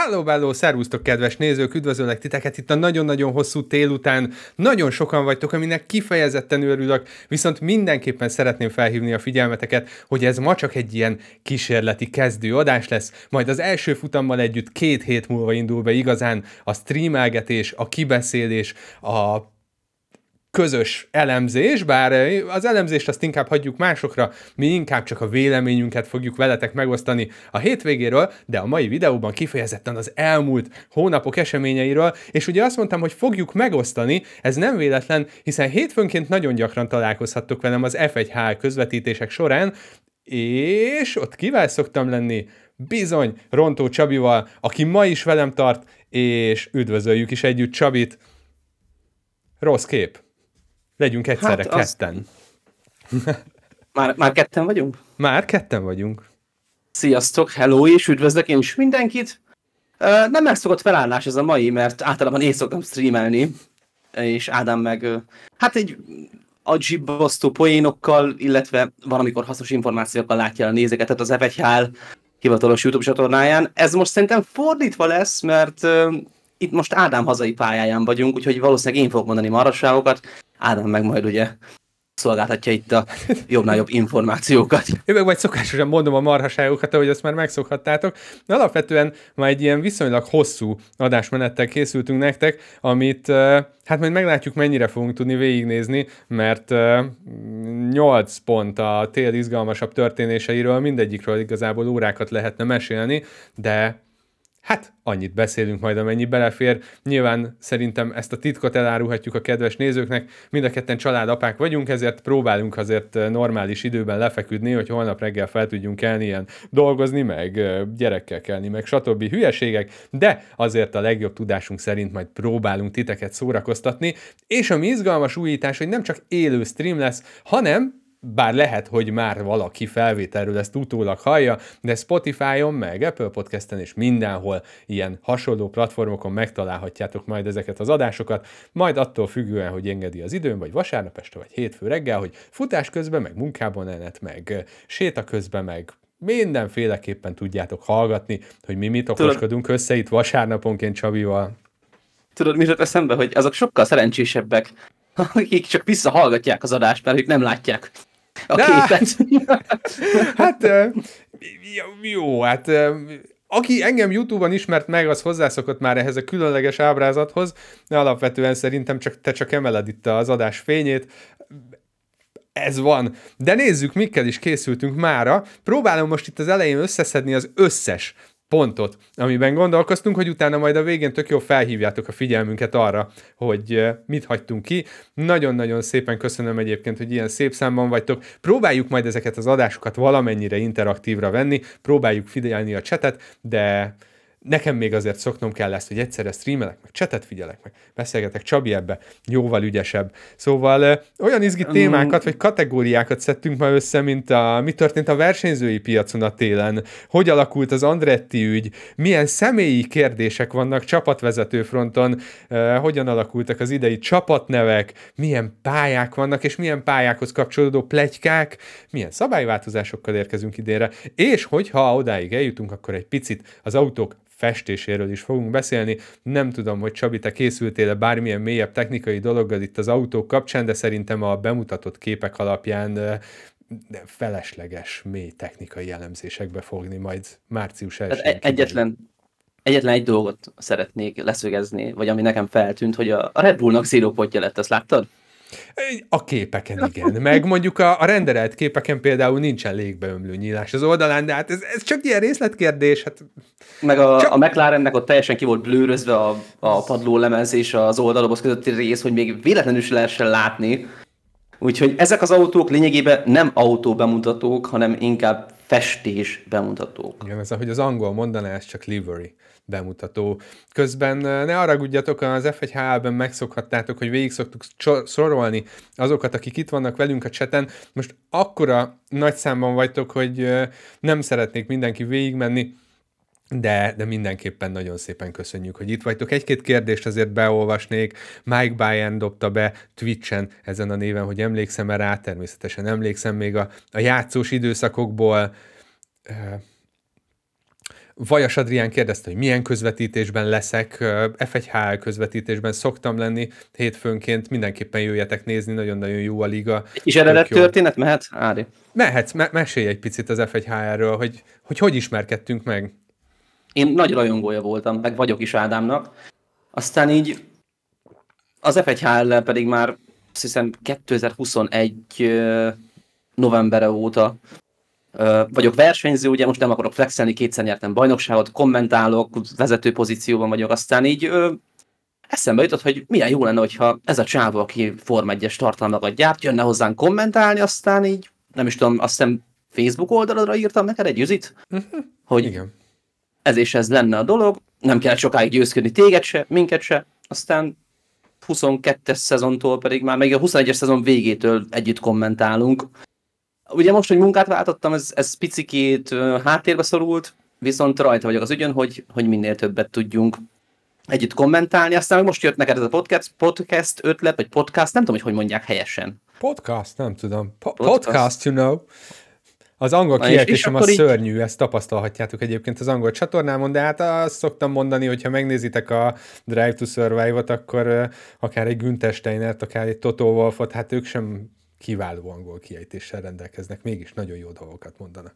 Halló, szervusztok, kedves nézők, üdvözöllek titeket itt a nagyon-nagyon hosszú tél után. Nagyon sokan vagytok, aminek kifejezetten örülök, viszont mindenképpen szeretném felhívni a figyelmeteket, hogy ez ma csak egy ilyen kísérleti kezdő adás lesz, majd az első futammal együtt 2 hét múlva indul be igazán a streamelgetés, a kibeszélés, a közös elemzés, bár az elemzést azt inkább hagyjuk másokra, mi inkább csak a véleményünket fogjuk veletek megosztani a hétvégéről, de a mai videóban kifejezetten az elmúlt hónapok eseményeiről, és ugye azt mondtam, hogy fogjuk megosztani, ez nem véletlen, hiszen hétfőnként nagyon gyakran találkozhattok velem az F1HL közvetítések során, és ott kivel szoktam lenni? Bizony, Rontó Csabival, aki ma is velem tart, és üdvözöljük is együtt Csabit. Rossz kép. Legyünk egyszerre ketten. Már ketten vagyunk? Már ketten vagyunk. Sziasztok, hello, és üdvözlök én is mindenkit. Nem megszokott felállás ez a mai, mert általában én szoktam streamelni, és Ádám meg hát egy agyibbasztó poénokkal, illetve valamikor hasznos információkkal látja a nézőket az F1HL hivatalos YouTube csatornáján. Ez most szerintem fordítva lesz, mert itt most Ádám hazai pályáján vagyunk, úgyhogy valószínűleg én fogok mondani marasságokat, Ádám meg majd ugye szolgáltatja itt a jobbnál jobb információkat. Én meg majd szokásosan mondom a marhaságokat, ahogy azt már megszokhattátok. De alapvetően már egy ilyen viszonylag hosszú adásmenettel készültünk nektek, amit hát majd meglátjuk, mennyire fogunk tudni végignézni, mert 8 pont a tél izgalmasabb történéseiről, mindegyikről igazából órákat lehetne mesélni, de hát annyit beszélünk majd, amennyi belefér. Nyilván szerintem ezt a titkot elárulhatjuk a kedves nézőknek. Mind a ketten családapák vagyunk, ezért próbálunk azért normális időben lefeküdni, hogy holnap reggel fel tudjunk kelni, ilyen dolgozni, meg gyerekkel kelni, meg stb. Hülyeségek, de azért a legjobb tudásunk szerint majd próbálunk titeket szórakoztatni. És ami izgalmas újítás, hogy nem csak élő stream lesz, hanem bár lehet, hogy már valaki felvételről ezt utólag hallja, de Spotify-on, meg Apple Podcasten és mindenhol ilyen hasonló platformokon megtalálhatjátok majd ezeket az adásokat, majd attól függően, hogy engedi az időn, vagy vasárnap este, vagy hétfő reggel, hogy futás közben, meg munkában elnet, meg séta közben, meg mindenféleképpen tudjátok hallgatni, hogy mi mit okoskodunk össze itt vasárnaponként Csabival. Tudod, mi jut eszembe, hogy azok sokkal szerencsésebbek, akik csak visszahallgatják az adást, mert ők nem látják a képet. Hát jó, hát aki engem YouTube-on ismert meg, az hozzászokott már ehhez a különleges ábrázathoz, de alapvetően szerintem te csak emeled itt az adás fényét. Ez van. De nézzük, mikkel is készültünk mára. Próbálom most itt az elején összeszedni az összes pontot, amiben gondolkoztunk, hogy utána majd a végén tök jól felhívjátok a figyelmünket arra, hogy mit hagytunk ki. Nagyon-nagyon szépen köszönöm egyébként, hogy ilyen szép számban vagytok. Próbáljuk majd ezeket az adásokat valamennyire interaktívra venni, próbáljuk figyelni a chatet, de nekem még azért szoknom kell ezt, hogy egyszerre streamelek, meg chatet figyelek, meg beszélgetek, Csabi ebbe jóval ügyesebb. Szóval olyan izgi témákat, vagy kategóriákat szedtünk ma össze, mint mi történt a versenyzői piacon a télen, hogy alakult az Andretti ügy, milyen személyi kérdések vannak csapatvezető fronton, hogyan alakultak az idei csapatnevek, milyen pályák vannak, és milyen pályákhoz kapcsolódó pletykák, milyen szabályváltozásokkal érkezünk idénre, és hogyha odáig eljutunk, akkor egy picit az autók festéséről is fogunk beszélni. Nem tudom, hogy Csabi, te készültél-e bármilyen mélyebb technikai dologgal itt az autók kapcsán, de szerintem a bemutatott képek alapján felesleges, mély technikai elemzésekbe fogni majd március 1-én. Egyetlen egy dolgot szeretnék leszögezni, vagy ami nekem feltűnt, hogy a Red Bullnak zero pontja lett, azt láttad? A képeken, igen. Meg mondjuk a renderelt képeken például nincsen légbeömlő nyílás az oldalán, de hát ez csak ilyen részletkérdés. Hát... Meg a McLarennek ott teljesen ki volt blőrözve a padlólemez és az oldalobos közötti rész, hogy még véletlenül is lehessen látni. Úgyhogy ezek az autók lényegében nem autóbemutatók, hanem inkább festés bemutatók. Igen, ez ahogy az angol mondaná, ez csak livery bemutató. Közben ne haragudjatok, az F1HL-ben megszokhattátok, hogy végig szoktuk sorolni azokat, akik itt vannak velünk a chaten. Most akkora nagy számban vagytok, hogy nem szeretnék mindenki végigmenni, de mindenképpen nagyon szépen köszönjük, hogy itt vagytok. Egy-két kérdést azért beolvasnék. Mike Bayern dobta be Twitchen ezen a néven, hogy emlékszem-e rá, természetesen emlékszem még a játszós időszakokból. Vajas Adrián kérdezte, hogy milyen közvetítésben leszek, F1HL közvetítésben szoktam lenni hétfőnként, mindenképpen jöjjetek nézni, nagyon-nagyon jó a liga. Egy kis eredet történet mehet, Ári? Mehetsz, mesélj egy picit az F1HL-ről, hogy ismerkedtünk meg. Én nagy rajongója voltam, meg vagyok is Ádámnak. Aztán így az F1HL-lel pedig már azt hiszem 2021 novembere óta vagyok versenyző, ugye most nem akarok flexelni, 2-szer nyertem bajnokságot, kommentálok, vezető pozícióban vagyok, aztán így eszembe jutott, hogy milyen jó lenne, hogyha ez a csávó, aki Form 1-es tartalmakat gyárt, jönne hozzánk kommentálni, aztán így, nem is tudom, azt hiszem Facebook oldalra írtam neked egy üzit, hogy Igen. ez és ez lenne a dolog, nem kell sokáig győzködni téged se, minket se, aztán 22-es szezontól pedig már még a 21-es szezon végétől együtt kommentálunk. Ugye most, hogy munkát váltottam, ez picikét háttérbe szorult, viszont rajta vagyok az ügyön, hogy minél többet tudjunk együtt kommentálni. Aztán meg most jött neked ez a podcast ötlet, vagy podcast, nem tudom, hogy mondják helyesen. Podcast, nem tudom. Podcast, you know. Az angol Na, kiejtésem az így... szörnyű, ezt tapasztalhatjátok egyébként az angol csatornámon, de hát azt szoktam mondani, hogyha megnézitek a Drive to Survive-ot, akkor akár egy Günther Steinert, akár egy Toto Wolffot, hát ők sem kiváló angol kiejtéssel rendelkeznek, mégis nagyon jó dolgokat mondanak.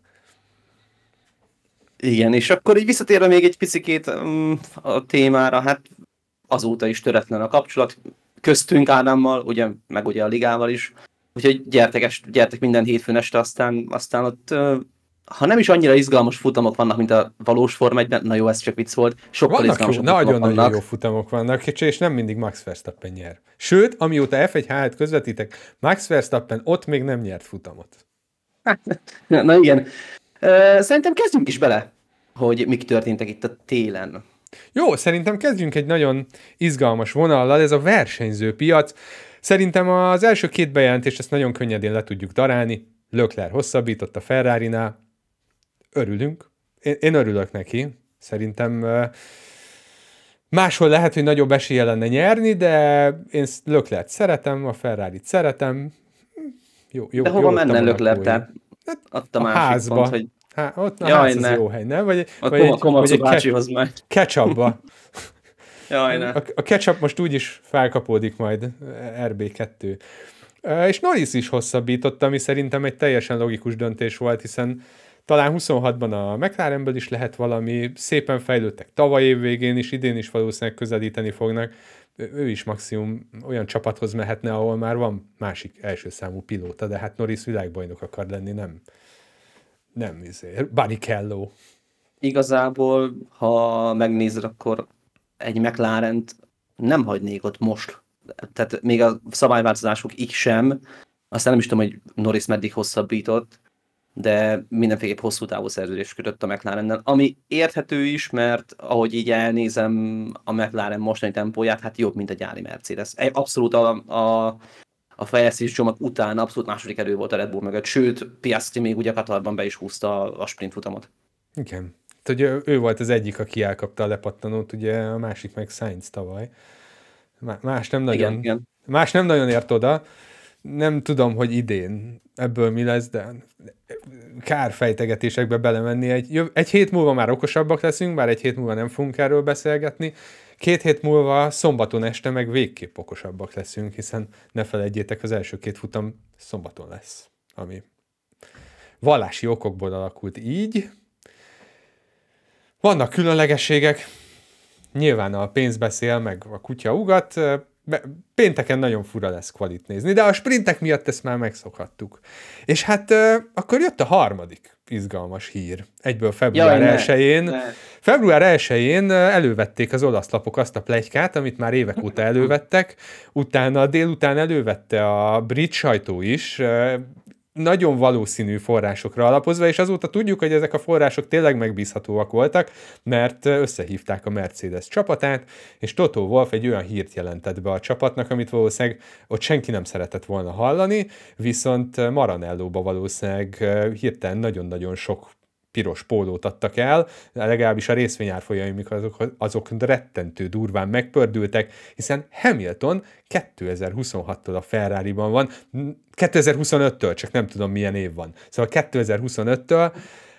Igen, és akkor így visszatérve még egy picikét a témára, hát azóta is töretlen a kapcsolat köztünk Ádámmal, ugye, meg ugye a ligával is, úgyhogy gyertek minden hétfőn este, aztán ott, ha nem is annyira izgalmas futamok vannak, mint a valós Form 1-ben, na jó, ez csak vicc volt, sokkal izgalmasabb nagyon-nagyon jó futamok vannak, és nem mindig Max Verstappen nyer. Sőt, amióta F1-HL-t közvetítek, Max Verstappen ott még nem nyert futamot. Na igen. Szerintem kezdjünk is bele, hogy mik történtek itt a télen. Jó, szerintem kezdjünk egy nagyon izgalmas vonallal, ez a versenyzőpiac. Szerintem az első két bejelentést ezt nagyon könnyedén le tudjuk darálni. Leclerc hosszabbított a Ferrarinál. Örülünk. Én örülök neki. Szerintem máshol lehet, hogy nagyobb esélye lenne nyerni, de én Leclerc szeretem, a Ferrarit szeretem. Jó, de hova menne Leclerc? Tehát ott a másik házba. pont, hogy... ott a ház az jó hely, nem? Vagy egy bácsihoz majd. Ketchupba. Jaj, ne. A ketchup most úgyis felkapódik majd, RB2. És Norris is hosszabbított, ami szerintem egy teljesen logikus döntés volt, hiszen talán 26-ban a McLarenből is lehet valami, szépen fejlődtek tavaly év végén is, idén is valószínűleg közelíteni fognak. Ő is maximum olyan csapathoz mehetne, ahol már van másik első számú pilóta, de hát Norris világbajnok akar lenni, nem Barrichello. Igazából, ha megnézed, akkor egy McLarent nem hagynék ott most. Tehát még a szabályváltozásokig sem. Aztán nem is tudom, hogy Norris meddig hosszabbított, de mindenféleképp hosszú távú szerződést kötött a McLarennel, ami érthető is, mert ahogy így elnézem a McLaren mostani tempóját, hát jobb, mint a gyári Mercedes. Abszolút a fejlesztés csomag után abszolút második erő volt a Red Bull mögött, sőt, Piastri még ugye Katarban be is húzta a sprint futamot. Igen. Ugye ő volt az egyik, aki elkapta a lepattanót, ugye a másik meg Sainz tavaly. Más nem nagyon ért oda. Nem tudom, hogy idén ebből mi lesz, de kár fejtegetésekbe belemenni. Egy hét múlva már okosabbak leszünk, bár egy hét múlva nem fogunk erről beszélgetni. 2 hét múlva szombaton este meg végképp okosabbak leszünk, hiszen ne felejtjétek, az első 2 futam szombaton lesz, ami vallási okokból alakult így. Vannak különlegességek, nyilván a pénz beszél, meg a kutya ugat, pénteken nagyon fura lesz kvalit nézni, de a sprintek miatt ezt már megszokhattuk. És hát akkor jött a harmadik izgalmas hír. Egyből február 1-én. Február 1-én elővették az olasz lapok azt a pletykát, amit már évek óta elővettek, utána délután elővette a brit sajtó is, nagyon valószínű forrásokra alapozva, és azóta tudjuk, hogy ezek a források tényleg megbízhatóak voltak, mert összehívták a Mercedes csapatát, és Toto Wolff egy olyan hírt jelentett be a csapatnak, amit valószínűleg ott senki nem szeretett volna hallani, viszont Maranellóba valószínűleg hirtelen nagyon-nagyon sok piros pólót adtak el, legalábbis a részvényárfolyaimik azok rettentő durván megpördültek, hiszen Hamilton 2026-tól a Ferrariban van, 2025-től, csak nem tudom milyen év van. Szóval 2025-től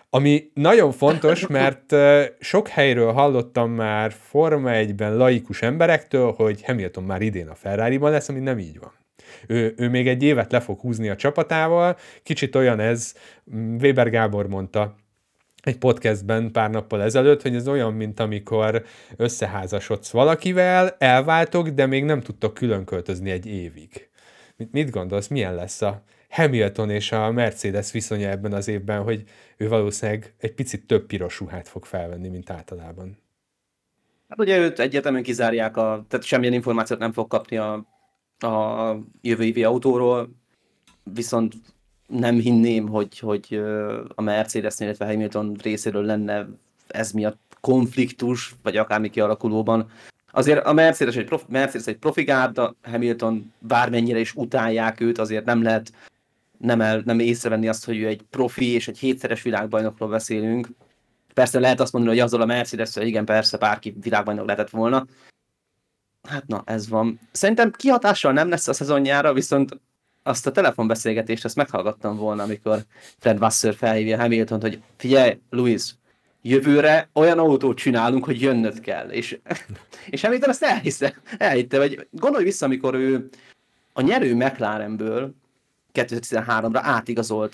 Ami nagyon fontos, mert sok helyről hallottam már Forma 1-ben laikus emberektől, hogy Hamilton már idén a Ferrariban lesz, ami nem így van. Ő még egy évet le fog húzni a csapatával, kicsit olyan ez, Weber Gábor mondta egy podcastben pár nappal ezelőtt, hogy ez olyan, mint amikor összeházasodsz valakivel, elváltok, de még nem tudtok külön költözni egy évig. Mit gondolsz, milyen lesz a Hamilton és a Mercedes viszonya ebben az évben, hogy ő valószínűleg egy picit több piros ruhát fog felvenni, mint általában? Hát ugye őt egyértelműen kizárják, tehát semmilyen információt nem fog kapni a jövő évi autóról, viszont nem hinném, hogy a Mercedesnél, illetve Hamilton részéről lenne ez miatt konfliktus, vagy akármi kialakulóban. Azért a Mercedes egy profigárda, Hamilton bármennyire is utálják őt, azért nem lehet nem észrevenni azt, hogy ő egy profi és egy 7-szeres világbajnokról beszélünk. Persze lehet azt mondani, hogy azzal a Mercedes-szel igen, persze bárki világbajnok lehetett volna. Hát na, ez van. Szerintem kihatással nem lesz a szezonjára, viszont azt a telefonbeszélgetést, ezt meghallgattam volna, amikor Fred Vasseur felhívja Hamiltont, hogy figyelj, Louis, jövőre olyan autót csinálunk, hogy jönnöd kell. És Hamilton ezt elhitte, vagy gondolj vissza, amikor ő a nyerő McLarenből 2013-ra átigazolt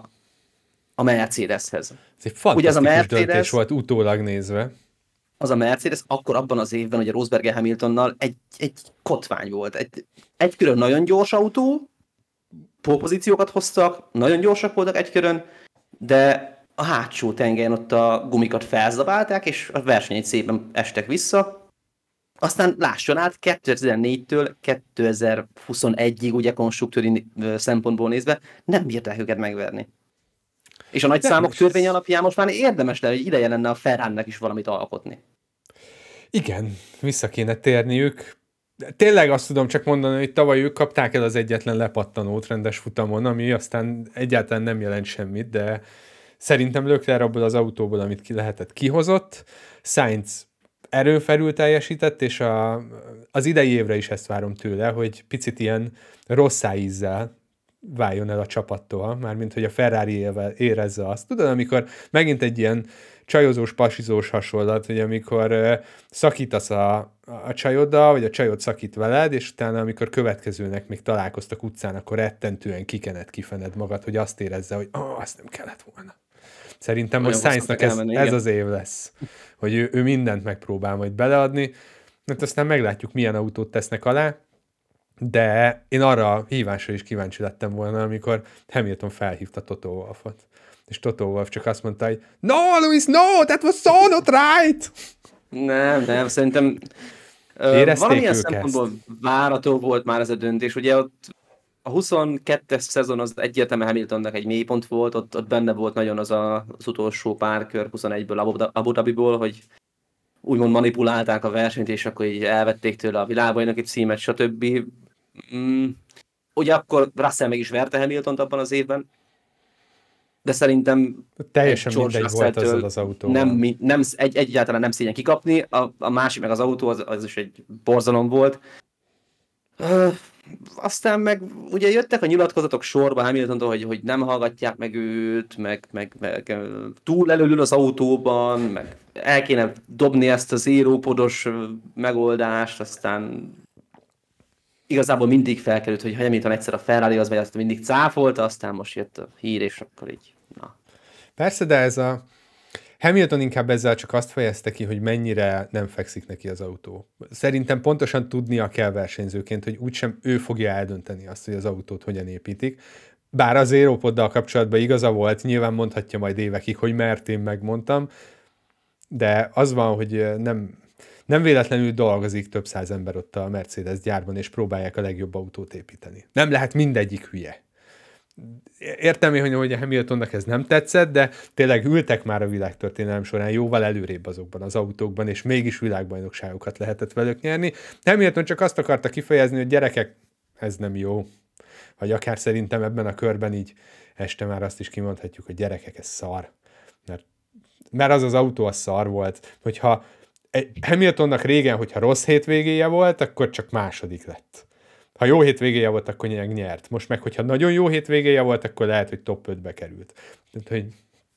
a Mercedeshez. Ez egy fantasztikus döntés volt utólag nézve. Az a Mercedes akkor abban az évben, hogy a Rosberg Hamiltonnal egy kotvány volt. Egy körön nagyon gyors autó, pole-pozíciókat hoztak, nagyon gyorsak voltak egy körön, de a hátsó tengelyen ott a gumikat felzabálták, és a versenyt szépen estek vissza. Aztán lásson át, 2014-től 2021-ig, ugye konstruktőri szempontból nézve, nem bírták őket megverni. És a nagy számok törvény alapján most már érdemes lenne, hogy ideje lenne a Ferrari-nek is valamit alkotni. Igen, vissza kéne térniük. Tényleg azt tudom csak mondani, hogy tavaly ők kapták el az egyetlen lepattanót rendes futamon, ami aztán egyáltalán nem jelent semmit, de szerintem Leclerc abból az autóból, amit ki lehetett, kihozott. Sainz erőfelül teljesített, és az idei évre is ezt várom tőle, hogy picit ilyen rosszáízzel váljon el a csapattól, mármint hogy a Ferrari érezze azt. Tudod, amikor megint egy ilyen csajozós, pasizós hasonlat, hogy amikor szakítasz a csajoddal, vagy a csajod szakít veled, és utána, amikor következőnek még találkoztak utcán, akkor rettentően kifened magad, hogy azt érezze, hogy azt nem kellett volna. Szerintem most Sainznak ez az év lesz, hogy ő mindent megpróbál majd beleadni, mert aztán meglátjuk, milyen autót tesznek alá, de én arra a hívásra is kíváncsi lettem volna, amikor Hamilton felhívta Toto Wolffot. És Toto Wolff csak azt mondta, hogy no, Louis, no, that was so not right! Nem, szerintem valamilyen szempontból várható volt már ez a döntés. Ugye ott a 22-es szezon az egyértelműen Hamiltonnak egy mélypont volt, ott benne volt nagyon az utolsó pár kör 21-ből Abu Dhabiból, hogy úgymond manipulálták a versenyt, és akkor így elvették tőle a világbajnoki címet, stb. Ugye akkor Russell meg is verte Hamiltont abban az évben, de szerintem teljesen mindegy volt az autóval. Egyáltalán nem szégyen kikapni, a másik meg az autó, az is egy borzalom volt. Aztán meg ugye jöttek a nyilatkozatok sorba Hamiltontól, hogy nem hallgatják meg őt, meg túl előül az autóban, meg el kéne dobni ezt az érópodos megoldást, aztán igazából mindig felkerült, hogy Hamilton egyszer a Ferrari az, vagy azt mindig cáfolta, aztán most jött a hír, és akkor így, na. Persze, de ez a Hamilton inkább ezzel csak azt fejezte ki, hogy mennyire nem fekszik neki az autó. Szerintem pontosan tudnia kell versenyzőként, hogy úgysem ő fogja eldönteni azt, hogy az autót hogyan építik. Bár az Aeropoddal kapcsolatban igaza volt, nyilván mondhatja majd évekig, hogy mert én megmondtam, de az van, hogy nem véletlenül dolgozik több száz ember ott a Mercedes gyárban, és próbálják a legjobb autót építeni. Nem lehet mindegyik hülye. Értem én, hogy a Hamiltonnak ez nem tetszett, de tényleg ültek már a világtörténelem során jóval előrébb azokban az autókban, és mégis világbajnokságokat lehetett velük nyerni. Hamilton csak azt akarta kifejezni, hogy gyerekek, ez nem jó. Vagy akár szerintem ebben a körben így este már azt is kimondhatjuk, hogy gyerekek, ez szar. Mert az autó az szar volt. Hogyha Hamiltonnak régen, hogyha rossz hétvégéje volt, akkor csak második lett. Ha jó hétvégéje volt, akkor nyert. Most meg, hogyha nagyon jó hétvégéje volt, akkor lehet, hogy top 5-be került. Tehát, hogy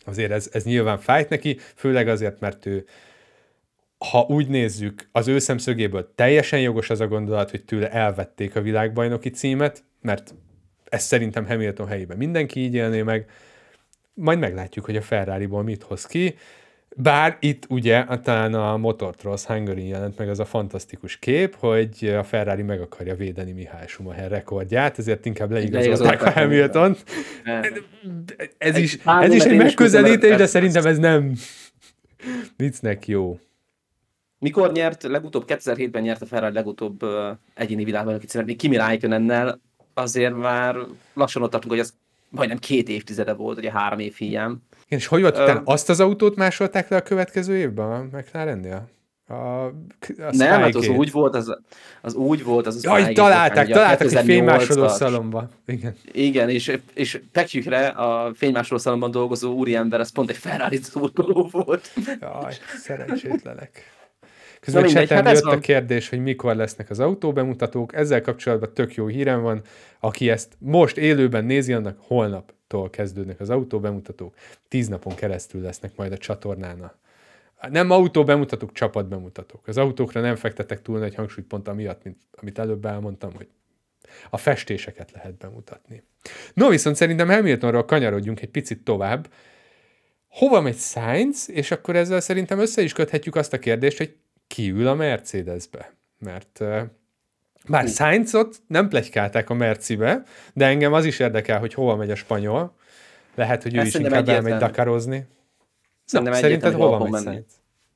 Azért ez nyilván fájt neki, főleg azért, mert ő, ha úgy nézzük, az ő szemszögéből teljesen jogos az a gondolat, hogy tőle elvették a világbajnoki címet, mert ezt szerintem Hamilton helyében mindenki így élné meg, majd meglátjuk, hogy a Ferrariból mit hoz ki, bár itt ugye talán a Motortross Hungary jelent meg az a fantasztikus kép, hogy a Ferrari meg akarja védeni Mihály Schumacher rekordját, ezért inkább leigazolták a Hamiltont. Ez is egy megközelítés, de szerintem ez nem viccnek jó. Mikor nyert? Legutóbb 2007-ben nyert a Ferrari legutóbb egyéni világbajnoki címet, még Kimi Räikkönennel, azért már lassan ott tartunk, hogy az majdnem 2 évtizede volt, ugye 3 év hiány. Igen, és hogy volt utána? Azt az autót másolták le a következő évben a McLarennél? Nem, hát az úgy volt, az Jaj, találták egy fénymásoló szalomba. Igen, és pekjükre a fénymásoló szalomban dolgozó úriember, az pont egy Ferrari szurkoló volt. Jaj, szerencsétlenek. Közben chaten jött a kérdés, hogy mikor lesznek az autóbemutatók. Ezzel kapcsolatban tök jó hírem van. Aki ezt most élőben nézi, annak holnaptól kezdődnek az autóbemutatók. 10 napon keresztül lesznek majd a csatornán. Nem autóbemutatók, csapatbemutatók. Az autókra nem fektetek túl nagy hangsúlyt pont amiatt, amit előbb elmondtam, hogy a festéseket lehet bemutatni. No, viszont szerintem Hamiltonról kanyarodjunk egy picit tovább. Hova megy Sainz, és akkor ezzel szerintem össze is köthetjük azt a kérdést, hogy ki ül a Mercedesbe. Mert bár Sainzot nem pletykálták a Mercibe, de engem az is érdekel, hogy hova megy a spanyol. Lehet, hogy ő is inkább elmegy Dakarozni. Szerinted hova megy Sainz?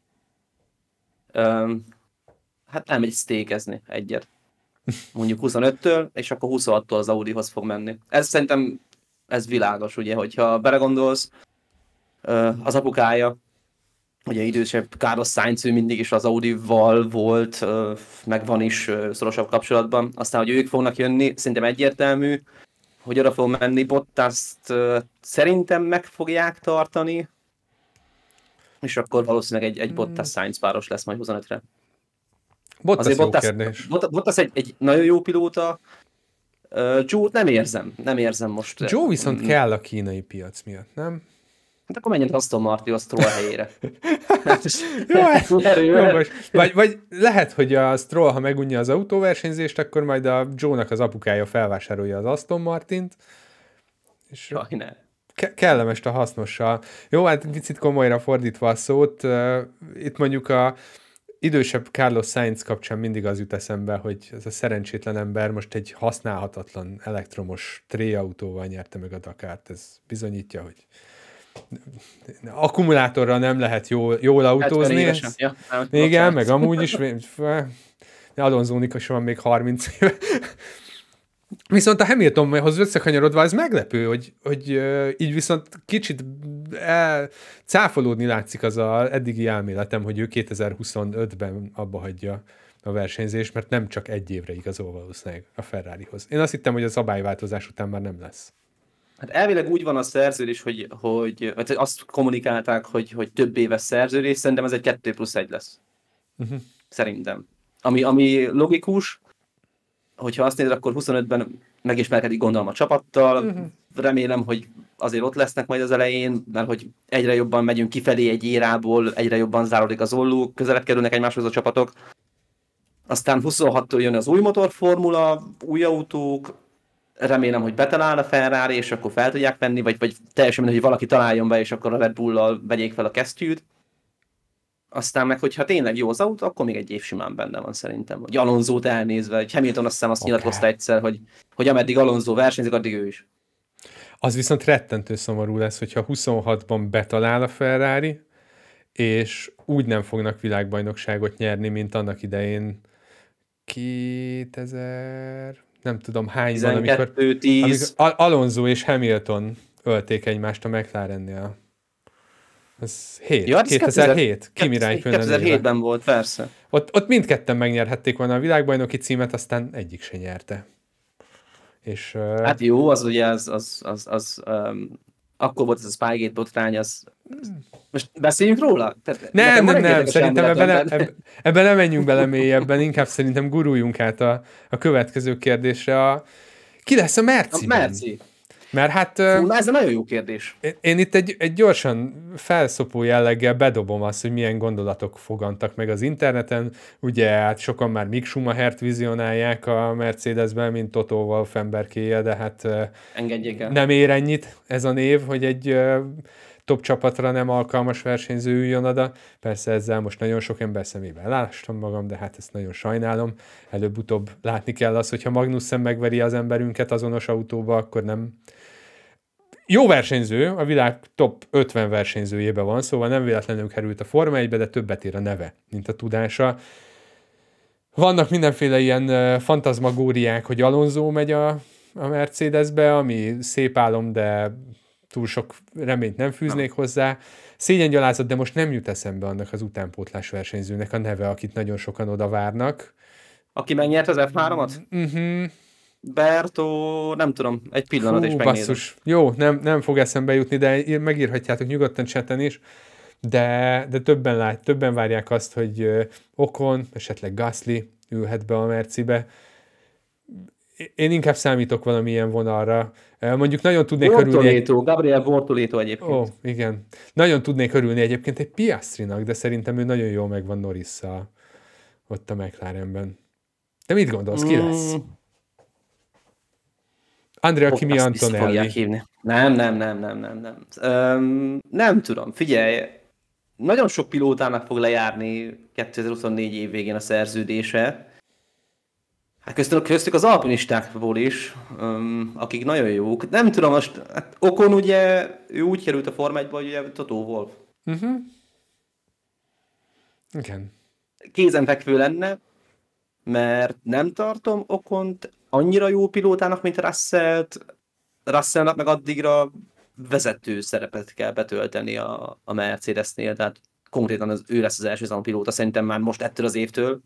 Hát elmegy sztékezni egyet. Mondjuk 25-től, és akkor 26-tól az Audihoz fog menni. Ez szerintem ez világos, ugye, hogyha belegondolsz, az apukája, ugye idősebb Carlos Sainz, ő mindig is az Audival volt, meg van is szorosabb kapcsolatban. Aztán, hogy ők fognak jönni, szerintem egyértelmű, hogy oda fog menni. Bottaszt szerintem meg fogják tartani, és akkor valószínűleg egy Bottas-Sainz páros lesz majd 25-re. Bottas jó kérdés. Bottas egy nagyon jó pilóta. Joe-t nem érzem most. Joe viszont kell a kínai piac miatt, nem? Hát akkor menjen Aston Martin a Stroll helyére. Vagy lehet, hogy a Stroll, ha megunja az autóversenyzést, akkor majd a Joe-nak az apukája felvásárolja az Aston Martint. És kellemes a hasznossal. Jó, hát picit komolyra fordítva a szót, itt mondjuk a idősebb Carlos Sainz kapcsán mindig az jut eszembe, hogy ez a szerencsétlen ember most egy használhatatlan elektromos tréautóval nyerte meg a Dakart. Ez bizonyítja, hogy akkumulátorral nem lehet jól autózni. Igen, meg amúgy is. Alonsonik is van még 30 éve. Viszont a Hamiltonhoz összekanyarodva ez meglepő, hogy így viszont kicsit cáfolódni látszik az eddigi elméletem, hogy ő 2025-ben abba hagyja a versenyzést, mert nem csak egy évre igazol valószínűleg a Ferrarihoz. Én azt hittem, hogy a szabályváltozás után már nem lesz. Hát elvileg úgy van a szerződés, hogy azt kommunikálták, hogy több éves szerződés, szerintem ez egy 2+1 lesz. Szerintem. Ami logikus, hogyha azt nézed, akkor 25-ben megismerkedik gondolom a csapattal, remélem, hogy azért ott lesznek majd az elején, mert hogy egyre jobban megyünk kifelé egy érából, egyre jobban záródik az olló, közelebb kerülnek egymáshoz a csapatok. Aztán 26-tól jön az új motorformula, új autók, remélem, hogy betalál a Ferrari, és akkor fel tudják venni, vagy teljesen mindegy, hogy valaki találjon be, és akkor a Red Bull-lal vegyék fel a kesztyűt. Aztán meg, hogyha tényleg jó az autó, akkor még egy év simán benne van szerintem. Hogy Alonsót elnézve, hogy Hamilton azt hiszem nyilatkozta egyszer, hogy ameddig Alonso versenyzik, addig ő is. Az viszont rettentő szomorú lesz, hogyha 26-ban betalál a Ferrari, és úgy nem fognak világbajnokságot nyerni, mint annak idején 2000... nem tudom hány van, amikor Alonso és Hamilton ölték egymást a McLarennél. Ez 2007. Kimi Räikkönen. 2007-ben volt, persze. Ott mindketten megnyerhették volna a világbajnoki címet, aztán egyik se nyerte. És, hát jó, az ugye akkor volt ez a Spygate botrány, most beszéljünk róla? Nem, szerintem ebben nem menjünk bele mélyebben, inkább szerintem guruljunk át a következő kérdésre. Ki lesz a Merciben? A Merci. Mert hát Fú, ez egy nagyon jó kérdés. én itt egy gyorsan felszopó jelleggel bedobom azt, hogy milyen gondolatok fogantak meg az interneten. Ugye hát sokan már Mick Schumachert vizionálják a Mercedesben, mint Toto Wolff emberkéje, de hát Engedjék el. nem ér ennyit ez a név, hogy egy top csapatra nem alkalmas versenyző üljön oda. Persze ezzel most nagyon sok ember szemében lástam magam, de hát ezt nagyon sajnálom. Előbb-utóbb látni kell azt, hogyha Magnussen megveri az emberünket azonos autóba, akkor nem... Jó versenyző, a világ top 50 versenyzőjében van, szóval nem véletlenül került a Forma 1-be, de többet ér a neve, mint a tudása. Vannak mindenféle ilyen fantazmagóriák, hogy Alonso megy a Mercedesbe, ami szép álom, de túl sok reményt nem fűznék hozzá. Szégyengyalázat, de most nem jut eszembe annak az utánpótlás versenyzőnek a neve, akit nagyon sokan oda várnak. Aki megnyert az F3-at? Berto, nem tudom, egy pillanat és megnézem. Basszus. Jó, nem fog eszembe jutni, de megírhatjátok nyugodtan chaten is, de többen várják azt, hogy Ocon, esetleg Gasly ülhet be a Mercibe. Én inkább számítok valamilyen vonalra. Mondjuk nagyon tudnék örülni... Gabriel Bortoleto egyébként. Ó, igen. Nagyon tudnék örülni egyébként egy Piastrinak, de szerintem ő nagyon jól megvan Norrisszal ott a McLarenben. De mit gondolsz, ki lesz? Andrea Kimi Antonelli. Nem tudom, figyelj. Nagyon sok pilótának fog lejárni 2024 év végén a szerződése. Hát köztük az alpinistákból is, akik nagyon jók. Nem tudom, most hát Ocon ugye, ő úgy került a Forma 1-be, hogy ugye Toto Wolff. Igen. Kézenfekvő lenne, mert nem tartom Ocont annyira jó pilótának, mint Russellt. Russellnak meg addigra vezető szerepet kell betölteni a Mercedesnél, tehát konkrétan ő lesz az első számú pilóta, szerintem már most ettől az évtől.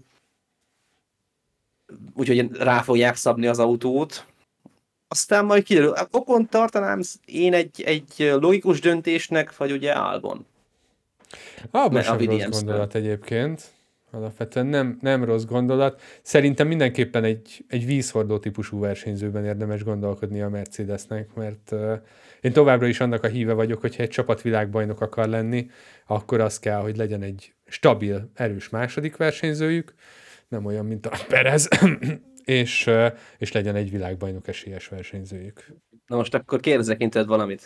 Úgyhogy rá fogják szabni az autót. Aztán majd kiderül. Ocont tartanám én egy logikus döntésnek, vagy ugye Albon. Albon sem rossz gondolat egyébként. Alapvetően nem rossz gondolat. Szerintem mindenképpen egy vízhordó típusú versenyzőben érdemes gondolkodni a Mercedesnek, mert én továbbra is annak a híve vagyok, hogyha egy csapat világbajnok akar lenni, akkor az kell, hogy legyen egy stabil, erős második versenyzőjük, nem olyan, mint a Perez, és legyen egy világbajnok esélyes versenyzőjük. Na most akkor kérdezek én tőled valamit.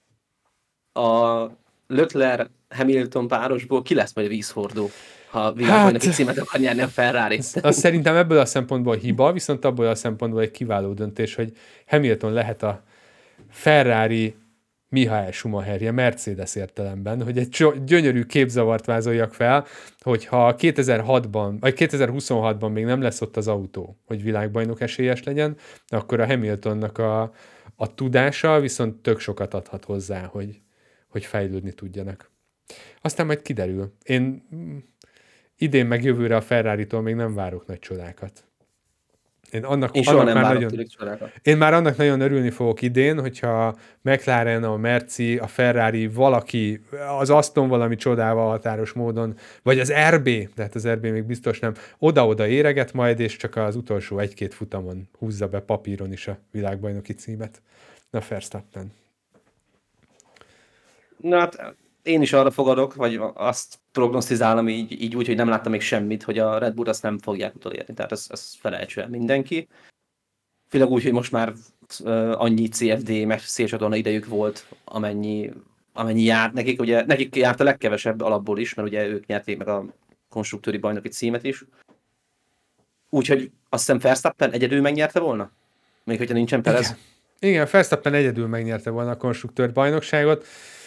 A Leclerc-Hamilton párosból ki lesz majd a vízhordó, ha világbajnoki címet akar nyerni a Ferrari? Az szerintem ebből a szempontból hiba, viszont abból a szempontból egy kiváló döntés, hogy Hamilton lehet a Ferrari Michael Schumacherje Mercedes értelemben, hogy egy gyönyörű képzavart vázoljak fel, hogyha 2006-ban, vagy 2026-ban még nem lesz ott az autó, hogy világbajnok esélyes legyen, akkor a Hamiltonnak a tudása viszont tök sokat adhat hozzá, hogy fejlődni tudjanak. Aztán majd kiderül. Én idén meg jövőre a Ferrari-tól még nem várok nagy csodákat. Én már annak nagyon örülni fogok idén, hogyha McLaren, a Merci, a Ferrari, valaki, az Aston valami csodával határos módon, vagy az RB, tehát az RB még biztos nem, oda-oda éreget majd, és csak az utolsó 1-2 futamon húzza be papíron is a világbajnoki címet. Na, Verstappen. Na hát én is arra fogadok, vagy azt prognosztizálom így úgy, hogy nem láttam még semmit, hogy a Red Bull azt nem fogják utolérni. Tehát ezt felejtső el mindenki. Főleg úgy, hogy most már annyi CFD, meg szélcsatorna idejük volt, amennyi járt nekik. Ugye nekik járt a legkevesebb alapból is, mert ugye ők nyerték meg a konstruktőri bajnoki címet is. Úgyhogy azt hiszem Verstappen egyedül megnyerte volna? Még hogyha nincsen Perez? Igen, Verstappen egyedül megnyerte volna a konstruktőr bajnokságot.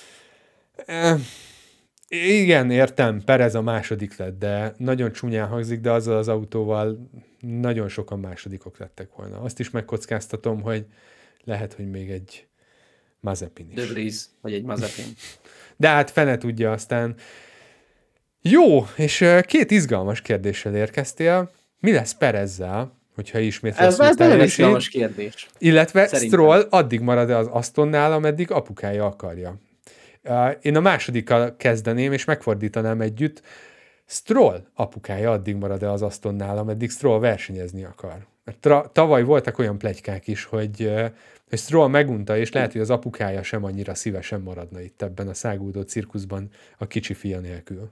Igen, értem, Perez a második lett, de nagyon csúnyán hangzik, de azzal az autóval nagyon sokan másodikok lettek volna. Azt is megkockáztatom, hogy lehet, hogy még egy Mazepin is. De Vries, vagy egy Mazepin. De hát fene tudja aztán. Jó, és 2 izgalmas kérdéssel érkeztél. Mi lesz Perezzel, hogyha ismét ez nagyon izgalmas kérdés. Illetve szerintem Stroll addig marad-e az Astonnál, ameddig apukája akarja. Én a másodikkal kezdeném, és megfordítanám együtt. Stroll apukája addig marad-e az Astonnál, ameddig Stroll versenyezni akar. Tavaly voltak olyan pletykák is, hogy Stroll megunta, és lehet, hogy az apukája sem annyira szívesen maradna itt ebben a száguldó cirkuszban a kicsi fia nélkül.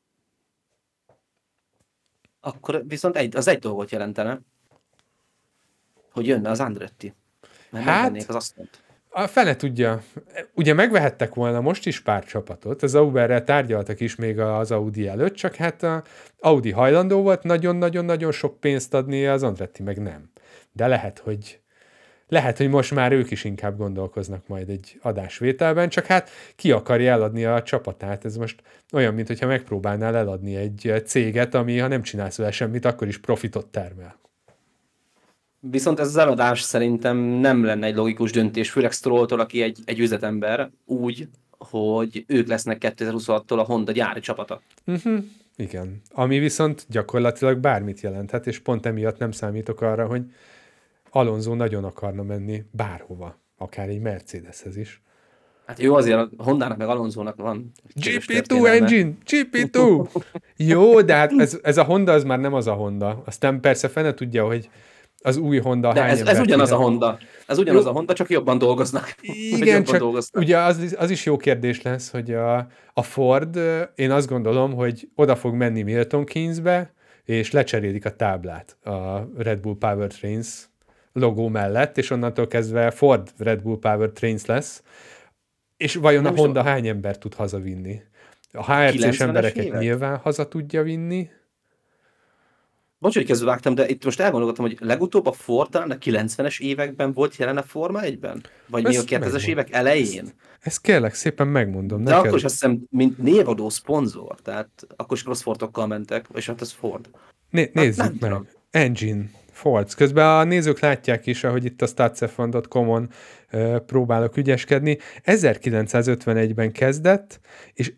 Akkor viszont az egy dolgot jelentene, hogy jönne az Andretti. Mert megvennék az Astont. A fene tudja. Ugye megvehettek volna most is pár csapatot, az Auberrel tárgyaltak is még az Audi előtt, csak hát a Audi hajlandó volt nagyon-nagyon-nagyon sok pénzt adni, az Andretti meg nem. De lehet, hogy most már ők is inkább gondolkoznak majd egy adásvételben, csak hát ki akarja eladni a csapatát. Ez most olyan, mintha megpróbálnál eladni egy céget, ami ha nem csinálsz vele semmit, akkor is profitot termel. Viszont ez az eladás szerintem nem lenne egy logikus döntés, főleg Strolltól, aki egy üzletember, úgy, hogy ők lesznek 2026-tól a Honda gyári csapata. Igen. Ami viszont gyakorlatilag bármit jelenthet, és pont emiatt nem számítok arra, hogy Alonso nagyon akarna menni bárhova, akár egy Mercedeshez is. Hát jó, azért a Hondának meg Alonsónak van. GP2 engine! GP2! Jó, de hát ez a Honda, az már nem az a Honda. Aztán persze fene tudja, hogy az új Honda de ez ugyanaz a Honda. Ez ugyanaz a Honda, csak jobban dolgoznak. Igen, csak ugye az is jó kérdés lesz, hogy a Ford, én azt gondolom, hogy oda fog menni Milton Keynesbe, és lecserélik a táblát a Red Bull Powertrains logó mellett, és onnantól kezdve Ford Red Bull Powertrains lesz, és vajon a Honda hány ember tud hazavinni? A HRC-s embereket évek? Nyilván haza tudja vinni. Bocs, hogy közbevágtam, de itt most elgondolkodtam, hogy legutóbb a Ford talán a 90-es években volt jelen a Forma 1-ben? Vagy még a 2000-es évek elején? Ezt kérlek, szépen megmondom. De akkor is azt hiszem, mint névadó szponzor, tehát akkor is crossfortokkal mentek, és hát ez Ford. Nézzük meg. Engine, Ford. Közben a nézők látják is, ahogy itt a statsf1.com-on próbálok ügyeskedni. 1951-ben kezdett, és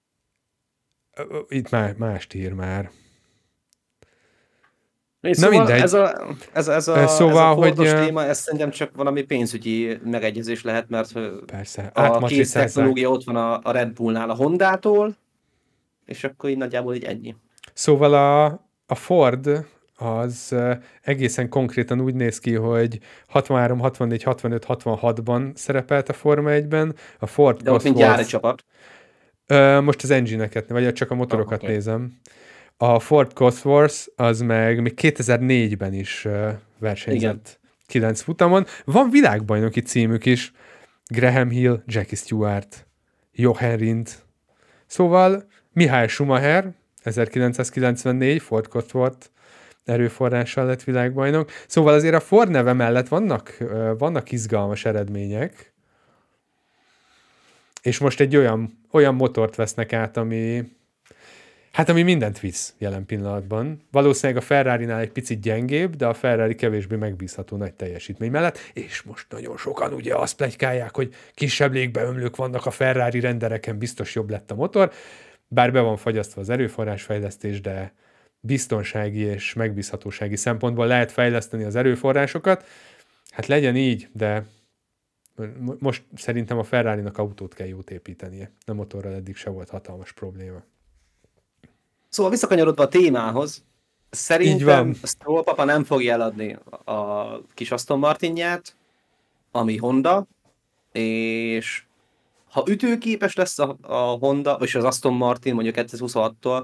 itt már mást ír már. Szóval mindegy. Ez a Fordos téma, ez szerintem csak valami pénzügyi megegyezés lehet, mert persze, a kész technológia ott van a Red Bullnál a Hondától, és akkor így nagyjából így ennyi. Szóval a Ford az egészen konkrétan úgy néz ki, hogy 63, 64, 65, 66-ban szerepelt a Forma 1-ben. A Ford de ott mint gyári csapat. Most az engine-eket, vagy csak a motorokat nézem. A Ford Cosworth az meg még 2004-ben is versenyzett 9 futamon. Van világbajnoki címük is. Graham Hill, Jackie Stewart, Jochen Rindt. Szóval Michael Schumacher, 1994, Ford Cosworth erőforrással lett világbajnok. Szóval azért a Ford neve mellett vannak izgalmas eredmények. És most egy olyan motort vesznek át, ami mindent visz jelen pillanatban. Valószínűleg a Ferrari-nál egy picit gyengébb, de a Ferrari kevésbé megbízható nagy teljesítmény mellett, és most nagyon sokan ugye azt pletykálják, hogy kisebb légbeömlők vannak a Ferrari rendereken, biztos jobb lett a motor, bár be van fagyasztva az erőforrásfejlesztés, de biztonsági és megbízhatósági szempontból lehet fejleszteni az erőforrásokat. Hát legyen így, de most szerintem a Ferrari-nak autót kell jót építenie. A motorral eddig se volt hatalmas probléma. Szóval visszakanyarodva a témához, szerintem Stroll papa nem fogja eladni a kis Aston Martinját, ami Honda, és ha ütőképes lesz a Honda, vagy az Aston Martin mondjuk 2026-tól,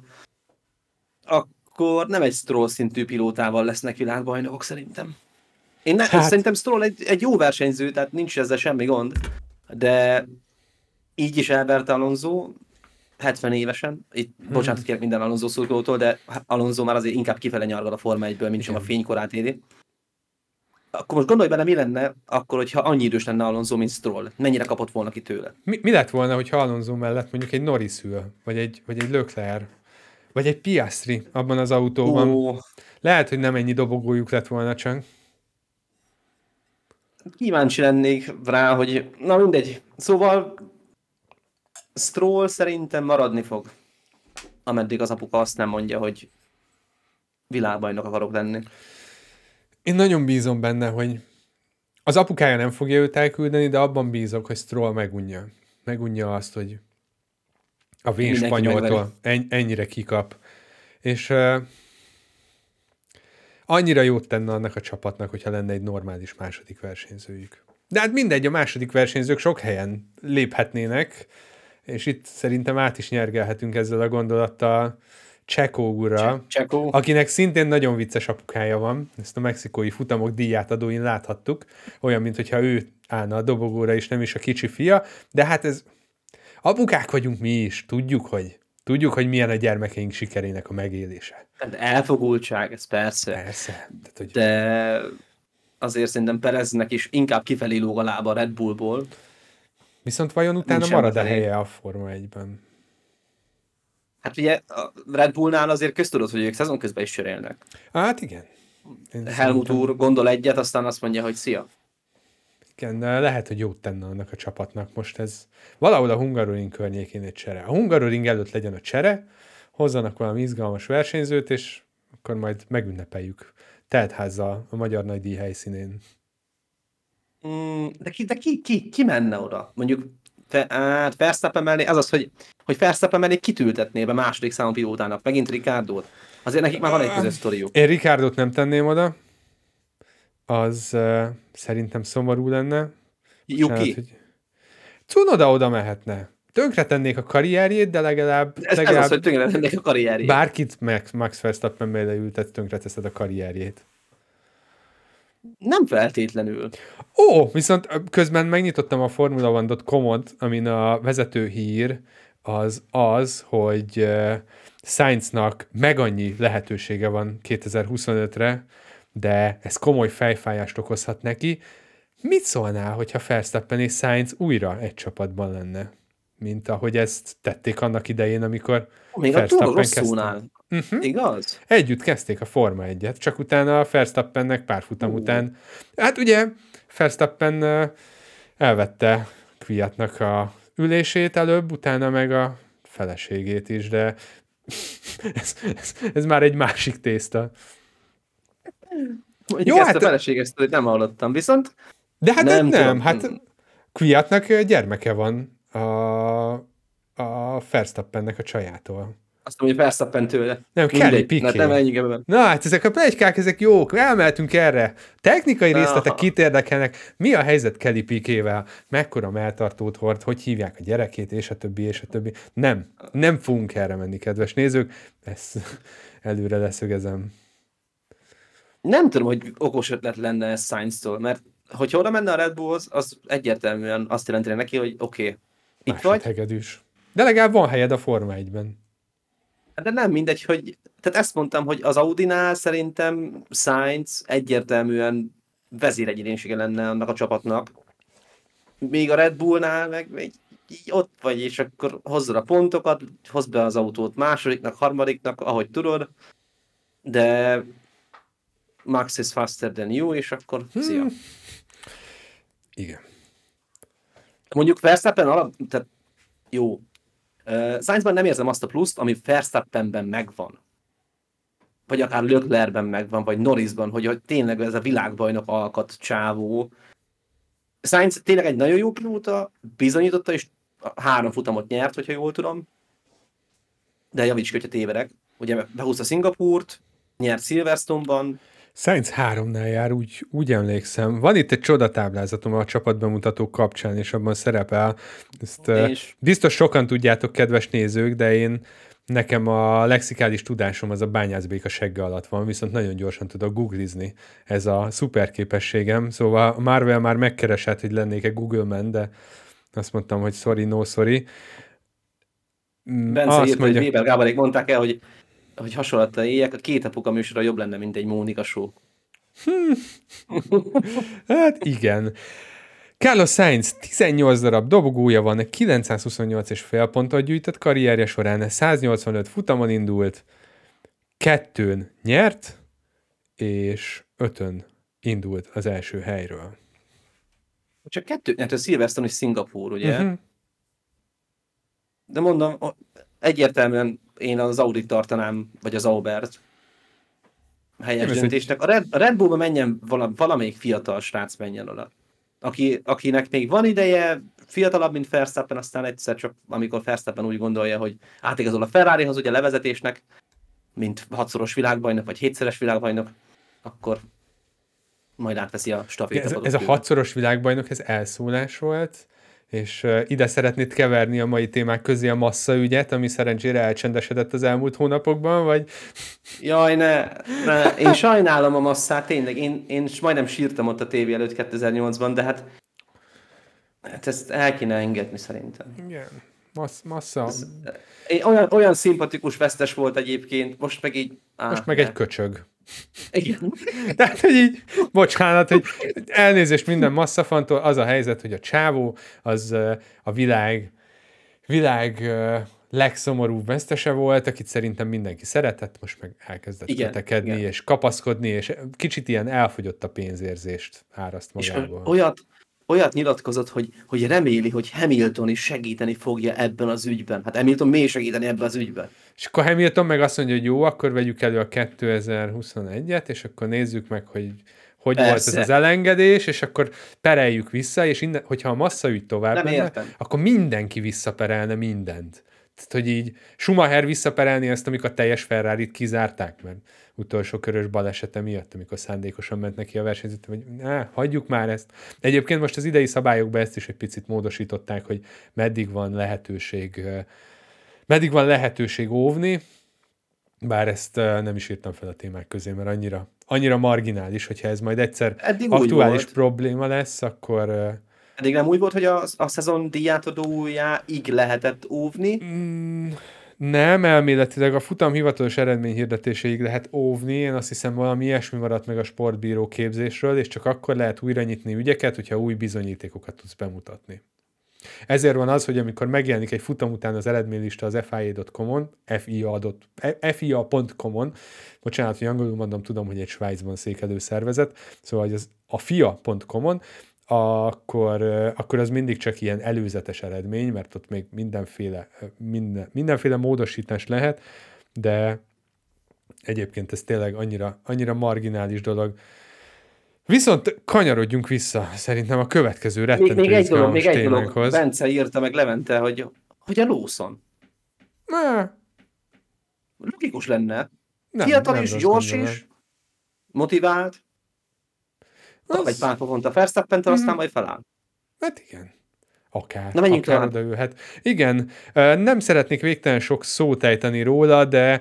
akkor nem egy Stroll szintű pilótával lesznek világbajnokok szerintem. Szerintem Stroll egy jó versenyző, tehát nincs ezzel semmi gond, de így is elverte Alonso, 70 évesen, bocsánat kérek minden Alonso szurkolótól, de Alonso már azért inkább kifele nyargal a Forma 1-ből, mint sem a fénykorát éri. Akkor most gondolj bele, mi lenne akkor, hogyha annyi idős lenne Alonso, mint Stroll? Mennyire kapott volna ki tőle? Mi lett volna, hogyha Alonso mellett mondjuk egy Norris ül, vagy egy Leclerc, vagy egy Piastri abban az autóban? Lehet, hogy nem ennyi dobogójuk lett volna csak. Kíváncsi lennék rá, hogy na mindegy. Szóval Stroll szerintem maradni fog, ameddig az apuka azt nem mondja, hogy világbajnok akarok lenni. Én nagyon bízom benne, hogy az apukája nem fogja őt elküldeni, de abban bízok, hogy Stroll megunja. Megunja azt, hogy a vén spanyoltól ennyire kikap. És annyira jót tenne annak a csapatnak, hogyha lenne egy normális második versenyzőjük. De hát mindegy, a második versenyzők sok helyen léphetnének, és itt szerintem át is nyergelhetünk ezzel a gondolattal Csekó úrra, akinek szintén nagyon vicces apukája van, ezt a mexikói futamok díját adóin láthattuk, olyan, mintha ő állna a dobogóra, és nem is a kicsi fia, de hát ez apukák vagyunk mi is, tudjuk, hogy milyen a gyermekeink sikerének a megélése. De elfogultság, ez persze. Persze. Tehát, hogy... De azért szerintem Pereznek is inkább kifelé lóg a lába a Red Bullból. Viszont vajon utána marad a helye a Forma 1-ben? Hát ugye a Red Bullnál azért köztudott, hogy ők szezon közben is cserélnek. Hát igen. Helmut úr gondol egyet, aztán azt mondja, hogy szia. Igen, de lehet, hogy jót tenne annak a csapatnak. Most ez valahol a Hungaroring környékén egy csere. A Hungaroring előtt legyen a csere, hozzanak valami izgalmas versenyzőt, és akkor majd megünnepeljük teltházzal a magyar nagydíj helyszínén. De ki menne oda? Mondjuk Verstappen mellé, az az, hogy Verstappen mellé kitültetné be második számú pilótának, megint Ricardót. Azért nekik már van egy közös sztoriuk. Én Ricardót nem tenném oda, az szerintem szomorú lenne. Yuki? Cunoda oda mehetne. Tönkretennék a karrierjét, de legalább ez az, hogy tönkretennék a karrierjét. Bárkit Max Verstappen mellé ültet, tönkreteszed a karrierjét. Nem feltétlenül. Viszont közben megnyitottam a formula1.com-ot, amin a vezető hír az, hogy Sainznak meg annyi lehetősége van 2025-re, de ez komoly fejfájást okozhat neki. Mit szólnál, hogyha Verstappen és Sainz újra egy csapatban lenne? Mint ahogy ezt tették annak idején, amikor még Verstappen kezdte. Igaz? Együtt kezdték a Forma 1-et, csak utána a Verstappennek pár futam után. Hát ugye Verstappen elvette Kvyatnak a ülését előbb, utána meg a feleségét is, de ez már egy másik tészta. Jó, ezt a feleséget hogy nem hallottam, viszont... De hát nem. Hát Kvyatnak gyermeke van a Verstappennek a csajától. Azt mondja, hogy Verstappen tőle. Nem, Kelly Piquet. Na, hát ezek a pletykák, ezek jók, elmehetünk erre. Technikai részletek kit érdekelnek. Mi a helyzet Kelly Piquével? Mekkora melltartót hord, hogy hívják a gyerekét, és a többi, és a többi. Nem fogunk erre menni, kedves nézők. Ezt előre leszögezem. Nem tudom, hogy okos ötlet lenne ez Sainztól, mert hogyha oda menne a Red Bullhoz, az egyértelműen azt jelentene neki, hogy oké, itt vagy. Hegedűs. De legalább van helyed a Forma 1-ben. De nem mindegy, hogy... Tehát ezt mondtam, hogy az Audinál szerintem Sainz egyértelműen vezéregyénisége lenne annak a csapatnak. Még a Red Bullnál meg ott vagy, és akkor hozzad a pontokat, hozd be az autót másodiknak, harmadiknak, ahogy tudod, de Max is faster than you, és akkor szia. Igen. Mondjuk Verstappen tehát jó. Sainzban nem érzem azt a pluszt, ami Verstappenben megvan. Vagy akár Leclercben megvan, vagy Norrisban, hogy tényleg ez a világbajnok alkat csávó. Sainz tényleg egy nagyon jó pilóta, bizonyította, és 3 futamot nyert, hogyha jól tudom. De javíts ki, hogyha tévedek. Ugye behúzta Szingapúrt, nyert Silverstone-ban. Sainz 3-nál jár, úgy emlékszem. Van itt egy csodatáblázatom a csapatbemutatók kapcsán, és abban szerepel. Ezt biztos sokan tudjátok, kedves nézők, de nekem a lexikális tudásom az a bányászbéka segge alatt van, viszont nagyon gyorsan tudok googlizni. Ez a szuper képességem. Szóval a Marvel már megkeresett, hogy lennék egy Google Man, de azt mondtam, hogy sorry, no sorry. Bence írt, hogy Weber Gáborék mondták el, hogy hasonlattal éljek, a 2 apuka műsora jobb lenne, mint egy Mónika show. Hát igen. Carlos Sainz 18 darab dobogója van, 928,5 pontot gyűjtött karrierje során, 185 futamon indult, 2-n nyert, és 5-ön indult az első helyről. Csak 2 nyert, a Silverstone és Szingapúr, ugye? De mondom, egyértelműen én az Audit tartanám, vagy az Aubert helyes döntésnek. A Red Bullba menjen valamelyik fiatal srác menjen oda. Akinek még van ideje, fiatalabb, mint Verstappen, aztán egyszer csak, amikor Verstappen úgy gondolja, hogy átigazol a Ferrarihoz, ugye levezetésnek, mint 6-szoros világbajnok, vagy 7-szeres világbajnok, akkor majd átveszi a stafétabotot Ez a tőle. 6-szoros világbajnok, ez elszólás volt, és ide szeretnéd keverni a mai témák közé a massza ügyet, ami szerencsére elcsendesedett az elmúlt hónapokban, vagy... Jaj, ne, én sajnálom a masszát, tényleg, én majdnem sírtam ott a tévé előtt 2008-ban, de hát ezt el kéne engedni szerintem. Igen, massza... Olyan szimpatikus vesztes volt egyébként, most meg így... Most meg egy köcsög. Igen. Tehát, hogy így, bocsánat, hogy elnézést minden masszafantól, az a helyzet, hogy a csávó az a világ legszomorúbb vesztese volt, akit szerintem mindenki szeretett, most meg elkezdett kötekedni, és kapaszkodni, és kicsit ilyen elfogyott a pénzérzést áraszt magából. És olyat nyilatkozott, hogy reméli, hogy Hamilton is segíteni fogja ebben az ügyben. Hát Hamilton miért segíteni ebben az ügyben? És akkor Hamilton meg azt mondja, hogy jó, akkor vegyük elő a 2021-et, és akkor nézzük meg, hogy volt ez az elengedés, és akkor pereljük vissza, és innen, hogyha a massza ügy tovább menne, akkor mindenki visszaperelne mindent. Tehát, hogy így Schumacher visszaperelni ezt, amikor a teljes Ferrarit kizárták, mert utolsó körös balesete miatt, amikor szándékosan ment neki a versenyző, hogy hagyjuk már ezt. Egyébként most az idei szabályokban ezt is egy picit módosították, hogy meddig van lehetőség óvni, bár ezt nem is írtam fel a témák közé, mert annyira marginális, hogyha ez majd egyszer aktuális probléma lesz, akkor... Eddig nem úgy volt, hogy a szezon díjátadójáig lehetett óvni? Nem, elméletileg a futam hivatalos eredményhirdetéséig lehet óvni, én azt hiszem valami ilyesmi maradt meg a sportbíró képzésről, és csak akkor lehet újra nyitni ügyeket, hogyha új bizonyítékokat tudsz bemutatni. Ezért van az, hogy amikor megjelenik egy futam után az eredménylista az FIA.com-on, FIA.com-on, bocsánat, hogy angolul mondom, tudom, hogy egy Svájcban székelő szervezet, szóval hogy a FIA.com-on, akkor az mindig csak ilyen előzetes eredmény, mert ott még mindenféle módosítás lehet, de egyébként ez tényleg annyira marginális dolog. Viszont kanyarodjunk vissza szerintem a következő rettentő még egy dolog. Bence írta meg Levente, hogy a Lawson. Logikus lenne. Fiatal is, gyors is, motivált. Kap egy pár pont a Verstappen-től, aztán majd feláll. Hát igen. Akár odaülhet. Igen, nem szeretnék végtelen sok szót ejteni róla, de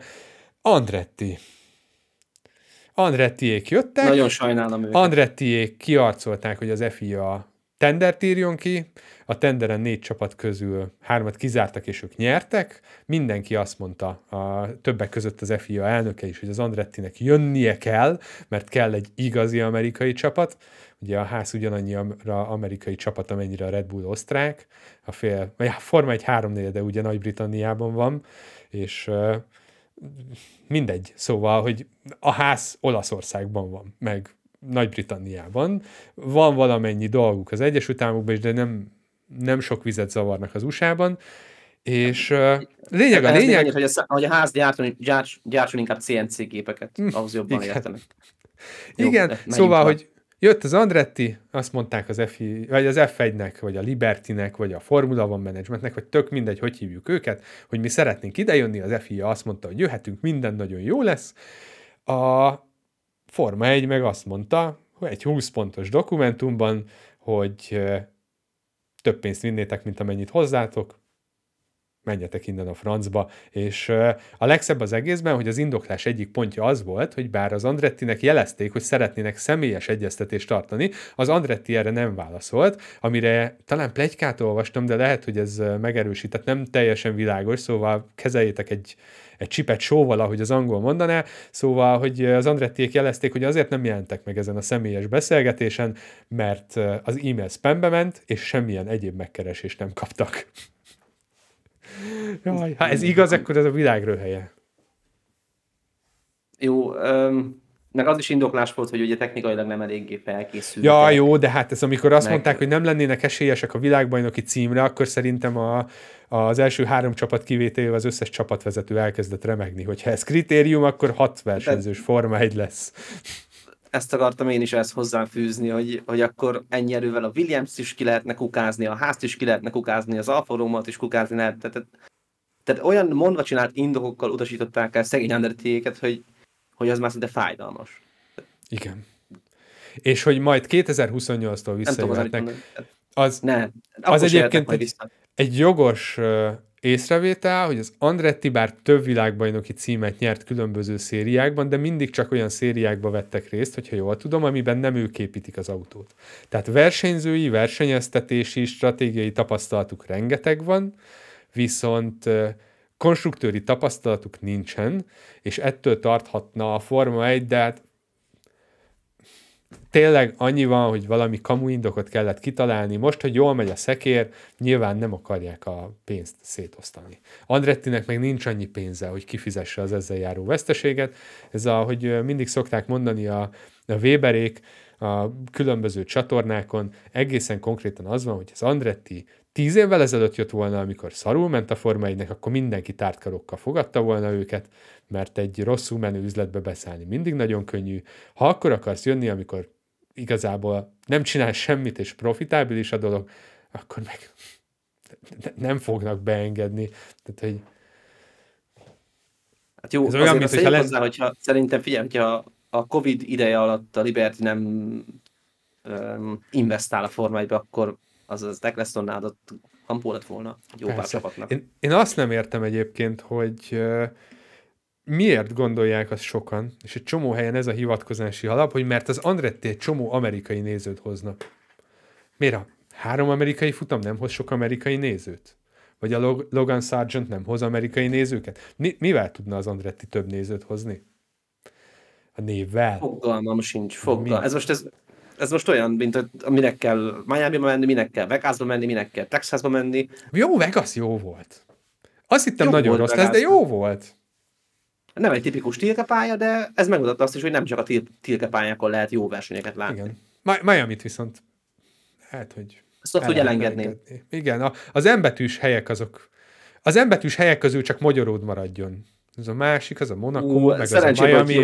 Andrettiék jöttek. Nagyon sajnálom őket. Andrettiék kiarcolták, hogy az FIA tendert írjon ki. A tenderen 4 csapat közül 3-at kizártak, és ők nyertek. Mindenki azt mondta, többek között az FIA elnöke is, hogy az Andrettinek jönnie kell, mert kell egy igazi amerikai csapat. Ugye a ház ugyanannyira amerikai csapat, amennyire a Red Bull osztrák. A Forma 1 3/4-de ugye Nagy-Britanniában van, és mindegy. Szóval, hogy a ház Olaszországban van, meg Nagy-Britanniában. Van valamennyi dolguk az Egyesült Államokban is, de nem sok vizet zavarnak az USA-ban. És lényeg... hogy a ház gyártson inkább CNC gépeket, ahhoz jobban értenek. Igen, szóval, hogy jött az Andretti, azt mondták az vagy az F1-nek, vagy a Liberty-nek, vagy a Formula One Managementnek, vagy tök mindegy, hogy hívjuk őket, hogy mi szeretnénk idejönni, az FIA azt mondta, hogy jöhetünk, minden nagyon jó lesz. A Forma 1 meg azt mondta, hogy egy 20 pontos dokumentumban, hogy több pénzt vinnétek, mint amennyit hozzátok, menjetek innen a francba, és a legszebb az egészben, hogy az indoklás egyik pontja az volt, hogy bár az Andrettinek jelezték, hogy szeretnének személyes egyeztetést tartani, az Andretti erre nem válaszolt, amire talán pletykát olvastam, de lehet, hogy ez megerősített, nem teljesen világos, szóval kezeljétek egy csipet sóval, ahogy az angol mondaná, szóval, hogy az Andrettiék jelezték, hogy azért nem jelentek meg ezen a személyes beszélgetésen, mert az e-mail spambe ment, és semmilyen egyéb megkeresést nem kaptak. Jaj, ha ez igaz, akkor ez a világ röhelye. Jó, meg az is indoklás volt, hogy ugye technikailag nem eléggé felkészült. Ja, jó, de hát ez amikor azt mondták, hogy nem lennének esélyesek a világbajnoki címre, akkor szerintem az első 3 csapat kivételével az összes csapatvezető elkezdett remegni. Hogyha ez kritérium, akkor 6 versenyzős Forma 1 lesz. Ezt akartam én is ezt hozzáfűzni, hogy akkor ennyi erővel a Williams is ki lehetne kukázni, a Haast is ki lehetne kukázni, az Alfa Romeo-t is kukázni lehet. Tehát olyan mondva csinált indokokkal utasították el szegény Andrettiéket, hogy az már szinte fájdalmas. Igen. És hogy majd 2028-tól visszajöhetnek. Az egyébként egy jogos észrevétel, hogy az Andretti bár több világbajnoki címet nyert különböző szériákban, de mindig csak olyan szériákba vettek részt, hogyha jól tudom, amiben nem ők építik az autót. Tehát versenyzői, versenyeztetési, stratégiai tapasztalatuk rengeteg van, viszont konstruktőri tapasztalatuk nincsen, és ettől tarthatna a Forma 1, de hát tényleg annyi van, hogy valami kamuindokot kellett kitalálni. Most, hogy jól megy a szekér, nyilván nem akarják a pénzt szétosztani. Andrettinek meg nincs annyi pénze, hogy kifizesse az ezzel járó veszteséget. Ez ahogy mindig szokták mondani a Weberék a különböző csatornákon, egészen konkrétan az van, hogy az Andretti 10 évvel ezelőtt jött volna, amikor szarul ment a Forma 1-nek, akkor mindenki tártkarokkal fogadta volna őket, mert egy rosszul menő üzletbe beszállni mindig nagyon könnyű. Ha akkor akarsz jönni, amikor igazából nem csinál semmit, és profitábilis a dolog, akkor meg nem fognak beengedni. Tehát, hogy hát jó, ez olyan, mint hogyha hozzá, hogyha szerintem figyelj, hogyha a Covid ideje alatt a Liberty nem investál a Forma 1-be, akkor az Ecclestonnál adott kampó lett volna jó pár csapatnak. Én azt nem értem egyébként, hogy miért gondolják azt sokan, és egy csomó helyen ez a hivatkozási alap, hogy mert az Andretti egy csomó amerikai nézőt hoznak. Miért a 3 amerikai futam nem hoz sok amerikai nézőt? Vagy a Logan Sargent nem hoz amerikai nézőket? Mivel tudna az Andretti több nézőt hozni? A névvel? Fogalmam sincs. Ez most olyan, mint hogy minek kell Miami-ba menni, minek kell Vegasba menni, minek kell Texasba menni. Jó, Vegas jó volt. Azt hittem jó nagyon rossz lesz, de jó volt. Nem egy tipikus tilkepálya, de ez megmutatta azt is, hogy nem csak a tilkepályákon lehet jó versenyeket látni. Igen. Miamit viszont hát, hogy azt úgy elengedném. Igen, az embetűs helyek azok. Az embetűs helyek közül csak Magyaród maradjon. Ez a másik, az a Monaco, meg az a Miami.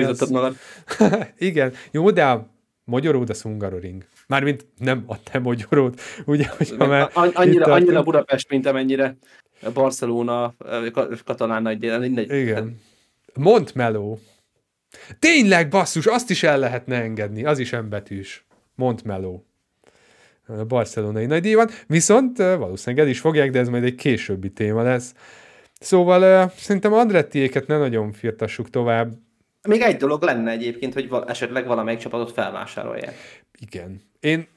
Igen, jó, de a Magyaród, a Hungaroring. Mármint nem a te Magyaród, ugye, hogyha már annyira Budapest, mint amennyire Barcelona, katalán nagy dél. Igen. Montmeló. Tényleg, basszus, azt is el lehetne engedni, az is embetűs. Montmeló. A barcelonai nagydíj van, viszont valószínűleg el is fogják, de ez majd egy későbbi téma lesz. Szóval szerintem Andrettiéket ne nagyon firtassuk tovább. Még egy dolog lenne egyébként, hogy esetleg valamelyik csapatot felvásárolják. Igen. Én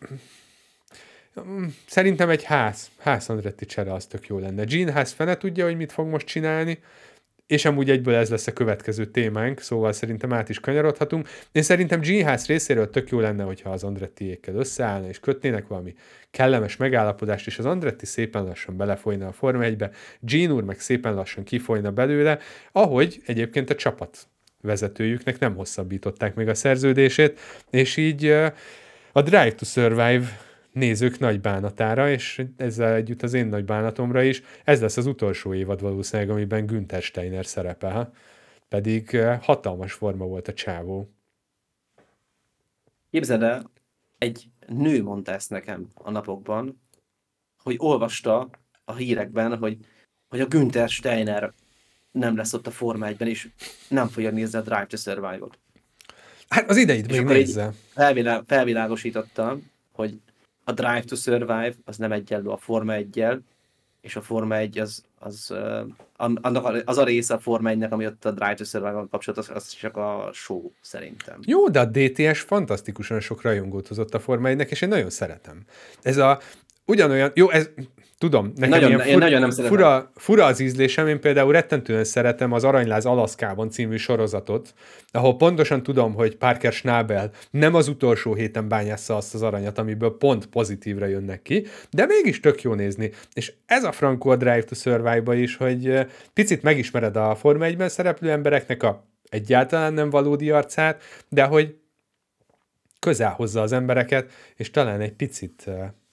szerintem egy ház Andretti csere az tök jó lenne. Gene Haas fene tudja, hogy mit fog most csinálni, és amúgy egyből ez lesz a következő témánk, szóval szerintem át is kanyarodhatunk. Én szerintem Gene Haas részéről tök jó lenne, hogyha az Andrettiékkel összeállna, és kötnének valami kellemes megállapodást, és az Andretti szépen lassan belefolyna a Forma 1-be, Gene úr meg szépen lassan kifolyna belőle, ahogy egyébként a csapat vezetőjüknek nem hosszabbították még a szerződését, és így a Drive to Survive nézők nagy bánatára, és ezzel együtt az én nagy bánatomra is, ez lesz az utolsó évad valószínűleg, amiben Günther Steiner szerepel, pedig hatalmas forma volt a csávó. Képzeld el, egy nő mondta ezt nekem a napokban, hogy olvasta a hírekben, hogy a Günther Steiner nem lesz ott a Forma 1-ben, és nem fogja nézni a Drive to Survive-ot. Hát az ideit még nézze. Felvilágosítottam, hogy a Drive to Survive az nem egyenlő a Forma 1-jel, és a Forma 1 az a része a Forma 1-nek, ami ott a Drive to Survive-val kapcsolatos, az csak a show szerintem. Jó, de a DTS fantasztikusan sok rajongót hozott a Forma 1-nek, és én nagyon szeretem. Ez ugyanolyan, jó, ez tudom, nekem ilyen fura az ízlésem, én például rettentően szeretem az Aranyláz Alaszkában című sorozatot, ahol pontosan tudom, hogy Parker Schnabel nem az utolsó héten bányásza azt az aranyat, amiből pont pozitívra jönnek ki, de mégis tök jó nézni. És ez a frankó a Drive to Survive-ba is, hogy picit megismered a Forma 1-ben szereplő embereknek a egyáltalán nem valódi arcát, de hogy közel hozza az embereket, és talán egy picit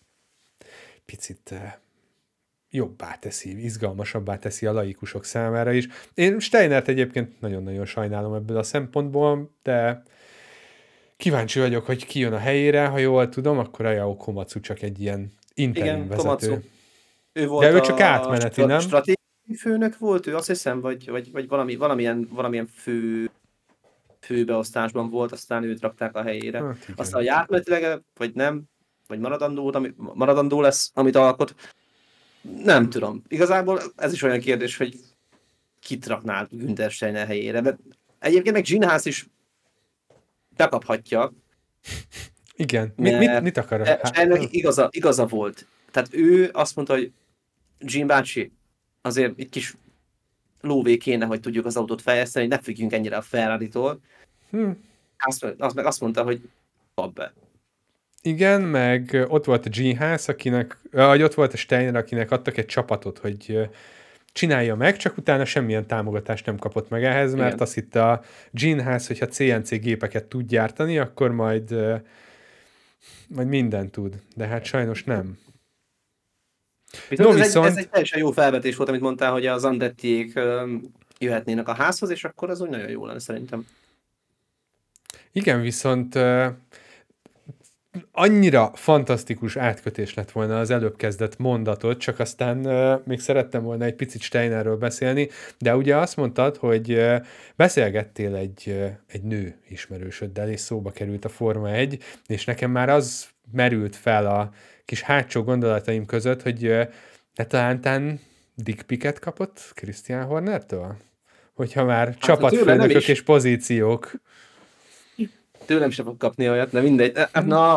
jobbá teszi, izgalmasabbá teszi a laikusok számára is. Én Steinert egyébként nagyon-nagyon sajnálom ebből a szempontból, de kíváncsi vagyok, hogy ki jön a helyére, ha jól tudom, akkor Ayao Komatsu csak egy ilyen interim vezető. De ő csak átmeneti, nem? Stratégiai főnök volt ő, azt hiszem, vagy valamilyen fő főbeosztásban volt, aztán őt rakták a helyére. Hát igen. Aztán, hogy átmenetileg, vagy nem, vagy maradandó lesz, amit alkot, nem tudom. Igazából ez is olyan kérdés, hogy kit raknál Günther Steiner helyére. Mert egyébként meg Gene Haas is bekaphatja, Igen. mert Mit akar? Steinernek igaza volt. Tehát ő azt mondta, hogy Gene bácsi, azért egy kis lóvé kéne, hogy tudjuk az autót fejleszteni, hogy ne függjünk ennyire a Ferrari-tól. Azt mondta, hogy kap be. Igen, meg ott volt a Gene Haas, vagy ott volt a Steiner, akinek adtak egy csapatot, hogy csinálja meg, csak utána semmilyen támogatást nem kapott meg ehhez, mert Igen. azt hitte a Gene Haas, hogyha CNC gépeket tud gyártani, akkor majd mindent tud. De hát sajnos nem. Viszont ez egy teljesen jó felvetés volt, amit mondtál, hogy az Andrettiék jöhetnének a házhoz, és akkor az úgy nagyon jó lenne szerintem. Igen, viszont annyira fantasztikus átkötés lett volna az előbb kezdett mondatot, csak aztán még szerettem volna egy picit Steinerről beszélni, de ugye azt mondtad, hogy beszélgettél egy nő ismerősöddel, és szóba került a Forma 1, és nekem már az merült fel a kis hátsó gondolataim között, hogy talán dick pic-et kapott Christian Hornertől? Hogyha már csapatfőnökök és pozíciók. Tőlem sem fog kapni olyat, de mindegy. Na,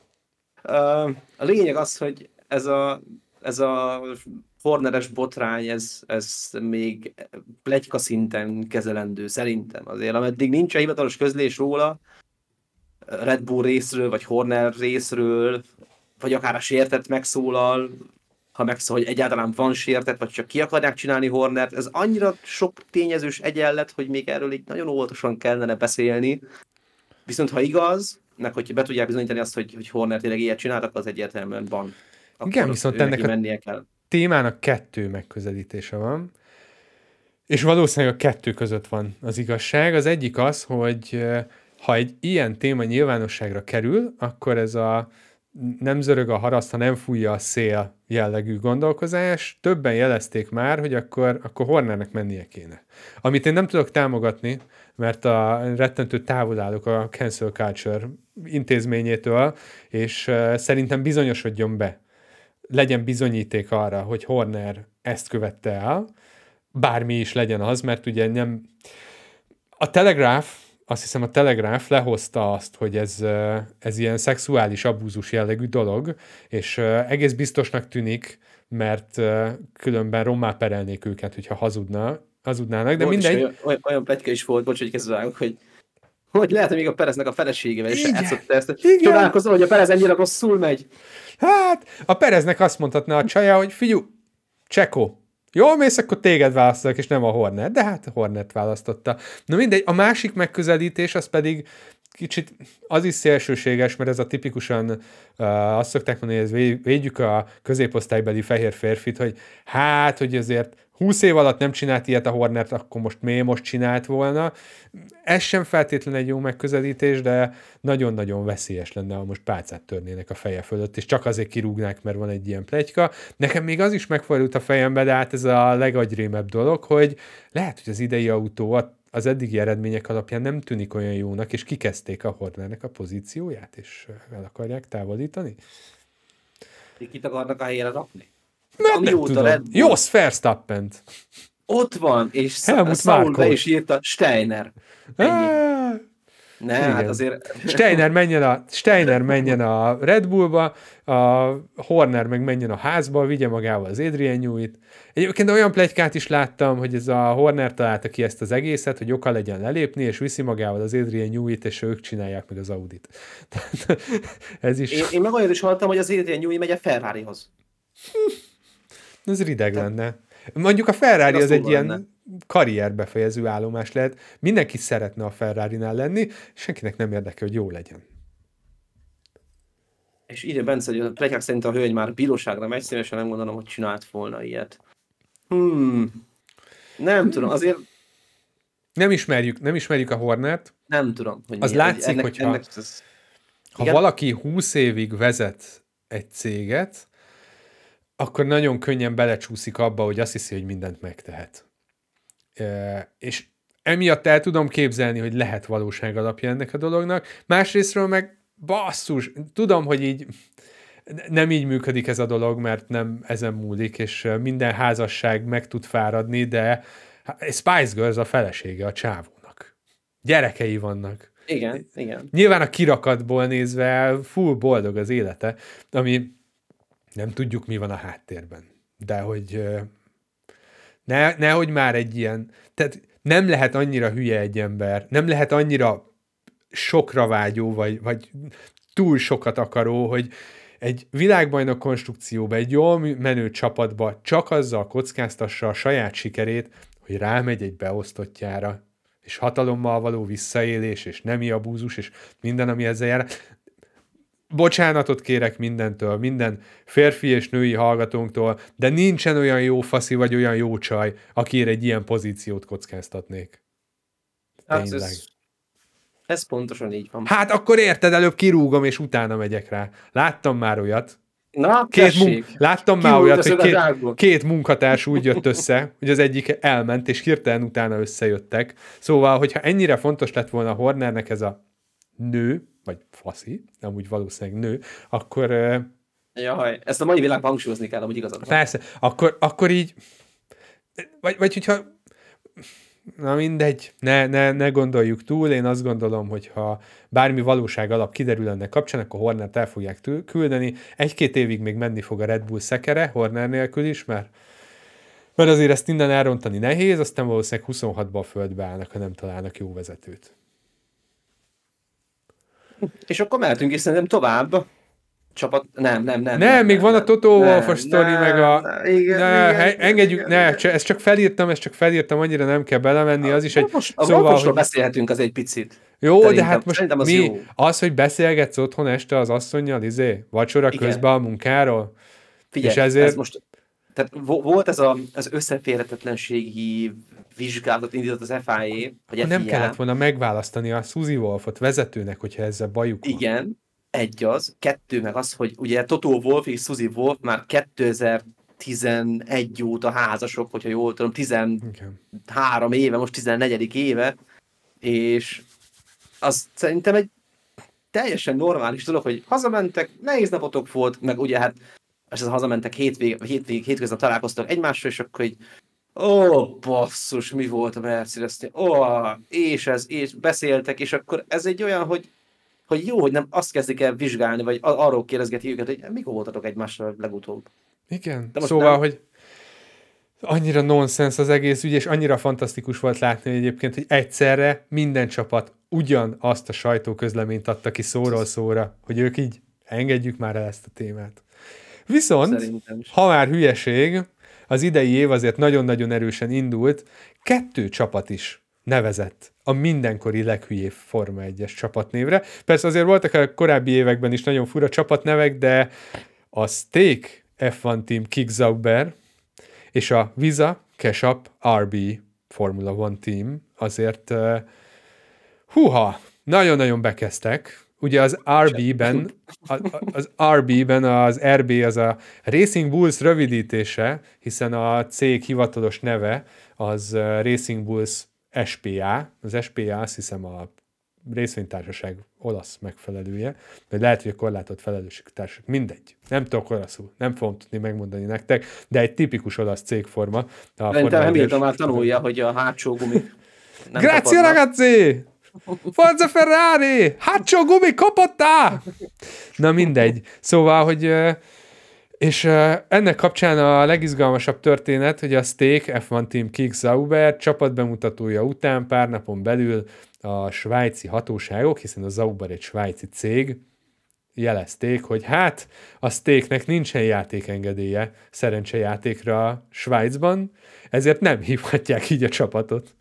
a lényeg az, hogy ez a Horneres botrány, ez még pletyka szinten kezelendő, szerintem. Azért, ameddig nincs a hivatalos közlés róla, Red Bull részről, vagy Horner részről, vagy akár a sértett megszólal, ha megszól, hogy egyáltalán van sértett, vagy csak ki akarják csinálni Hornert, ez annyira sok tényezős egyenlet, hogy még erről így nagyon óvatosan kellene beszélni. Viszont ha igaz, meg hogy be tudják bizonyítani azt, hogy Horner tényleg ilyet csináltak, az egyértelműen van. Akkor igen, viszont ennek a témának 2 megközelítése van, és valószínűleg a 2 között van az igazság. Az egyik az, hogy ha egy ilyen téma nyilvánosságra kerül, akkor ez a nem zörög a haraszt, ha nem fújja a szél jellegű gondolkozás. Többen jelezték már, hogy akkor Hornernek mennie kéne. Amit én nem tudok támogatni, mert rettentő távol állok a cancel culture intézményétől, és szerintem bizonyosodjon be. Legyen bizonyíték arra, hogy Horner ezt követte el, bármi is legyen az, mert ugye nem... Azt hiszem a Telegraph lehozta azt, hogy ez ilyen szexuális abúzus jellegű dolog, és egész biztosnak tűnik, mert különben rommá perelnék őket, hogyha hazudnának, de mindegy. Olyan pletyka is volt, bocs, hogy kezdőállok, hogy lehet, hogy még a Pereznek a feleségével is játszotta ezt. Csodálkozol, hogy a Perez ennyire rosszul megy. Hát, a Pereznek azt mondhatna a csaja, hogy figyú, Csekó, jól mész, akkor téged választanak, és nem a Horner. De hát a Hornert választotta. Na mindegy, a másik megközelítés az pedig kicsit az is szélsőséges, mert ez a tipikusan azt szokták mondani, hogy ez védjük a középosztálybeli fehér férfit, hogy hát, hogy azért 20 év alatt nem csinált ilyet a Hornert, akkor most csinált volna. Ez sem feltétlenül egy jó megközelítés, de nagyon-nagyon veszélyes lenne, ha most pálcát törnének a feje fölött, és csak azért kirúgnák, mert van egy ilyen pletyka. Nekem még az is megfordult a fejembe, de hát ez a legagyrém-ebb dolog, hogy lehet, hogy az idei autó az eddigi eredmények alapján nem tűnik olyan jónak, és kikezdték a Hornernek a pozícióját, és el akarják távolítani. Kit akarnak a helyére rakni? Nem tudom. Jos Verstappent. Ott van, és Saul be is írta Steiner. Ne, hát azért... Steiner menjen a Red Bullba, a Horner meg menjen a házba, vigye magával az Adrian Newey-t. Egyébként olyan pletykát is láttam, hogy ez a Horner találta ki ezt az egészet, hogy oka legyen lelépni, és viszi magával az Adrian Newey-t, és ők csinálják meg az Audit. Ez is... Én meg olyan is hallottam, hogy az Adrian Newey megy a Ferrarihoz. Ez rideg lenne. Mondjuk a Ferrari az egy ilyen karrierbefejező állomás lehet. Mindenki szeretne a Ferrarinál lenni, senkinek nem érdekel, hogy jó legyen. És írja Bence, hogy a pletykák szerint a hölgy már bíróságra megy, szívesen nem gondolom, hogy csinált volna ilyet. Nem tudom, azért... Nem ismerjük a Hornert. Nem tudom, hogy az látszik, hogyha ha valaki 20 évig vezet egy céget, akkor nagyon könnyen belecsúszik abba, hogy azt hiszi, hogy mindent megtehet. És emiatt el tudom képzelni, hogy lehet valóság alapja ennek a dolognak. Másrésztről meg basszus, tudom, hogy így nem így működik ez a dolog, mert nem ezen múlik, és minden házasság meg tud fáradni, de Spice Girls a felesége a csávónak. Gyerekei vannak. Igen, igen. Nyilván a kirakatból nézve full boldog az élete, ami nem tudjuk, mi van a háttérben. De hogy nehogy már egy ilyen... Tehát nem lehet annyira hülye egy ember, nem lehet annyira sokra vágyó, vagy túl sokat akaró, hogy egy világbajnok konstrukcióba, egy jól menő csapatba csak azzal kockáztassa a saját sikerét, hogy rámegy egy beosztottjára, és hatalommal való visszaélés, és nemi abúzus, és minden, ami ezzel jár. Bocsánatot kérek mindentől, minden férfi és női hallgatónktól, de nincsen olyan jó faszi, vagy olyan jó csaj, akire egy ilyen pozíciót kockáztatnék. Hát ez pontosan így van. Hát akkor érted, előbb kirúgom, és utána megyek rá. Láttam már olyat. Na, láttam már olyat, hogy két munkatárs úgy jött össze, hogy az egyik elment, és hirtelen utána összejöttek. Szóval, hogyha ennyire fontos lett volna Hornernek ez a nő, vagy faszi, amúgy valószínűleg nő, akkor... Jaj, ezt a mai világban hangsúlyozni kell, amúgy igazad van. Persze, akkor így... Vagy hogyha... Na mindegy, ne gondoljuk túl, én azt gondolom, hogy ha bármi valóság alap kiderül ennek kapcsán, akkor Hornert el fogják küldeni. 1-2 évig még menni fog a Red Bull szekere, Horner nélkül is, mert azért ezt innen elrontani nehéz, aztán valószínűleg 26-ban a földbe állnak, ha nem találnak jó vezetőt. És akkor mehetünk is szerintem tovább. Csapat... Nem, még van a Toto Wolff-os sztori, meg a... Engedjük, ezt csak felírtam, annyira nem kell belemenni, az is egy... A Wolffosról beszélhetünk az egy picit. Jó, szerintem, de hát most az mi? Jó. Az, hogy beszélgetsz otthon este az asszonnyal, vacsora közben a munkáról? Figyelj, és ezért... ez most... Tehát volt ez az összeférhetetlenségi vizsgálatot indított az FIA, vagy nem kellett volna megválasztani a Suzy Wolffot vezetőnek, hogyha ezzel bajuk van. Igen, egy az, 2 meg az, hogy ugye Toto Wolff és Suzy Wolff már 2011 óta házasok, hogyha jól tudom, 13 éve, most 14. éve, és az szerintem egy teljesen normális dolog, hogy hazamentek, nehéz napotok volt, meg ugye hát hazamentek hétköznap találkoztak egymással, és akkor így basszus, mi volt a Mercedes-nél, és beszéltek, és akkor ez egy olyan, hogy jó, hogy nem azt kezdik el vizsgálni, vagy arról kérdezgeti őket, hogy mikor voltatok egymással legutóbb. Igen, szóval, hogy annyira nonsens az egész ügy, és annyira fantasztikus volt látni hogy egyébként, hogy egyszerre minden csapat ugyanazt a sajtóközleményt adta ki szóról szóra, hogy ők így engedjük már el ezt a témát. Viszont, ha már hülyeség, az idei év azért nagyon-nagyon erősen indult, 2 csapat is nevezett a mindenkori leghülyébb Forma 1-es csapatnévre. Persze azért voltak a korábbi években is nagyon fura csapatnevek, de a Stake F1 Team Kick Sauber és a Visa Cash Up RB Formula 1 Team azért nagyon-nagyon bekezdtek. Ugye az RB-ben az RB az a Racing Bulls rövidítése, hiszen a cég hivatalos neve az Racing Bulls SPA. Az SPA azt hiszem a részvénytársaság olasz megfelelője, vagy lehet, hogy a korlátott felelősségtársaság. Mindegy. Nem tudok olaszul. Nem fogom tudni megmondani nektek, de egy tipikus olasz cégforma. Szerintem Hamilton már tanulja, hogy a hátsó gumik nem Grazie ragazzi! Forza Ferrari! Hátsó gumi kapottá! Na mindegy. Szóval, hogy és ennek kapcsán a legizgalmasabb történet, hogy a Stake F1 Team Kick Sauber csapatbemutatója után pár napon belül a svájci hatóságok, hiszen a Sauber egy svájci cég, jelezték, hogy hát a Stake-nek nincsen játékengedélye szerencsejátékra a Svájcban, ezért nem hívhatják így a csapatot.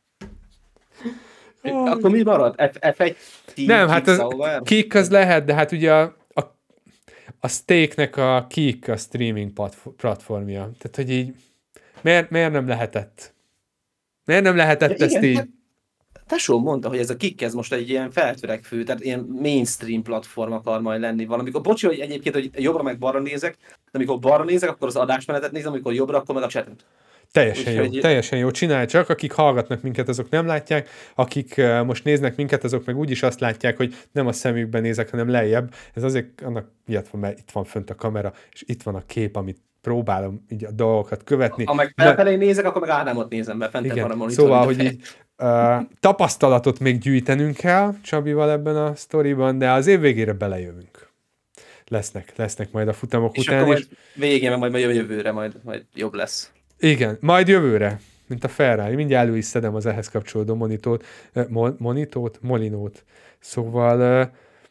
Akkor mi marad? F1 Team nem, hát az Kick az lehet, de hát ugye a Stake-nek a Kick a streaming platformja. Tehát, hogy így miért nem lehetett? Miért nem lehetett ezt így? Hát, tesó mondta, hogy ez a Kick ez most egy ilyen feltörekvő, tehát ilyen mainstream platform akar majd lenni valamikor. Bocsi, hogy egyébként, hogy jobbra meg balra nézek, de amikor balra nézek, akkor az adásmenetet nézem, amikor jobbra, akkor meg a chatet. Teljesen jó, csinálj csak, akik hallgatnak minket, azok nem látják, akik most néznek minket, azok meg úgyis azt látják, hogy nem a szemükben nézek, hanem lejjebb. Ez azért annak miatt van, mert itt van fönt a kamera, és itt van a kép, amit próbálom így a dolgokat követni. Ha meg felfelé nézek, akkor meg Ádámot nézem, mert fentebb van a monitor. Szóval, hogy így tapasztalatot még gyűjtenünk kell Csabival ebben a sztoriban, de az év végére belejövünk. Lesznek majd a futamok és után akkor is. Majd végén, majd jövőre majd jobb lesz. Igen, majd jövőre, mint a Ferrari. Mindjárt elő is szedem az ehhez kapcsolódó molinót. Szóval,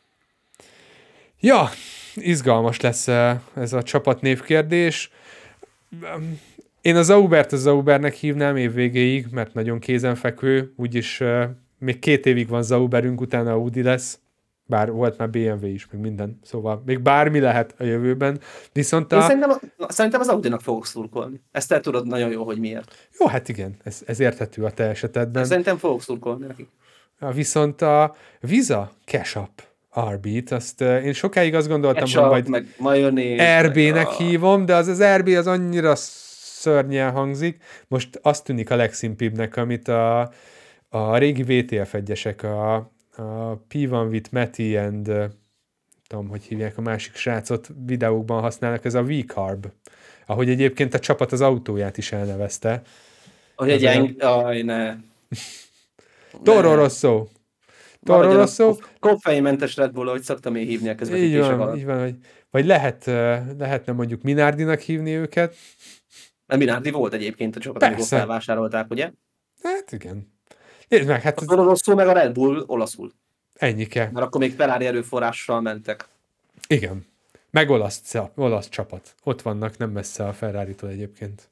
izgalmas lesz ez a csapatnév kérdés. Én a Zaubert hívnám évvégéig, mert nagyon kézenfekvő, úgyis még 2 évig van Zauberünk, utána Audi lesz, bár volt már BMW is, meg minden, szóval még bármi lehet a jövőben, viszont Én szerintem az Audinak fogok szurkolni. Ezt te tudod nagyon jó, hogy miért. Jó, hát igen, ez érthető a te esetedben. Szerintem fogok szurkolni nekik. Viszont a Visa Cash Up RB-t, azt én sokáig azt gondoltam, hogy majd RB-nek hívom, de az RB az annyira szörnyen hangzik. Most azt tűnik a legszimpibbnek, amit a régi VTF egyesek, a P1 with Matty and tudom, hogy hívják a másik srácot, videókban használnak, ez a V-Carb, ahogy egyébként a csapat az autóját is elnevezte. Hogy egy ne. Toro Rosso. Koffeinmentes Red Bull, ahogy szoktam én hívni a közvetítések alatt. Így van, vagy lehetne mondjuk Minardinak hívni őket. Minardi volt egyébként a csapat, amikor felvásárolták, ugye? Hát igen. Nézd meg, hát... A Toro Rosso meg a Red Bull olaszul. Ennyike. Mert akkor még Ferrari erőforrással mentek. Igen. Meg olasz csapat. Ott vannak, nem messze a Ferrari-tól egyébként.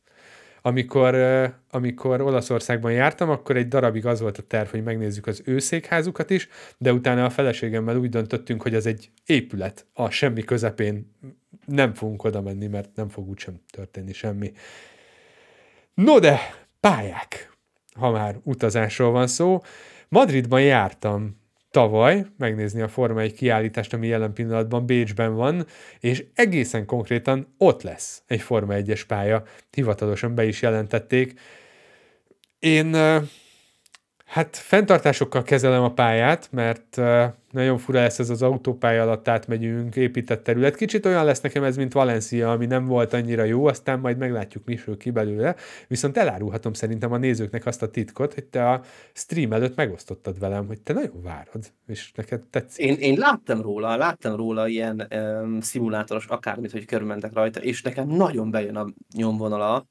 Amikor Olaszországban jártam, akkor egy darabig az volt a terv, hogy megnézzük az ő székházukat is, de utána a feleségemmel úgy döntöttünk, hogy az egy épület, a semmi közepén nem fogunk oda menni, mert nem fog úgysem történni semmi. No de, pályák, ha már utazásról van szó. Madridban jártam tavaly megnézni a Forma 1 kiállítást, ami jelen pillanatban Bécsben van, és egészen konkrétan ott lesz egy Forma 1-es pálya. Hivatalosan be is jelentették. Én hát fenntartásokkal kezelem a pályát, mert nagyon fura lesz ez az autópálya alatt átmegyünk, épített terület. Kicsit olyan lesz nekem ez, mint Valencia, ami nem volt annyira jó, aztán majd meglátjuk, mi sül ki belőle. Viszont elárulhatom szerintem a nézőknek azt a titkot, hogy te a stream előtt megosztottad velem, hogy te nagyon várod, és neked tetszik. Én láttam róla ilyen szimulátoros akármit, hogy körülmentek rajta, és nekem nagyon bejön a nyomvonala.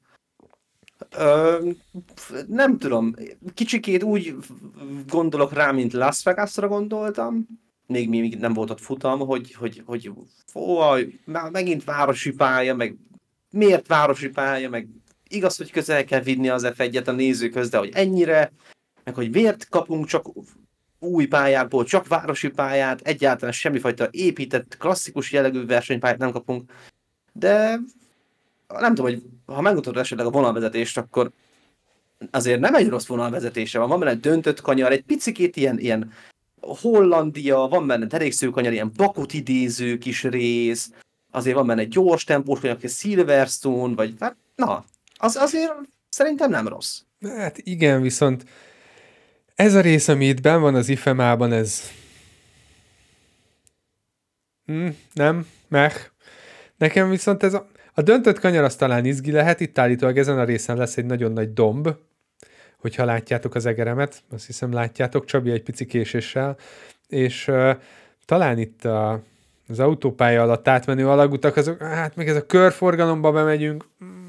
Nem tudom, kicsikét úgy gondolok rá, mint Las Vegasra gondoltam, még nem volt ott futam, hogy már megint városi pálya, meg miért városi pálya, meg igaz, hogy közel kell vinni az F1-et a nézőkhöz, de hogy ennyire, meg hogy miért kapunk csak új pályából, csak városi pályát, egyáltalán semmifajta épített, klasszikus jellegű versenypályát nem kapunk, de nem tudom, hogy ha megmutatod esetleg a vonalvezetést, akkor azért nem egy rossz vonalvezetése van benne döntött kanyar, egy picikét ilyen Hollandia, van benne deréksző kanyar, ilyen Bakut idéző kis rész, azért van benne gyors tempós kanyar, Silverstone, vagy hát, azért szerintem nem rossz. Hát igen, viszont ez a rész, ami itt benn van az IFEMA-ban, ez nem, nekem viszont ez a döntött kanyar az talán izgi lehet, itt állítólag ezen a részen lesz egy nagyon nagy domb, hogyha látjátok az egeremet, azt hiszem látjátok, Csabi egy pici késéssel, és talán itt az autópálya alatt átmenő alagutak, azok, hát még ez a körforgalomba bemegyünk.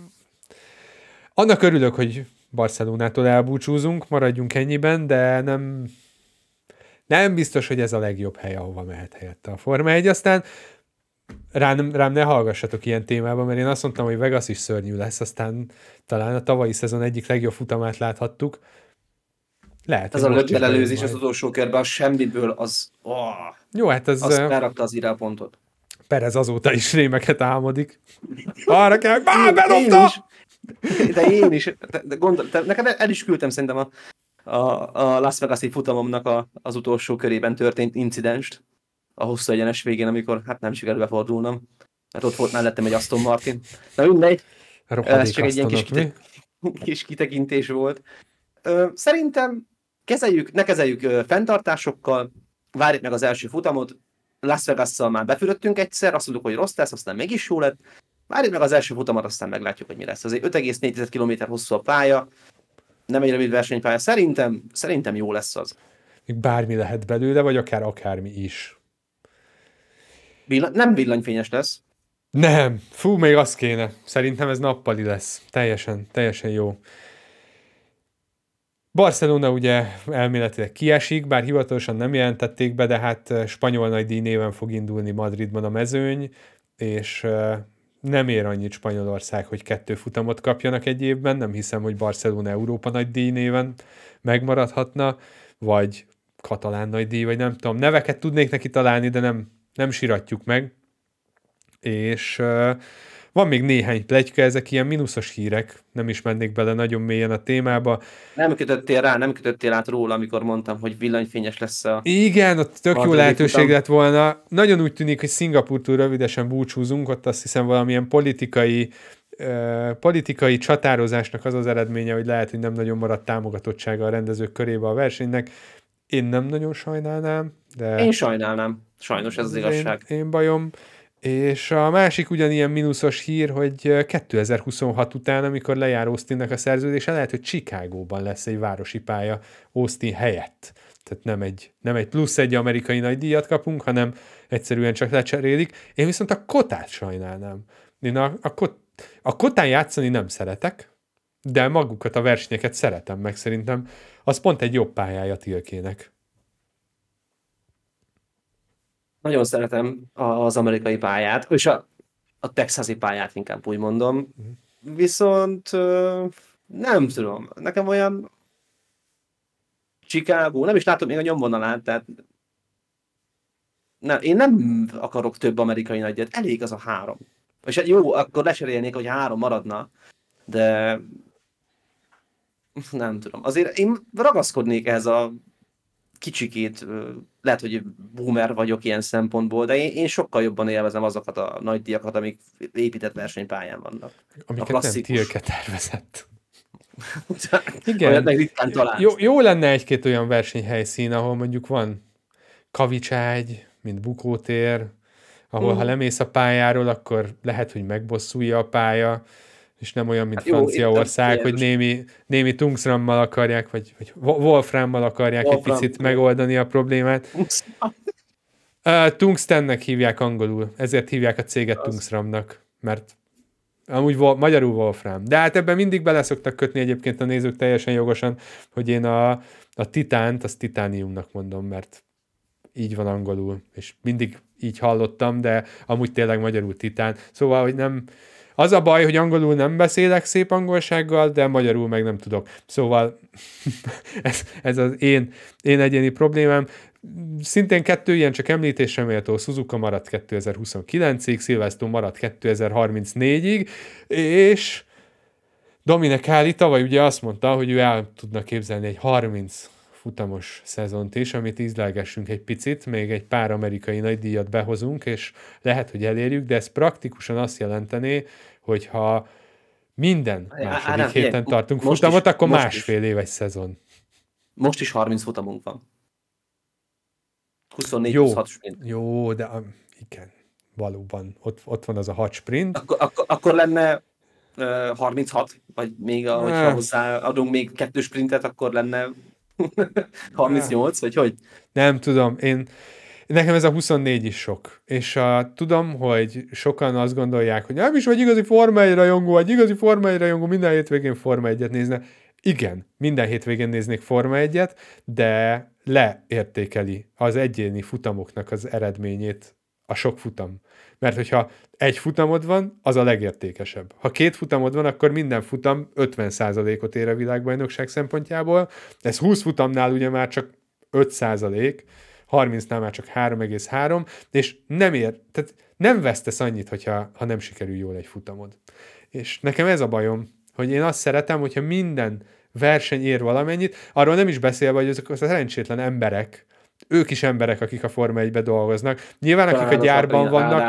Annak örülök, hogy Barcelonától elbúcsúzunk, maradjunk ennyiben, de nem biztos, hogy ez a legjobb hely, ahova mehet helyette a Forma 1, aztán rám ne hallgassatok ilyen témában, mert én azt mondtam, hogy Vegas is szörnyű lesz, aztán talán a tavalyi szezon egyik legjobb futamát láthattuk. Lehet, ez a lökkelelőzés az utolsó körben, a semmiből az... Jó, hát az... Azt berakta az iránypontot. Perez azóta is rémeket álmodik. Arra kell, bedobta! De én is. Nekem el is küldtem szerintem a Las Vegas-i futamomnak az utolsó körében történt incidenst. A hosszú egyenes végén, amikor hát nem sikerül befordulnom. Mert ott volt mellettem egy Aston Martin. Na mindegy. Rohadék Astonok, mi? kis kitekintés volt. Szerintem ne kezeljük fenntartásokkal, várjuk meg az első futamot, Las Vegas-szal már befürödtünk egyszer, azt mondjuk, hogy rossz lesz, aztán mégis jó lett. Várjuk meg az első futamot, aztán meglátjuk, hogy mi lesz. Azért 5,4 km hosszú a pálya, nem egy rövid versenypálya. Szerintem jó lesz az. Még bármi lehet belőle, vagy akármi is. Nem villanyfényes lesz. Nem, fú, még az kéne. Szerintem ez nappali lesz. Teljesen jó. Barcelona ugye elméletileg kiesik, bár hivatalosan nem jelentették be, de hát spanyol nagydíj néven fog indulni Madridban a mezőny, és nem ér annyit Spanyolország, hogy 2 futamot kapjanak egy évben, nem hiszem, hogy Barcelona Európa nagydíj néven megmaradhatna, vagy katalán nagydíj, vagy nem tudom. Neveket tudnék neki találni, de nem siratjuk meg. És van még néhány pletyka, ezek ilyen mínuszos hírek, nem is mennék bele nagyon mélyen a témába. Nem kötöttél át róla, amikor mondtam, hogy villanyfényes lesz a... Igen, ott tök jó lehetőség lett volna. Nagyon úgy tűnik, hogy Szingapúrtól rövidesen búcsúzunk, ott azt hiszem valamilyen politikai csatározásnak az eredménye, hogy lehet, hogy nem nagyon maradt támogatottsága a rendezők körébe a versenynek. Én nem nagyon sajnálnám, de... Én sajnálnám. Sajnos ez az igazság. Én bajom. És a másik ugyanilyen mínuszos hír, hogy 2026 után, amikor lejár Austinnak a szerződése, lehet, hogy Chicagóban lesz egy városi pálya Austin helyett. Tehát nem egy plusz egy amerikai nagydíjat kapunk, hanem egyszerűen csak lecserélik. Én viszont a Kotát sajnálnám. Én a Kotán játszani nem szeretek, de magukat a versenyeket szeretem meg szerintem. Az pont egy jobb pályája Tilkének. Nagyon szeretem az amerikai pályát, és a texasi pályát inkább úgy mondom. Viszont nem tudom, nekem olyan Chicago, nem is látom még a nyomvonalát, tehát én nem akarok több amerikai nagydíjat, elég az a 3. És jó, akkor lecserélnék, hogy 3 maradna, de nem tudom. Azért én ragaszkodnék ehhez a kicsikét, lehet, hogy boomer vagyok ilyen szempontból, de én sokkal jobban élvezem azokat a nagydíjakat, amik épített versenypályán vannak. Amiket nem Tilke tervezett. Igen. Ritkán jó lenne egy-két olyan versenyhelyszín, ahol mondjuk van kavicságy, mint bukótér, ahol ha lemész a pályáról, akkor lehet, hogy megbosszulja a pálya, és nem olyan, mint Franciaország, hogy némi tungstrammal akarják, vagy wolframmal akarják egy picit megoldani a problémát. Tungstennek hívják angolul, ezért hívják a céget tungstramnak, mert amúgy magyarul wolfram. De hát ebben mindig bele szoktak kötni egyébként a nézők teljesen jogosan, hogy én a titánt, azt titániumnak mondom, mert így van angolul, és mindig így hallottam, de amúgy tényleg magyarul titán. Szóval, hogy nem... Az a baj, hogy angolul nem beszélek szép angolsággal, de magyarul meg nem tudok. Szóval ez az én egyéni problémám. Szintén 2 ilyen csak említésre méltó, Suzuka maradt 2029-ig, Silverstone maradt 2034-ig, és Dominicali tavaly ugye azt mondta, hogy ő el tudna képzelni egy 30 futamos szezont is, amit ízlelgessünk egy picit, még egy pár amerikai nagydíjat behozunk, és lehet, hogy elérjük, de ez praktikusan azt jelentené, hogyha minden második héten tartunk futamot, akkor másfél éves szezon. Most is 30 futamunk van. 24-26 sprint. Jó, de igen, valóban. Ott van az a 6 sprint. Akkor lenne 36, vagy még ha hozzáadunk még 2 sprintet, akkor lenne 38, vagy hogy? Nem tudom, nekem ez a 24 is sok. És tudom, hogy sokan azt gondolják, hogy nem is vagy igazi Forma 1 rajongó, vagy igazi Forma 1 rajongó minden hétvégén Forma 1-et nézne. Igen, minden hétvégén néznék Forma 1-et, de leértékeli az egyéni futamoknak az eredményét a sok futam. Mert hogyha egy futamod van, az a legértékesebb. Ha 2 futamod van, akkor minden futam 50%-ot ér a világbajnokság szempontjából. Ez 20 futamnál ugye már csak 5%, 30-nál már csak 3,3, és tehát nem vesztesz annyit, ha nem sikerül jól egy futamod. És nekem ez a bajom, hogy én azt szeretem, hogyha minden verseny ér valamennyit, arról nem is beszélve, hogy azok a szerencsétlen emberek, ők is emberek, akik a Forma 1-be dolgoznak. Nyilván, akik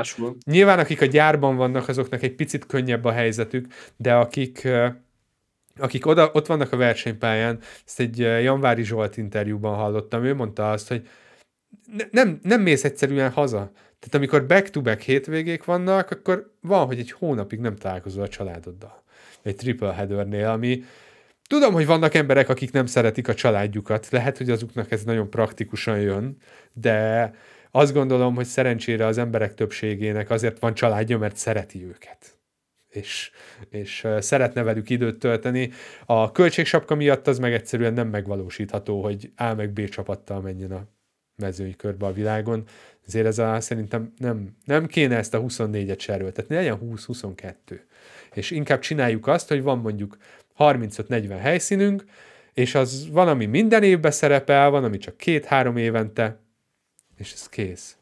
a gyárban vannak, azoknak egy picit könnyebb a helyzetük, de akik akik ott vannak a versenypályán, ezt egy Janvári Zsolt interjúban hallottam, ő mondta azt, hogy nem mész egyszerűen haza. Tehát amikor back-to-back hétvégék vannak, akkor van, hogy egy hónapig nem találkozol a családoddal. Egy triple headernél, ami tudom, hogy vannak emberek, akik nem szeretik a családjukat. Lehet, hogy azoknak ez nagyon praktikusan jön, de azt gondolom, hogy szerencsére az emberek többségének azért van családja, mert szereti őket. És szeretne velük időt tölteni. A költségsapka miatt az meg egyszerűen nem megvalósítható, hogy A meg B csapattal menjen a mezőnykörbe a világon. Ezért szerintem nem kéne ezt a 24-et se erőltetni, legyen 20-22. És inkább csináljuk azt, hogy van mondjuk 35-40 helyszínünk, és az van, ami minden évben szerepel, van, ami csak 2-3 évente, és ez kész.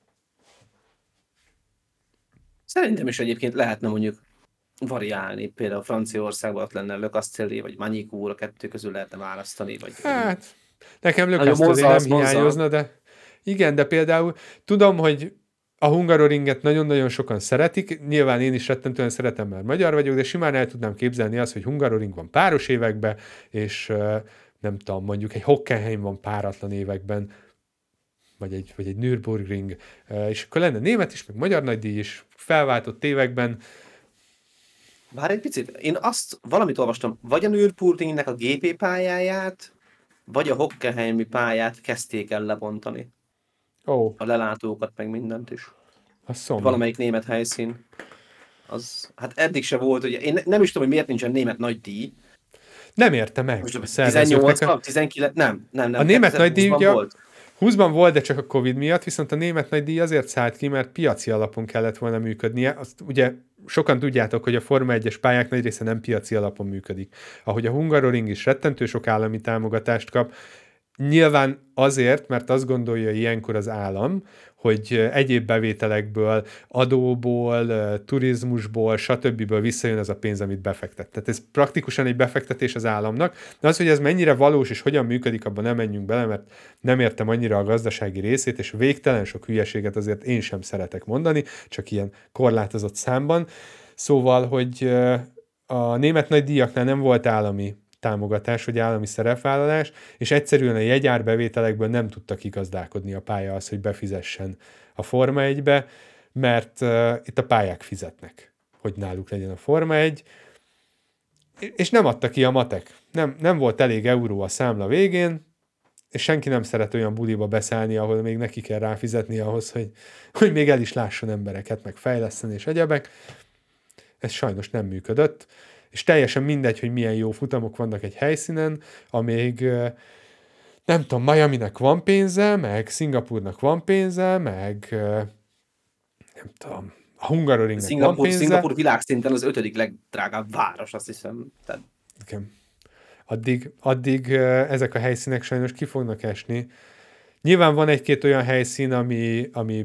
Szerintem is egyébként lehetne mondjuk variálni. Például Franciaországban ott lenne Le Castellet, vagy Manicourt, a kettő közül lehetne választani. Vagy hát, nekem Le Castellet nem hiányozna, de igen, de például tudom, hogy a Hungaroringet nagyon-nagyon sokan szeretik, nyilván én is rettentően szeretem, mert magyar vagyok, de simán el tudnám képzelni azt, hogy Hungaroring van páros években, és nem tudom, mondjuk egy Hockenheim van páratlan években, vagy egy Nürburgring, és akkor lenne német is, meg magyar nagydíj is, felváltott években. Bár egy picit, én azt valamit olvastam, vagy a Nürburgringnek a GP pályáját, vagy a Hockenheimi pályát kezdték el lebontani. A lelátókat, meg mindent is. Valamelyik német helyszín. Az, hát eddig se volt, ugye én nem is tudom, hogy miért nincsen német nagy díj. Nem érte meg. Most 18-ban, 19, nem. A német nagy díj volt. 20-ban volt, de csak a Covid miatt, viszont a német nagy díj azért szállt ki, mert piaci alapon kellett volna működnie. Azt ugye sokan tudjátok, hogy a Forma 1-es pályák nagy része nem piaci alapon működik. Ahogy a Hungaroring is rettentő sok állami támogatást kap, nyilván azért, mert azt gondolja ilyenkor az állam, hogy egyéb bevételekből, adóból, turizmusból, stb. Visszajön az a pénz, amit befektet. Tehát ez praktikusan egy befektetés az államnak, de az, hogy ez mennyire valós és hogyan működik, abban nem menjünk bele, mert nem értem annyira a gazdasági részét, és végtelen sok hülyeséget azért én sem szeretek mondani, csak ilyen korlátozott számban. Szóval, hogy a német nagy díjaknál nem volt állami támogatás, vagy állami szerepvállalás, és egyszerűen a jegyárbevételekből nem tudtak kigazdálkodni a pálya az, hogy befizessen a Forma 1-be, mert itt a pályák fizetnek, hogy náluk legyen a Forma 1, és nem adta ki a matek. Nem volt elég euró a számla végén, és senki nem szeret olyan buliba beszállni, ahol még neki kell ráfizetni ahhoz, hogy még el is lásson embereket, meg fejleszteni és egyebek. Ez sajnos nem működött. És teljesen mindegy, hogy milyen jó futamok vannak egy helyszínen, amíg nem tudom, Miaminek van pénze, meg Szingapúrnak van pénze, meg nem tudom, a Hungaroringnek van pénze. Szingapúr világszinten az 5. legdrágább város, azt hiszem. Tehát... Igen. Addig ezek a helyszínek sajnos ki fognak esni. Nyilván van egy-két olyan helyszín, ami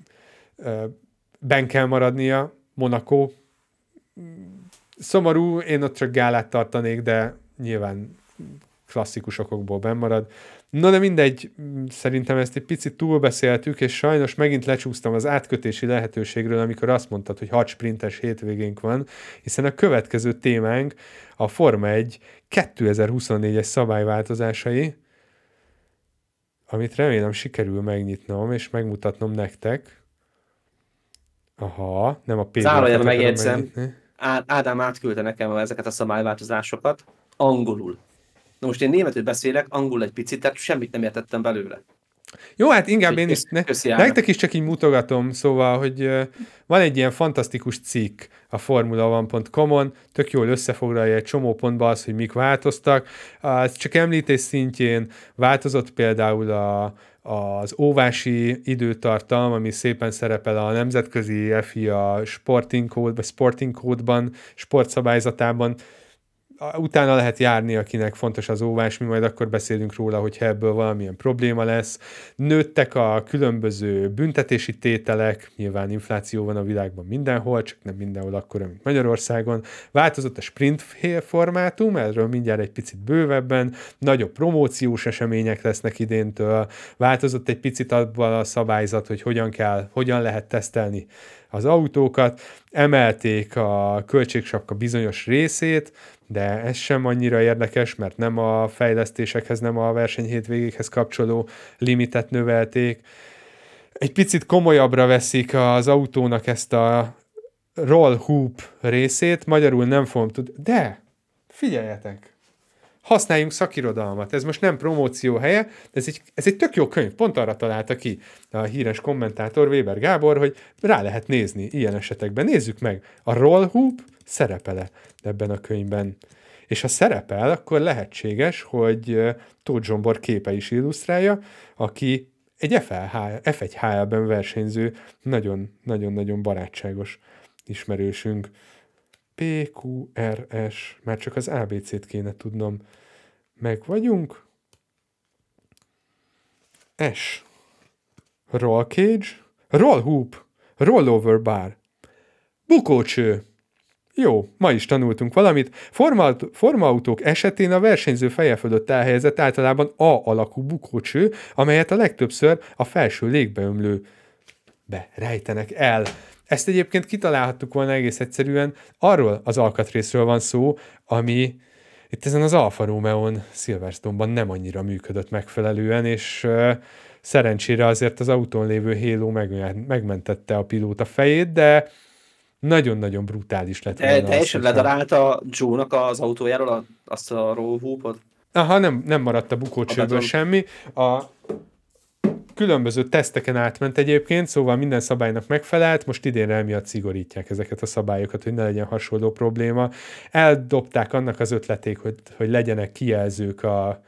benn kell maradnia, Monaco. Szomorú, én ott csak gálát tartanék, de nyilván klasszikus okokból benn marad. No, de mindegy, szerintem ezt egy picit túlbeszéltük, és sajnos megint lecsúsztam az átkötési lehetőségről, amikor azt mondtad, hogy 6 sprintes hétvégénk van, hiszen a következő témánk a Forma 1 2024-es szabályváltozásai, amit remélem sikerül megnyitnom, és megmutatnom nektek. Aha, nem a PDF-et megjegyzem. Ádám átküldte nekem ezeket a szabályváltozásokat angolul. Na most én németül beszélek, angol egy picit, tehát semmit nem értettem belőle. Jó, hát inkább én is, nektek is csak így mutogatom, szóval, hogy van egy ilyen fantasztikus cikk a formula1.com-on, tök jól összefoglalja egy csomó pontba az, hogy mik változtak. Csak említés szintjén változott például az óvási időtartam, ami szépen szerepel a nemzetközi FIA Sporting Code-ban, sportszabályzatában. Utána lehet járni, akinek fontos az óvás, mi majd akkor beszélünk róla, hogyha ebből valamilyen probléma lesz. Nőttek a különböző büntetési tételek, nyilván infláció van a világban mindenhol, csak nem mindenhol akkor, mint Magyarországon. Változott a sprint formátum, erről mindjárt egy picit bővebben, nagyobb promóciós események lesznek idéntől, változott egy picit abban a szabályzat, hogy hogyan lehet tesztelni az autókat, emelték a költségsapka bizonyos részét, de ez sem annyira érdekes, mert nem a fejlesztésekhez, nem a versenyhétvégékhez kapcsoló limitet növelték. Egy picit komolyabbra veszik az autónak ezt a roll hoop részét, magyarul nem fogom tudni, de figyeljetek! Használjunk szakirodalmat. Ez most nem promóció helye, de ez egy tök jó könyv. Pont arra találta ki a híres kommentátor Weber Gábor, hogy rá lehet nézni ilyen esetekben. Nézzük meg, a roll hoop szerepel ebben a könyvben. És ha szerepel, akkor lehetséges, hogy Tóth Zsombor képe is illusztrálja, aki egy F1 HL-ben versenyző, nagyon-nagyon barátságos ismerősünk. PQRS, már csak az ABC-t kéne tudnom. Meg vagyunk. S. Roll cage. Roll hoop. Rollover bar. Bukócső. Jó, ma is tanultunk valamit. Formautók esetén a versenyző feje fölött elhelyezett általában A alakú bukócső, amelyet a legtöbbször a felső légbeömlőbe rejtenek el. Ezt egyébként kitalálhattuk volna egész egyszerűen. Arról az alkatrészről van szó, ami itt ezen az Alfa Romeo-n Silverstone-ban nem annyira működött megfelelően, és szerencsére azért az autón lévő Halo megmentette a pilóta fejét, de nagyon-nagyon brutális lett volna. Teljesen ledarálta Joe-nak az autójáról azt a roll hoopot? Aha, nem maradt a bukócsőből semmi. A különböző teszteken átment egyébként, szóval minden szabálynak megfelelt, most idénre emiatt szigorítják ezeket a szabályokat, hogy ne legyen hasonló probléma. Eldobták annak az ötleték, hogy legyenek kijelzők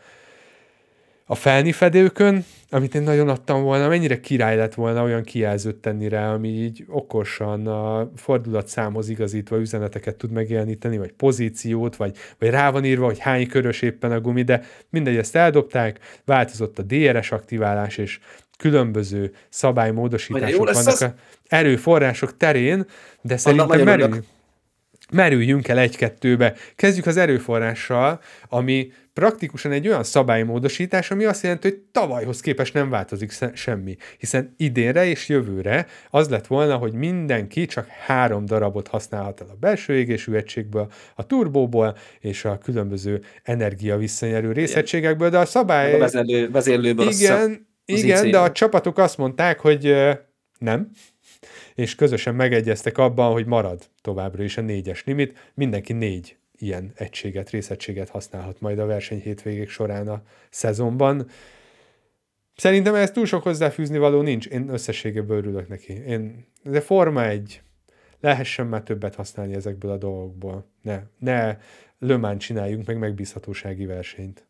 a felnifedőkön, amit én nagyon adtam volna, mennyire király lett volna olyan kijelzőt tenni rá, ami így okosan a fordulatszámhoz igazítva üzeneteket tud megjeleníteni, vagy pozíciót, vagy rá van írva, hogy hány körös éppen a gumi, de mindegy, ezt eldobták, változott a DRS aktiválás, és különböző szabálymódosítások vannak az erőforrások terén, de szerintem merüljünk el egy-kettőbe. Kezdjük az erőforrással, ami praktikusan egy olyan szabálymódosítás, ami azt jelenti, hogy tavalyhoz képest nem változik semmi. Hiszen idénre és jövőre az lett volna, hogy mindenki csak 3 darabot használhat el a belső égésű egységből, a turbóból és a különböző energia visszanyerő részegységekből, de a szabály... A vezérlőből igen, de a csapatok azt mondták, hogy nem, és közösen megegyeztek abban, hogy marad továbbra is a 4-es limit, mindenki 4 ilyen részegységet használhat majd a verseny hétvégék során a szezonban. Szerintem ez túl sok hozzáfűzni való nincs, én összességéből örülök neki. De Forma 1, lehessen már többet használni ezekből a dolgokból. Ne Le Mans csináljunk meg megbízhatósági versenyt.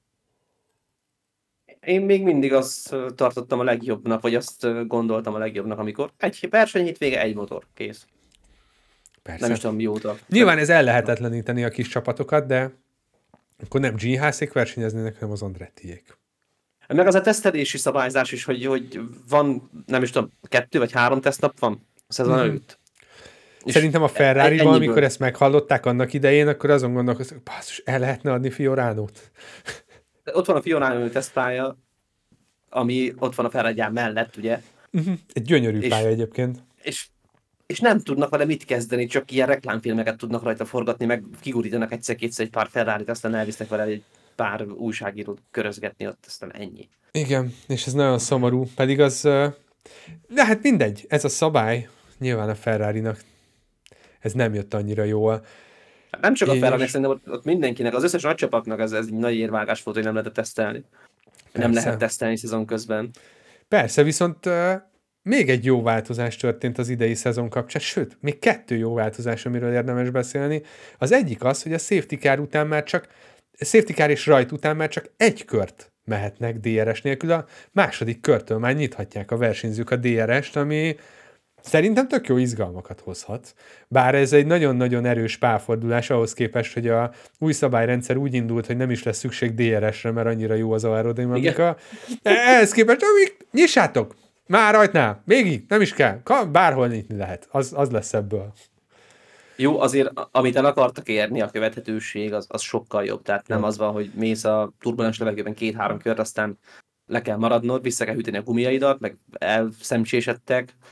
Én még mindig azt tartottam a legjobbnak, vagy azt gondoltam a legjobbnak, amikor egy versenyhétvége, egy motor, kész. Persze. Nem is tudom mióta. Nyilván ez ellehetetleníteni a kis csapatokat, de akkor nem GHC-k versenyeznének, hanem az Andrettiék. Meg az a tesztelési szabályzás is, hogy van, nem is tudom, 2 vagy 3 tesztnap van a szezon előtt. Szerintem a Ferrari-ban, amikor ezt meghallották annak idején, akkor azon gondolkoztak, hogy basszus, el lehetne adni Fioránót. Ott van a Fiorano tesztpálya, ami ott van a Ferrari mellett, ugye? Egy gyönyörű pálya egyébként. És nem tudnak vele mit kezdeni, csak ilyen reklámfilmeket tudnak rajta forgatni, meg kigurítanak egyszer-kétszer egy pár Ferrarit, aztán elvisznek vele egy pár újságírót körözgetni ott, aztán ennyi. Igen, és ez nagyon szomorú, pedig az... De hát mindegy, ez a szabály, nyilván a Ferrarinak ez nem jött annyira jól. Nem csak a Ferrari, szerintem ott mindenkinek, az összes nagycsapatnak ez egy nagy érvágás volt, hogy nem lehet tesztelni. Persze. Nem lehet tesztelni szezon közben. Persze, viszont még egy jó változás történt az idei szezon kapcsán, sőt, még 2 jó változás, amiről érdemes beszélni. Az egyik az, hogy a safety car és rajt után már csak 1 kört mehetnek DRS nélkül, a második körtől már nyithatják a versenyzők a DRS-t, ami szerintem tök jó izgalmakat hozhat. Bár ez egy nagyon-nagyon erős pálfordulás ahhoz képest, hogy a új szabályrendszer úgy indult, hogy nem is lesz szükség DRS-re, mert annyira jó az aerodinamika. Ehhez képest, nyissátok! Már rajtnál! Végig! Nem is kell! Bárhol nyitni lehet. Az lesz ebből. Jó, azért amit el akartak érni, a követhetőség, az sokkal jobb. Tehát nem az van, hogy mész a turbulens levegőben 2-3 kört, aztán le kell maradnod, vissza kell hűteni a gumiaidat, meg elszemcsésedtek,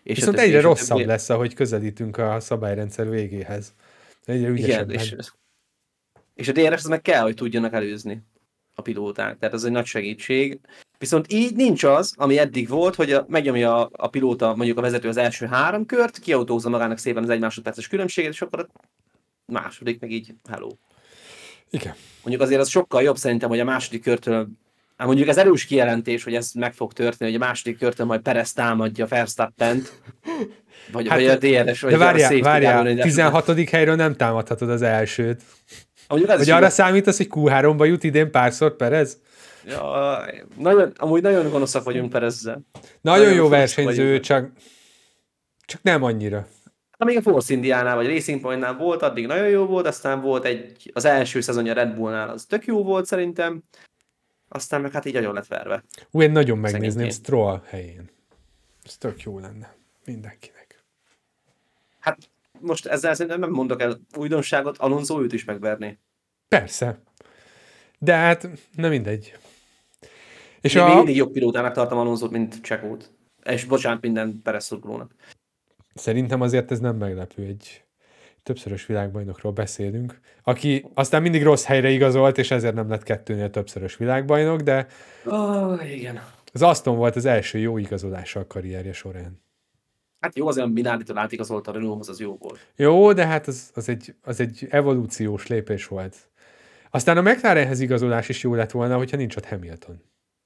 és a Viszont többi, egyre és a rosszabb többi. lesz, ahogy közelítünk a szabályrendszer végéhez. Egyre Igen, ügyesebben. és a DRS az meg kell, hogy tudjanak előzni a pilóták, tehát ez egy nagy segítség. Viszont így nincs az, ami eddig volt, hogy megnyomja a pilóta, mondjuk a vezető az első 3 kört, kiautózza magának szépen az 1 másodperces különbséget, és akkor a második meg így hello. Igen. Mondjuk azért az sokkal jobb szerintem, hogy a második körtől, mondjuk ez erős kijelentés, hogy ez meg fog történni, hogy a második körtől majd Perez támadja Verstappent, vagy a DRS, vagy de a safety várjál, car, 16. helyről nem támadhatod az elsőt. Vagy arra igaz. számítasz, hogy Q3-ba jut idén párszor Perez? Ja, amúgy nagyon gonoszak vagyunk Perezzel. Nagyon jó gonoszak versenyző, vagyunk. csak nem annyira. Amíg a Force Indiánál vagy Racing Pointnál volt, addig nagyon jó volt, aztán volt az első szezonja Red Bullnál, az tök jó volt szerintem, aztán meg hát így nagyon lett verve. Én nagyon megnézném Szegényként. Stroll helyén. Ez tök jó lenne mindenkinek. Hát most ezzel szerintem nem mondok el újdonságot, Alonso őt is megverné. Persze. De hát, nem mindegy. És Én még mindig jobb pilótának tartom Alonsót, mint Checo-t. És bocsánat minden Perez szurkolónak. Szerintem azért ez nem meglepő, egy többszörös világbajnokról beszélünk, aki aztán mindig rossz helyre igazolt, és ezért nem lett 2-nél többszörös világbajnok, de Igen. az Aston volt az első jó igazolása a karrierje során. Hát jó, azért a Minarditól átigazolt a Renaulthoz, az jó volt. Jó, de hát az egy evolúciós lépés volt. Aztán a McLarenhez igazolás is jó lett volna, hogyha nincs ott Hamilton.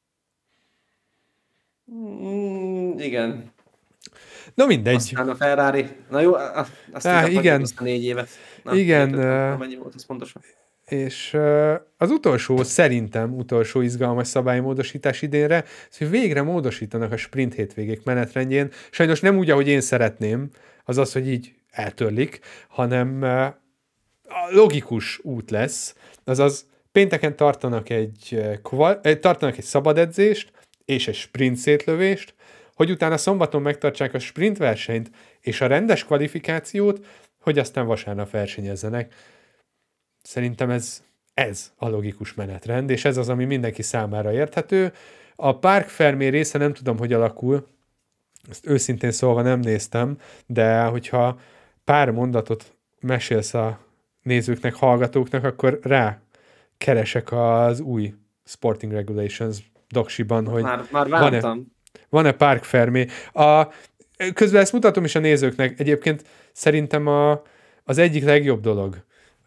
Igen. Na mindegy. Aztán a Ferrari. Na jó, azt igen. Azt a 4 évet. Na, Igen. Mennyi volt az pontosan? És az szerintem utolsó izgalmas szabálymódosítás idénre, hogy végre módosítanak a sprint hétvégék menetrendjén. Sajnos nem úgy, ahogy én szeretném, az, hogy így eltörlik, hanem logikus út lesz, azaz pénteken tartanak egy szabad edzést és egy sprint szétlövést, hogy utána szombaton megtartsák a sprint versenyt és a rendes kvalifikációt, hogy aztán vasárnap versenyezzenek. Szerintem ez a logikus menetrend, és ez az, ami mindenki számára érthető. A Parc Fermé része nem tudom, hogy alakul, ezt őszintén szólva nem néztem, de hogyha pár mondatot mesélsz a nézőknek, hallgatóknak, akkor keresek az új Sporting Regulations doksiban, hogy Már vártam. van-e Parc Fermé. Közben ezt mutatom is a nézőknek. Egyébként szerintem az egyik legjobb dolog.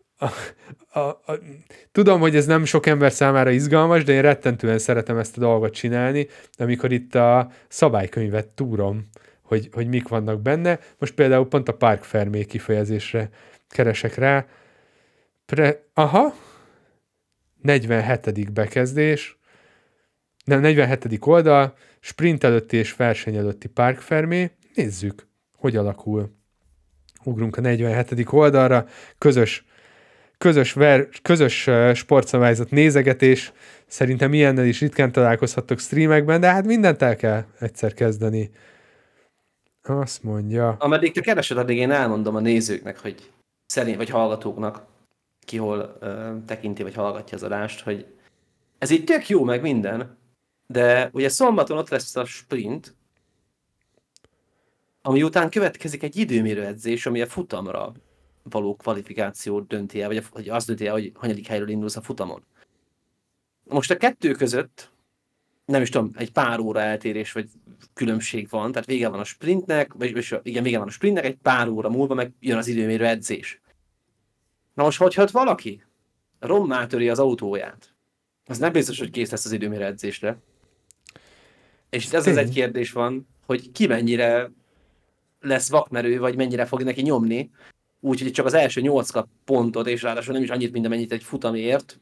Tudom, hogy ez nem sok ember számára izgalmas, de én rettentően szeretem ezt a dolgot csinálni, amikor itt a szabálykönyvet túrom, hogy mik vannak benne. Most például pont a Parc Fermé kifejezésre keresek rá. 47. bekezdés, nem, 47. oldal, sprint előtti és verseny előtti Parc Fermé. Nézzük, hogy alakul. Ugrunk a 47. oldalra, közös sportszabályzat nézegetés. Szerintem ilyennel is ritkán találkozhattok streamekben, de hát mindent el kell egyszer kezdeni. Azt mondja. Ameddig te keresed, addig én elmondom a nézőknek, hogy vagy hallgatóknak, ki hol tekinti vagy hallgatja az adást, hogy ez így tök jó meg minden, de ugye szombaton ott lesz a sprint, ami után következik egy időmérő edzés, ami a futamra való kvalifikációt dönti el, vagy azt dönti el, hogy hanyadik helyről indulsz a futamon. Most a kettő között, nem is tudom, egy pár óra eltérés, vagy különbség van, tehát vége van a sprintnek, vége van a sprintnek, egy pár óra múlva meg jön az időmérő edzés. Na most, hogyha valaki rommá töri az autóját, az nem biztos, hogy kész lesz az időmérő edzésre. És ez az egy kérdés van, hogy ki mennyire lesz vakmerő, vagy mennyire fog neki nyomni, úgyhogy csak az első 8 kap pontot, és ráadásul nem is annyit, mint amennyit egy futamért.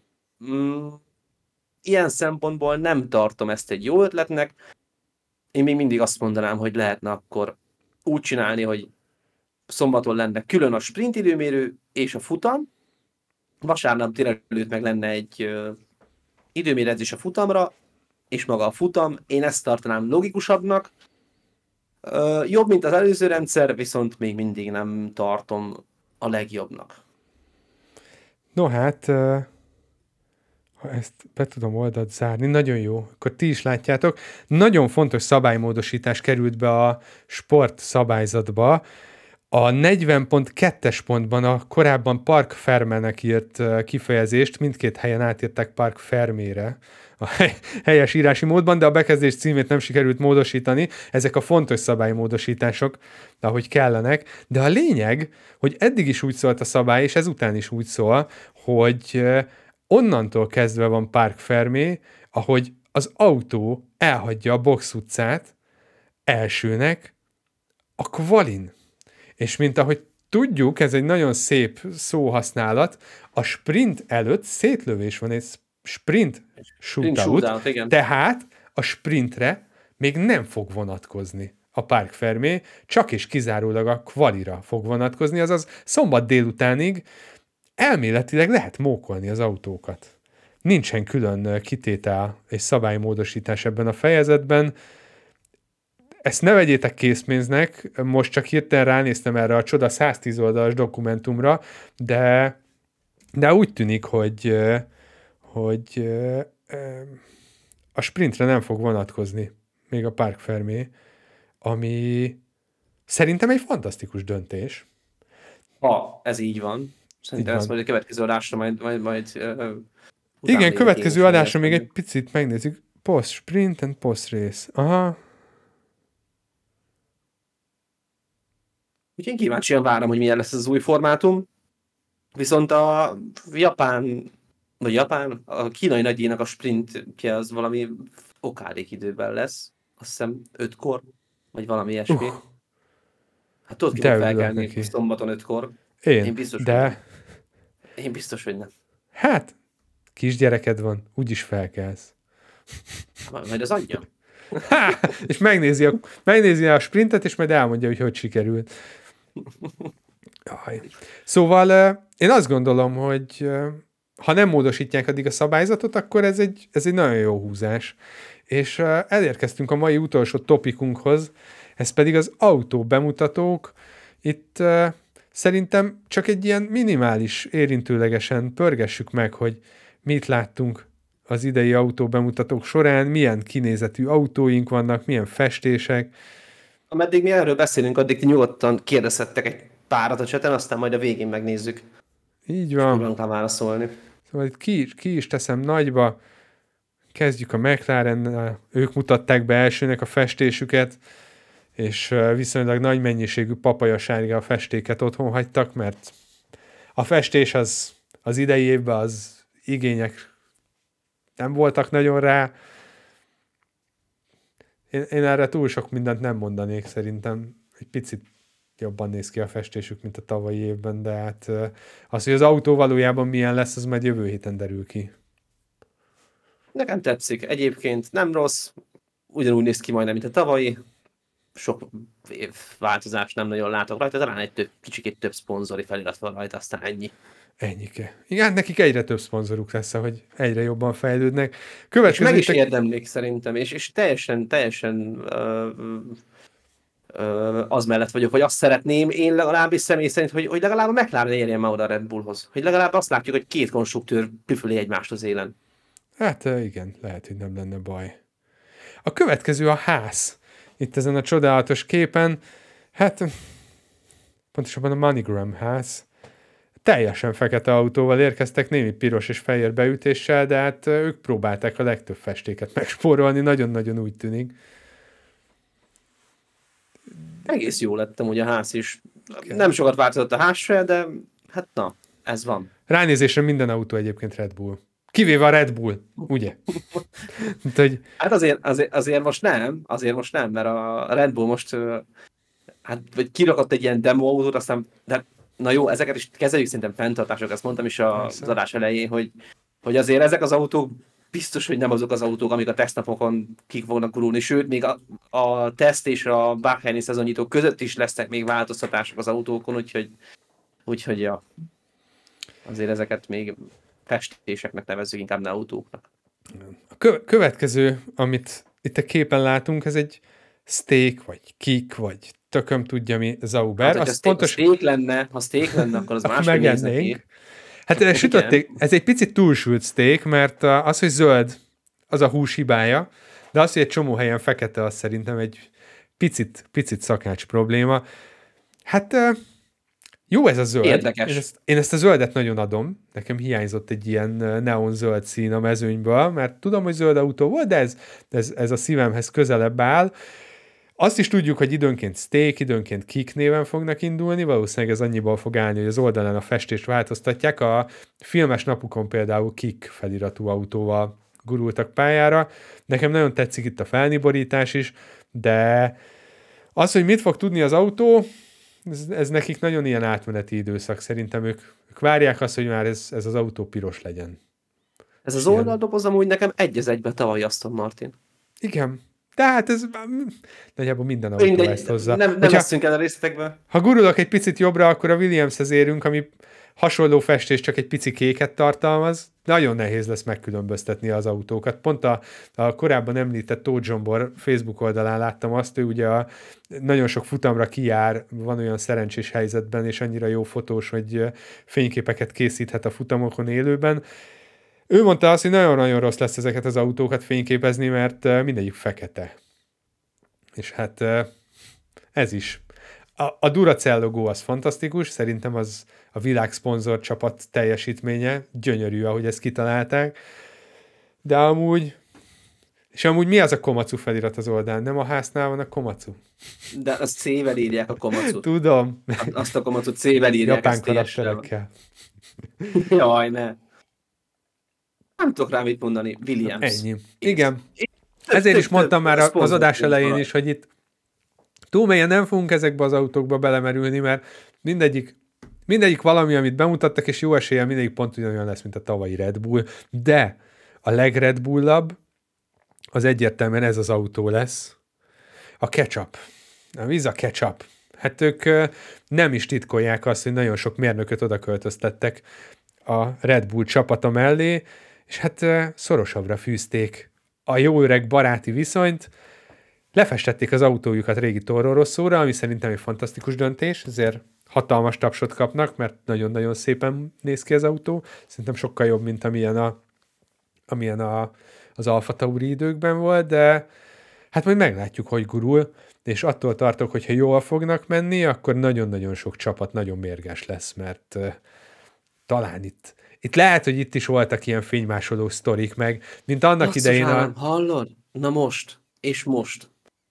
Ilyen szempontból nem tartom ezt egy jó ötletnek. Én még mindig azt mondanám, hogy lehetne akkor úgy csinálni, hogy szombaton lenne külön a sprint időmérő és a futam, vasárnap délelőtt meg lenne egy időmérőedzés a futamra, és maga a futam. Én ezt tartanám logikusabbnak. Jobb, mint az előző rendszer, viszont még mindig nem tartom a legjobbnak. No hát, Ha ezt be tudom oldalt zárni, nagyon jó, akkor ti is látjátok. Nagyon fontos szabálymódosítás került be a sport szabályzatba. A 40.2-es pontban a korábban Park Ferme-nek írt kifejezést mindkét helyen átírták Park Fermére a helyes írási módban, de a bekezdés címét nem sikerült módosítani. Ezek a fontos szabálymódosítások, ahogy kellenek. De a lényeg, hogy eddig is úgy szólt a szabály, és ezután is úgy szól, hogy onnantól kezdve van Park Fermé, ahogy az autó elhagyja a box utcát elsőnek a kvalin. És mint ahogy tudjuk, ez egy nagyon szép szóhasználat, a sprint előtt szétlövés van, egy sprint shootout, igen. tehát a sprintre még nem fog vonatkozni a Parc Fermé, csak és kizárólag a kvalira fog vonatkozni, azaz szombat délutánig elméletileg lehet mókolni az autókat. Nincsen külön kitétel és szabálymódosítás ebben a fejezetben. Ezt ne vegyétek készpénznek, most csak hirtelen ránéztem erre a csoda 110 oldalas dokumentumra, de úgy tűnik, hogy a sprintre nem fog vonatkozni még a Parc Fermé, ami szerintem egy fantasztikus döntés. Ha ez így van. Szerintem ezt majd a következő adásra majd igen, következő adásra még egy picit megnézzük. Post sprint and post race. Aha. Úgyhogy én kíváncsian várom, hogy milyen lesz ez az új formátum. Viszont a a kínai nagydíjnak a sprintje az valami okádék időben lesz. Azt hiszem 5-kor, vagy valami ilyesmi. Hát tudod, ki fog felkelni szombaton 5-kor. Én biztos, én biztos, hogy nem. Hát, kisgyereked van, úgyis felkelsz. Majd az anyja. És megnézi a sprintet, és majd elmondja, hogy sikerült. Szóval én azt gondolom, hogy ha nem módosítják addig a szabályzatot, akkor ez egy nagyon jó húzás. És elérkeztünk a mai utolsó topikunkhoz, ez pedig az autó bemutatók. Itt szerintem csak egy ilyen minimális, érintőlegesen pörgessük meg, hogy mit láttunk az idei autó bemutatók során, milyen kinézetű autóink vannak, milyen festések. Ameddig mi erről beszélünk, addig ti nyugodtan kérdezhettek egy párat a cseten, aztán majd a végén megnézzük. Így van. És kell válaszolni. Szóval itt ki is teszem nagyba, kezdjük a McLarennel, ők mutatták be elsőnek a festésüket, és viszonylag nagy mennyiségű papajasárga festéket otthon hagytak, mert a festés az idei évben az igények nem voltak nagyon rá. Én erre túl sok mindent nem mondanék, szerintem egy picit jobban néz ki a festésük, mint a tavalyi évben, de hát az, hogy az autó valójában milyen lesz, az majd jövő héten derül ki. Nekem tetszik. Egyébként nem rossz, ugyanúgy néz ki majdnem, mint a tavalyi. Sok változást nem nagyon látok rajta, talán egy kicsikét több szponzori felirat van rajta, aztán ennyi. Ennyike. Igen, nekik egyre több szponzoruk lesz, hogy egyre jobban fejlődnek. És meg is érdemlik szerintem, és teljesen az mellett vagyok, hogy azt szeretném, én legalábbis személy szerint, hogy legalább a McLaren érjen már oda a Red Bullhoz. Hogy legalább azt látjuk, hogy két konstruktőr püföli egymást az élen. Hát igen, lehet, hogy nem lenne baj. A következő a ház. Itt ezen a csodálatos képen, hát pontosabban a MoneyGram ház. Teljesen fekete autóval érkeztek, némi piros és fehér beütéssel, de hát ők próbálták a legtöbb festéket megspórolni, nagyon-nagyon úgy tűnik. Egész jó lettem ugye a ház is. Nem sokat változott a ház se, de hát na, ez van. Ránézésre minden autó egyébként Red Bull. Kivéve a Red Bull, ugye? Hát azért most nem, mert a Red Bull most hát vagy kirakott egy ilyen demo autót, aztán de na jó, ezeket is kezeljük szerintem fenntartások, ezt mondtam is az adás elején, hogy azért ezek az autók biztos, hogy nem azok az autók, amik a tesztnapokon kik fognak gurulni, sőt, még a teszt és a Bahreini szezonnyitók között is lesznek még változtatások az autókon, úgyhogy ja, azért ezeket még festéseknek nevezzük, inkább ne autóknak. A következő, amit itt a képen látunk, ez egy steak, vagy kick, vagy tököm tudja mi, Zauber. Hát, ha steak lenne, akkor az máshogy néz neki. Hát sütötték, ez egy picit túlsült steak, mert az, hogy zöld, az a hús hibája, de az, hogy egy csomó helyen fekete, az szerintem egy picit szakács probléma. Hát jó ez a zöld. Érdekes. Én ezt a zöldet nagyon adom. Nekem hiányzott egy ilyen neon zöld szín a mezőnyből, mert tudom, hogy zöld autó volt, de ez a szívemhez közelebb áll. Azt is tudjuk, hogy időnként steak, időnként kick néven fognak indulni, valószínűleg ez annyiból fog állni, hogy az oldalán a festést változtatják. A filmes napukon például kick feliratú autóval gurultak pályára. Nekem nagyon tetszik itt a felniborítás is, de az, hogy mit fog tudni az autó, ez nekik nagyon ilyen átmeneti időszak. Szerintem ők várják azt, hogy már ez az autó piros legyen. Ez az oldaldoboz amúgy nekem egy az egybe tavaly Aston Martin. Igen. Tehát ez nagyjából minden autó ezt hozza. Nem veszünk el a részletekbe. Ha gurulok egy picit jobbra, akkor a Williamshez érünk, ami hasonló festés, csak egy pici kéket tartalmaz. Nagyon nehéz lesz megkülönböztetni az autókat. Pont a korábban említett Tóth Zsombor Facebook oldalán láttam azt, ő ugye nagyon sok futamra kijár, van olyan szerencsés helyzetben, és annyira jó fotós, hogy fényképeket készíthet a futamokon élőben. Ő mondta azt, hogy nagyon-nagyon rossz lesz ezeket az autókat fényképezni, mert mindegyik fekete. És hát ez is. A Duracell logó az fantasztikus, szerintem az a világszponzor csapat teljesítménye, gyönyörű, ahogy ezt kitalálták, de amúgy mi az a Komatsu felirat az oldalán? Nem a háznál van a Komatsu? De azt C-vel írják a Komatsu. Tudom. Azt a Komatsu C-vel írják. Japán karakterekkel. Jaj, ne. Nem tudok rá mit mondani. Williams. Ennyi. Igen. Ezért is mondtam már az adás elején is, hogy itt túl mélyen nem fogunk ezekbe az autókba belemerülni, mert mindegyik valami, amit bemutattak, és jó eséllyel mindegyik pont ugyanolyan lesz, mint a tavalyi Red Bull, de a legred Bullabb az egyértelműen ez az autó lesz. A ketchup. A víz a ketchup. Hát ők nem is titkolják azt, hogy nagyon sok mérnököt oda költöztettek a Red Bull csapata mellé, és hát szorosabbra fűzték a jó öreg baráti viszonyt, lefestették az autójukat régi Toro Rossóra, ami szerintem egy fantasztikus döntés, ezért hatalmas tapsot kapnak, mert nagyon-nagyon szépen néz ki az autó. Szerintem sokkal jobb, mint amilyen az Alfa Tauri időkben volt, de hát majd meglátjuk, hogy gurul, és attól tartok, hogyha jól fognak menni, akkor nagyon-nagyon sok csapat nagyon mérges lesz, mert talán itt lehet, hogy itt is voltak ilyen fénymásoló sztorik meg, mint annak Basszus idején hallod? Na most, és most.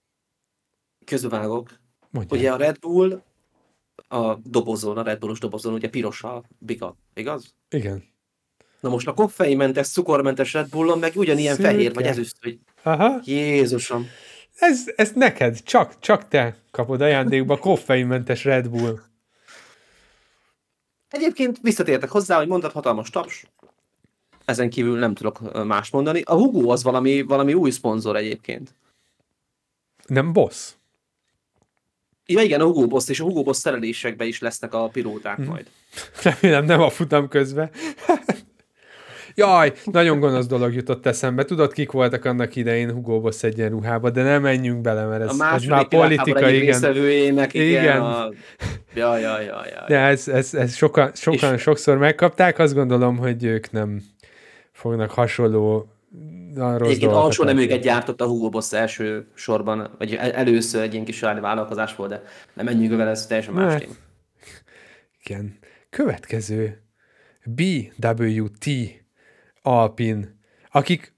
Közbevágok. Mondjál. Ugye a Red Bull, a Red Bullos dobozon, ugye piros a bika, igaz? Igen. Na most a koffeinmentes, cukormentes Red Bullon meg ugyanilyen Szürke. fehér vagy ezüst, hogy Aha. Jézusom. Ez neked, csak te kapod ajándékba koffeinmentes Red Bull. Egyébként visszatértek hozzá, hogy mondtad, hatalmas taps. Ezen kívül nem tudok más mondani. A Hugo az valami új szponzor egyébként. Nem Boss? Ja igen, a Hugo Boss és a Hugo Boss szerelésekben is lesznek a pilóták majd. Remélem nem a futam közben. Jaj, nagyon gonosz dolog jutott eszembe. Tudod, kik voltak annak idején Hugo Boss egyenruhába, de nem menjünk bele, mert ez már politika, igen. Igen. Jaj. De ez sokszor megkapták, azt gondolom, hogy ők nem fognak hasonló rossz dolgokat. Alsó neműket gyártott a Hugo Boss első sorban, vagy először egy ilyen kis vállalkozás volt, de nem menjünk vele, ez teljesen más téma. Igen. Következő. BWT Alpine, akik,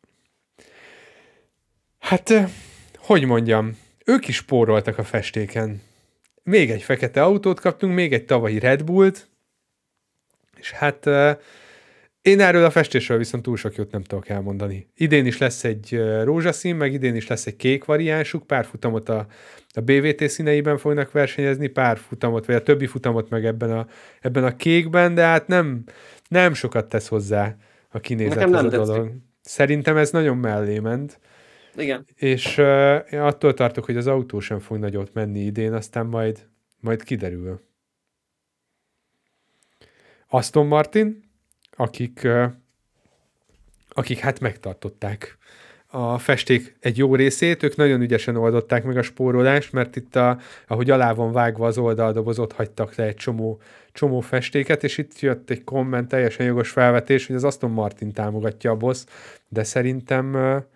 hát, hogy mondjam, ők is spóroltak a festéken. Még egy fekete autót kaptunk, még egy tavalyi Red Bullt, és hát én erről a festésről viszont túl sok jót nem tudok elmondani. Idén is lesz egy rózsaszín, meg idén is lesz egy kék variánsuk, pár futamot a BVT színeiben fognak versenyezni, pár futamot, vagy a többi futamot meg ebben a kékben, de hát nem sokat tesz hozzá a kinézethez a dolog. Szerintem ez nagyon mellé ment. Igen. És én attól tartok, hogy az autó sem fog nagyot menni idén, aztán majd kiderül. Aston Martin, akik hát megtartották a festék egy jó részét, ők nagyon ügyesen oldották meg a spórolást, mert itt, ahogy alá van vágva az oldaldoboz, ott hagytak le egy csomó festéket, és itt jött egy komment, teljesen jogos felvetés, hogy az Aston Martin támogatja a boss, de szerintem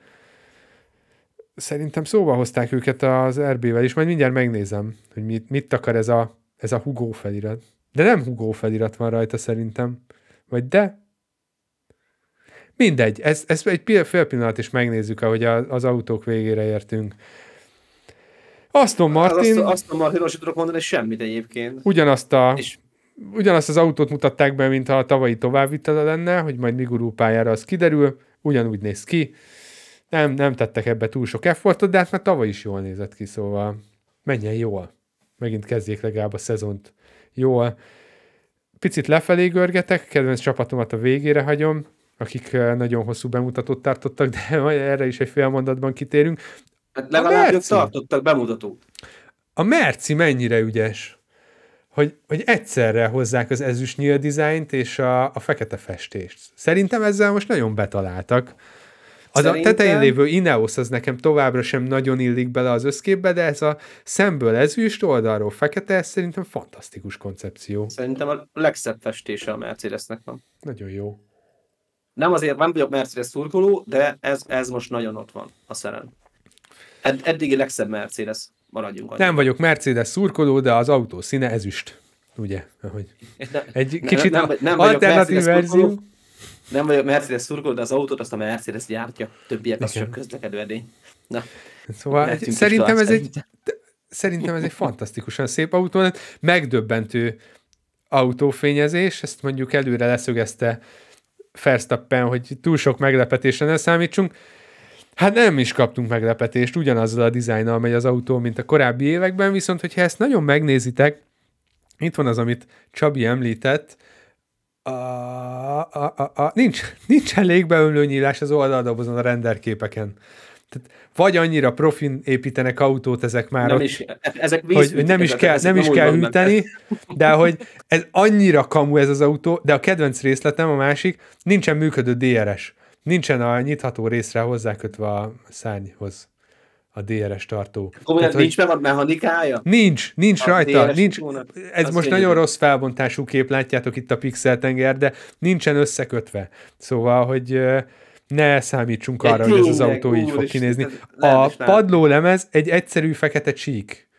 szóba hozták őket az RB-vel is, majd mindjárt megnézem, hogy mit akar ez a Hugo felirat. De nem Hugo felirat van rajta szerintem. Vagy de? Mindegy, ez egy fél pillanat is megnézzük, ahogy az autók végére értünk. Aston Martin... Aston Martinról sem tudok mondani semmit egyébként. Ugyanazt az autót mutatták be, mintha a tavalyi továbbvitele lenne, hogy majd Miguru pályára az kiderül, ugyanúgy néz ki. Nem tettek ebbe túl sok effortot, de hát már tavaly is jól nézett ki, szóval menjen jól. Megint kezdjék legalább a szezont jól. Picit lefelé görgetek, kedvenc csapatomat a végére hagyom, akik nagyon hosszú bemutatót tartottak, de majd erre is egy fél mondatban kitérünk. Hát legalább ők tartottak bemutatót. A Merci mennyire ügyes, hogy egyszerre hozzák az ezüst nyíl dizájnt és a fekete festést. Szerintem ezzel most nagyon betaláltak. A tetején lévő Ineos az nekem továbbra sem nagyon illik bele az összképbe, de ez a szemből ezüst, oldalról fekete, ez szerintem fantasztikus koncepció. Szerintem a legszebb festése a Mercedesnek van. Nagyon jó. Nem azért nem vagyok Mercedes szurkoló, de ez most nagyon ott van a szeren. Eddigi legszebb Mercedes, maradjunk annyi. Nem vagyok Mercedes szurkoló, de az autó színe ezüst. Ugye? Egy kicsit alternatív verzió. Nem vagyok Mercedes szurkoló, de az autót azt a Mercedes gyártja. Többiek az csak közlekedő edény. Na, szóval szerintem ez egy fantasztikusan szép autó. Megdöbbentő autófényezés, ezt mondjuk előre leszögezte Verstappen, hogy túl sok meglepetésre ne számítsunk. Hát nem is kaptunk meglepetést ugyanazzal a dizájnnal megy az autó, mint a korábbi években, viszont hogyha ezt nagyon megnézitek, itt van az, amit Csabi említett, nincs elég beömlő nyílás az oldaldobozon a renderképeken. Tehát vagy annyira profin építenek autót ezek már nem ott, is, ezek hogy nem is kell hűteni, de hogy ez annyira kamu ez az autó, de a kedvenc részletem, a másik, nincsen működő DRS. Nincsen a nyitható részre hozzákötve a szárnyhoz a DRS tartó. Tehát, nincs meg a mechanikája? Nincs rajta. Ez most nagyon rossz felbontású kép, látjátok itt a pixeltenger, de nincsen összekötve. Szóval, hogy ne számítsunk arra, hogy ez az autó így fog kinézni. A padlólemez egy egyszerű fekete csík.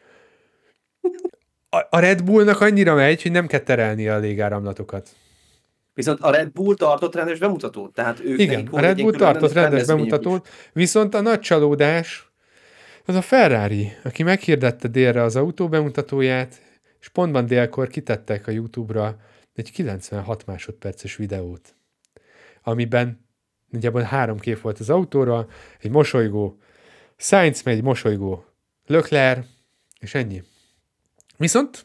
A Red Bullnak annyira megy, hogy nem kell terelni a légáramlatokat. Viszont a Red Bull tartott rendes bemutatót. Tehát ők igen, a Red Bull tartott rendes bemutatót, viszont a nagy csalódás az a Ferrari, aki meghirdette délre az autó bemutatóját, és pontban délkor kitettek a YouTube-ra egy 96 másodperces videót, amiben nagyjából 3 kép volt az autóra, egy mosolygó Sainz, egy mosolygó Leclerc, és ennyi. Viszont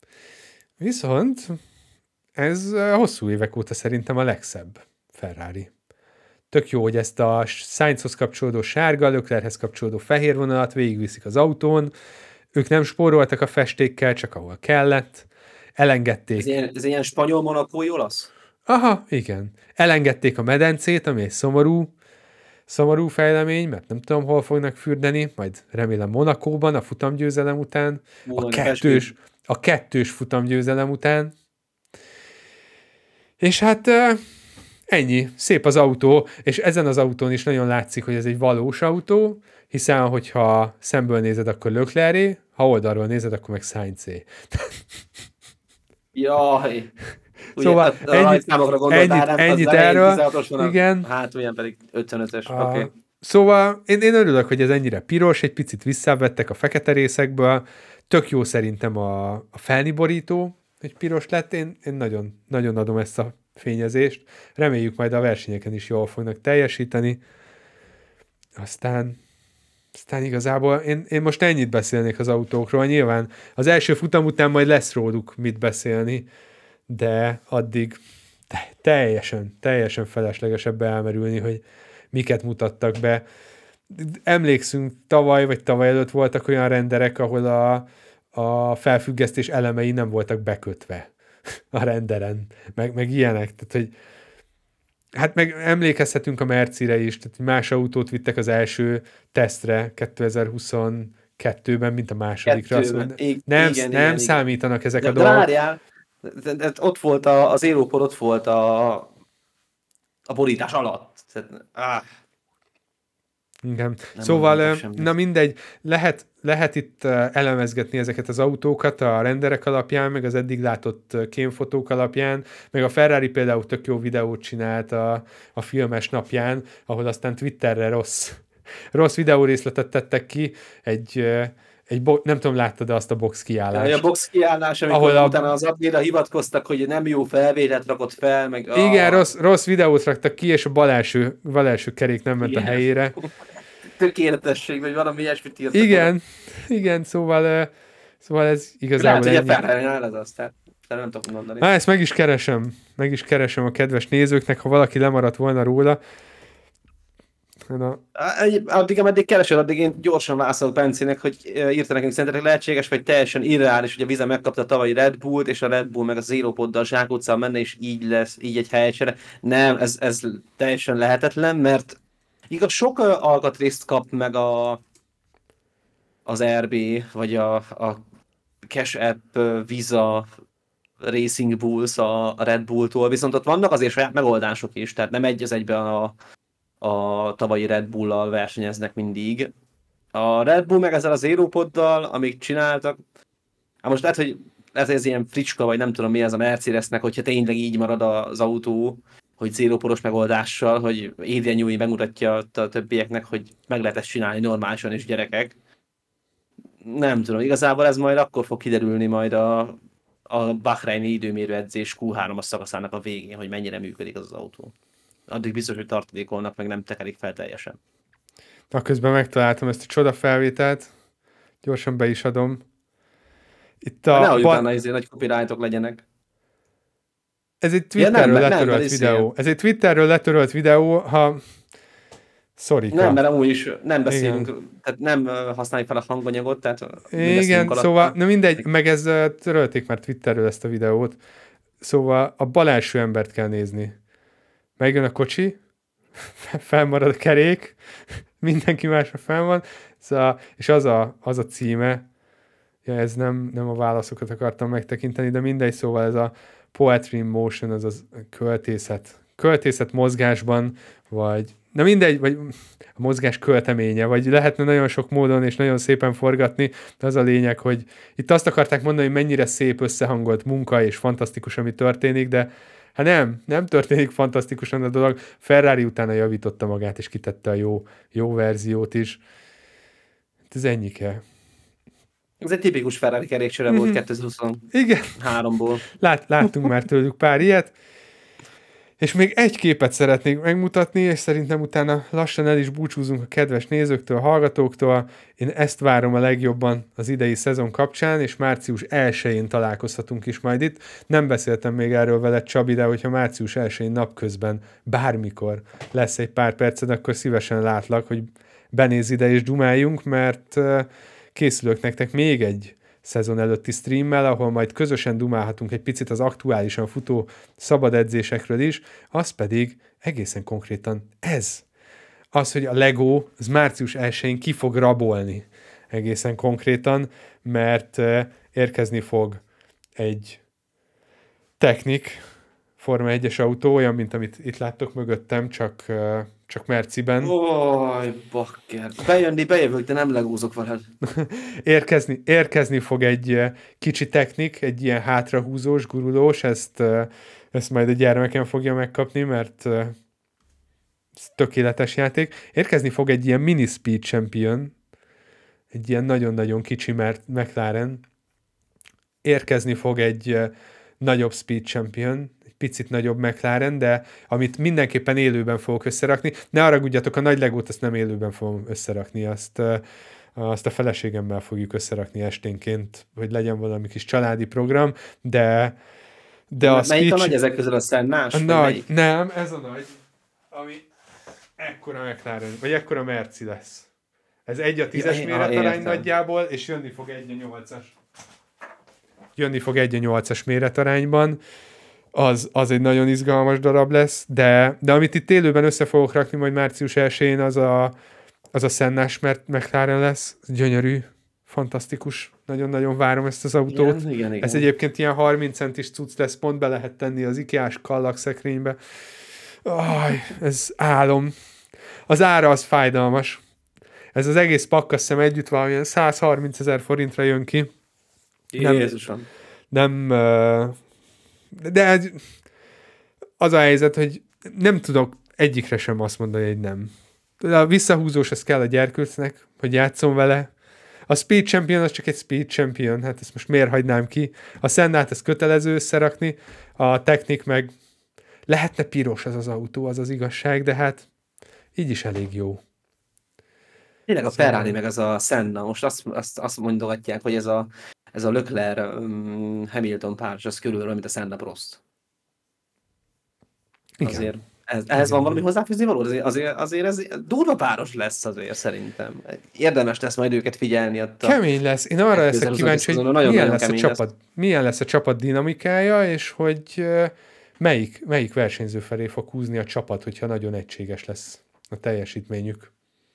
ez hosszú évek óta szerintem a legszebb Ferrari. Tök jó, hogy ezt a Sainzhoz kapcsolódó sárga, Leclerchez kapcsolódó fehér vonalat végigviszik az autón. Ők nem spóroltak a festékkel, csak ahol kellett. Elengedték. Ez ilyen spanyol monakói olasz? Aha, igen. Elengedték a medencét, ami egy szomorú fejlemény, mert nem tudom, hol fognak fürdeni, majd remélem Monakóban a futamgyőzelem után, a kettős futamgyőzelem után. És hát ennyi, szép az autó, és ezen az autón is nagyon látszik, hogy ez egy valós autó, hiszen hogyha szemből nézed, akkor Leclercé, ha oldalról nézed, akkor meg Sainzé. Jaj! Szóval ennyit erről. Igen. Hát olyan pedig 55-ös. Okay. Szóval én örülök, hogy ez ennyire piros, egy picit visszavettek a fekete részekből. Tök jó szerintem a felniborító, hogy piros lett. Én nagyon, nagyon adom ezt a fényezést. Reméljük majd a versenyeken is jól fognak teljesíteni. Aztán igazából én most ennyit beszélnék az autókról. Nyilván az első futam után majd lesz róluk mit beszélni, de addig teljesen feleslegesebb elmerülni, hogy miket mutattak be. Emlékszünk, tavaly előtt voltak olyan renderek, ahol a felfüggesztés elemei nem voltak bekötve a renderen, meg ilyenek. Tehát, hogy Hát meg emlékezhetünk a Mercire is, tehát más autót vittek az első tesztre 2022-ben, mint a másodikra. Azt mondja, nem Igen. számítanak ezek a De dolgok. várjál, de ott volt az Aeropod, ott volt a borítás alatt. Igen. Nem Szóval, semmit. na mindegy, lehet itt elemezgetni ezeket az autókat a renderek alapján, meg az eddig látott kémfotók alapján, meg a Ferrari például tök jó videót csinált a filmes napján, ahol aztán Twitterre rossz videórészletet tettek ki, nem tudom, láttad azt a box kiállást. A box kiállás, amikor utána az admira hivatkoztak, hogy nem jó felvételt rakott fel, meg... Igen, rossz videót raktak ki, és a bal első kerék nem ment a helyére. Tökéletesség, vagy valami ilyesmit írtak. Igen, szóval ez igazából lehet, hogy a Ferrari-nál ez aztán. Nem tudom mondani. Ezt meg is keresem a kedves nézőknek, ha valaki lemaradt volna róla. Ameddig keresel, addig én gyorsan válaszolok Bencének, hogy írta nekünk, szerintetek lehetséges, vagy teljesen irreális, hogy a Visa megkapta a tavalyi Red Bullt, és a Red Bull meg a Zero-poddal zsákutcán menne, és így egy helyecsere. Nem, ez teljesen lehetetlen, mert igaz, sok alkatrészt kap meg az RB, vagy a Cash App, Visa, Racing Bulls a Red Bulltól, viszont ott vannak azért saját megoldások is, tehát nem egy az egyben a tavalyi Red Bull-lal versenyeznek mindig. A Red Bull meg ezzel az Aeropoddal, amik csináltak, most lehet, hogy ez ilyen fricska, vagy nem tudom mi ez a Mercedesnek, hogyha tényleg így marad az autó, hogy zéróporos megoldással, hogy Adrian Newey megmutatja a többieknek, hogy meg lehet ezt csinálni normálisan és gyerekek. Nem tudom, igazából ez majd akkor fog kiderülni majd a Bahreini időmérő edzés Q3-as szakaszának a végén, hogy mennyire működik az autó. Addig biztos, hogy tartalékolnak, meg nem tekerik fel teljesen. Na, közben megtaláltam ezt a csoda felvételt. Gyorsan be is adom. Itt nehogy utána nagy copyrightok legyenek. Ez egy Twitterről letörölt videó. Ez egy Twitterről letörölt videó, ha... Sorry. Nem, mert amúgy is nem beszélünk, tehát nem használjuk fel a hanganyagot, tehát... Igen, szóval, na mindegy, meg ez törölték már Twitterről ezt a videót. Szóval a bal első embert kell nézni. Megjön a kocsi, felmarad a kerék, mindenki másra fenn van, szóval, és az a címe, ja, ez nem a válaszokat akartam megtekinteni, de mindegy, szóval ez a Poetry in Motion, az költészet mozgásban, vagy na mindegy, vagy a mozgás költeménye, vagy lehetne nagyon sok módon és nagyon szépen forgatni, de az a lényeg, hogy itt azt akarták mondani, hogy mennyire szép összehangolt munka és fantasztikus, ami történik, de hát nem történik fantasztikusan a dolog. Ferrari utána javította magát, és kitette a jó verziót is. Ez ennyike. Ez egy tipikus Ferrari kerékcsere volt 2023-ból. Láttunk már tőlük pár ilyet. És még egy képet szeretnék megmutatni, és szerintem utána lassan el is búcsúzunk a kedves nézőktől, hallgatóktól. Én ezt várom a legjobban az idei szezon kapcsán, és március 1-én találkozhatunk is majd itt. Nem beszéltem még erről veled, Csabi, de hogyha március 1-én napközben bármikor lesz egy pár perced, akkor szívesen látlak, hogy benézz ide és dumáljunk, mert készülök nektek még egy szezon előtti streammel, ahol majd közösen dumálhatunk egy picit az aktuálisan futó szabad edzésekről is, az pedig egészen konkrétan ez. Az, hogy a Lego az március 1-én ki fog rabolni egészen konkrétan, mert érkezni fog egy Technik Forma 1-es autó, olyan, mint amit itt láttok mögöttem, csak Merciben. Oj, bakker. Bejövök, de nem legózok veled. Érkezni fog egy kicsi Technik, egy ilyen hátrahúzós, gurulós, ezt majd a gyermekem fogja megkapni, mert ez tökéletes játék. Érkezni fog egy ilyen mini Speed Champion, egy ilyen nagyon-nagyon kicsi McLaren. Érkezni fog egy nagyobb Speed Champion, picit nagyobb McLaren, de amit mindenképpen élőben fogok összerakni. Ne haragudjatok, a nagy Legót azt nem élőben fogom összerakni, azt a feleségemmel fogjuk összerakni esténként, hogy legyen valami kis családi program, de a melyik a nagy ezek közül, a Sennás? Nem, ez a nagy, ami ekkora McLaren, vagy ekkora Merci lesz. Ez 1/10 méretarány nagyjából, és jönni fog 1/8-as. Jönni fog 1/8-as méretarányban. az egy nagyon izgalmas darab lesz, de amit itt élőben össze fogok rakni majd március 1-én, az a Sennás McLaren lesz, gyönyörű, fantasztikus, nagyon-nagyon várom ezt az autót. Igen. Ez egyébként ilyen 30 centis cucc lesz, pont be lehet tenni az IKEA-s kallakszekrénybe. Ez álom. Az ára az fájdalmas. Ez az egész pakk, azt hiszem együtt valamilyen 130 000 forintra jön ki. Jézusom. Nem, de az a helyzet, hogy nem tudok egyikre sem azt mondani, hogy nem. A visszahúzós, az kell a gyerkőcnek, hogy játszom vele. A Speed Champion az csak egy Speed Champion, hát ezt most miért hagynám ki? A Sennát ez kötelező összerakni, a Technic meg lehetne piros az autó, az igazság, de hát így is elég jó. Tényleg a Ferrari meg az a Senna, most azt mondogatják, hogy ez a Leclerc Hamilton páros, az körülbelül, mint a Senna Prost. Azért ehhez van valami hozzáfűzni való? Azért ez durva páros lesz azért szerintem. Érdemes lesz majd őket figyelni. Kemény lesz. Én arra leszek kíváncsi, hogy milyen lesz a csapat dinamikája, és hogy melyik versenyző felé fog húzni a csapat, hogyha nagyon egységes lesz a teljesítményük.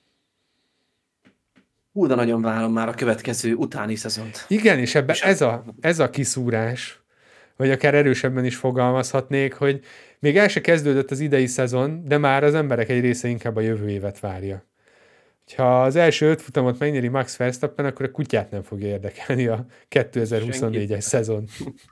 De nagyon várom már a következő utáni szezont. Igen, és ebben ez a kiszúrás, vagy akár erősebben is fogalmazhatnék, hogy még el se kezdődött az idei szezon, de már az emberek egy része inkább a jövő évet várja. Ha az első 5 futamot megnyeri Max Verstappen, akkor a kutyát nem fogja érdekelni a 2024-es szezon.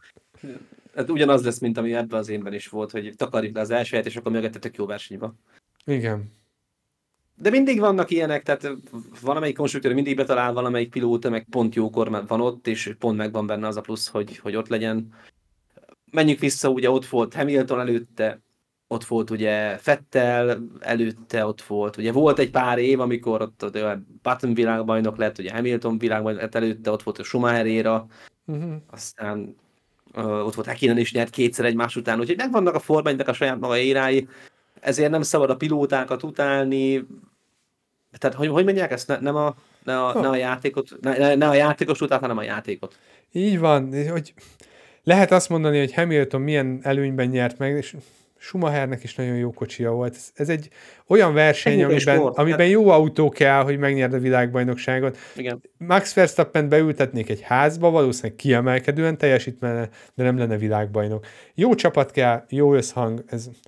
Hát ugyanaz lesz, mint ami ebben az évben is volt, hogy takarjuk le az első helyet, és akkor mögöttetek jó versenyba. Igen. De mindig vannak ilyenek, tehát valamelyik konstruktőr mindig betalál, valamelyik pilóta meg pont jókor van ott, és pont megvan benne az a plusz, hogy ott legyen. Menjünk vissza, ugye ott volt Hamilton előtte, ott volt ugye Vettel előtte, ott volt egy pár év, amikor ott Button világbajnok lett, ugye Hamilton világbajnok lett előtte, ott volt a Schumacher éra, aztán ott volt Häkkinen is nyert kétszer egymás után, úgyhogy megvannak a Forma 1-nek a saját maga érái, ezért nem szabad a pilótákat utálni, tehát hogy mondják ezt, ne a játékot, ne a játékos után, hanem a játékot. Így van, hogy lehet azt mondani, hogy Hamilton milyen előnyben nyert meg, és Schumachernek is nagyon jó kocsia volt. Ez egy olyan verseny, amiben jó autó kell, hogy megnyerd a világbajnokságot. Igen. Max Verstappen beültetnék egy házba, valószínűleg kiemelkedően teljesítene, de nem lenne világbajnok. Jó csapat kell, jó összhang.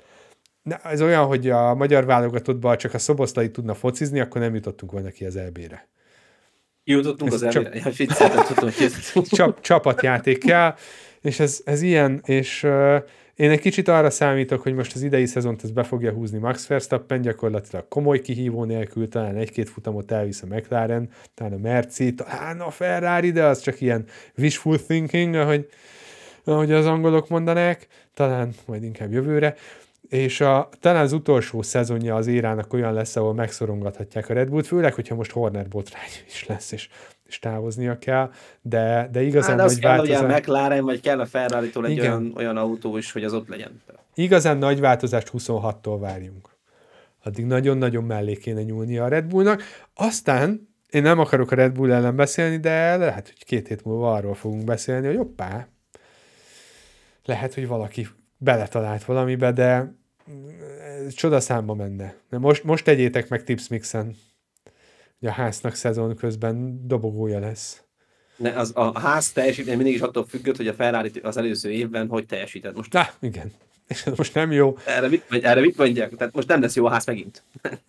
Ez olyan, hogy a magyar válogatottban csak a Szoboszlai tudna focizni, akkor nem jutottunk volna ki az EB-re. Jutottunk az EB-re. Csapatjáték kell, és ez ilyen, és én egy kicsit arra számítok, hogy most az idei szezont ez be fogja húzni Max Verstappen, gyakorlatilag komoly kihívó nélkül, talán 1-2 futamot elvisz a McLaren, talán a Merci, talán a Ferrari, de az csak ilyen wishful thinking, ahogy az angolok mondanák, talán majd inkább jövőre. És talán az utolsó szezonja az érának olyan lesz, ahol megszorongathatják a Red Bullt, főleg, hogyha most Horner botrány is lesz, és távoznia kell, de igazán nagy változás... kell, hogy a McLaren, vagy kell a Ferrari-tól egy olyan autó is, hogy az ott legyen. Igazán nagy változást 26-tól várjunk. Addig nagyon-nagyon mellé kéne nyúlnia a Red Bullnak. Aztán én nem akarok a Red Bull ellen beszélni, de lehet, hogy 2 hét múlva arról fogunk beszélni, hogy hoppá, lehet, hogy valaki beletalált valamibe, de csodaszámba menne. De most tegyétek meg Tipsmixen, hogy a háznak szezon közben dobogója lesz. A ház teljesítmény mindig is attól függött, hogy a Ferrari az előző évben hogy teljesített. Most... Igen. És ez most nem jó. Erre mit mondják? Tehát most nem lesz jó a ház megint.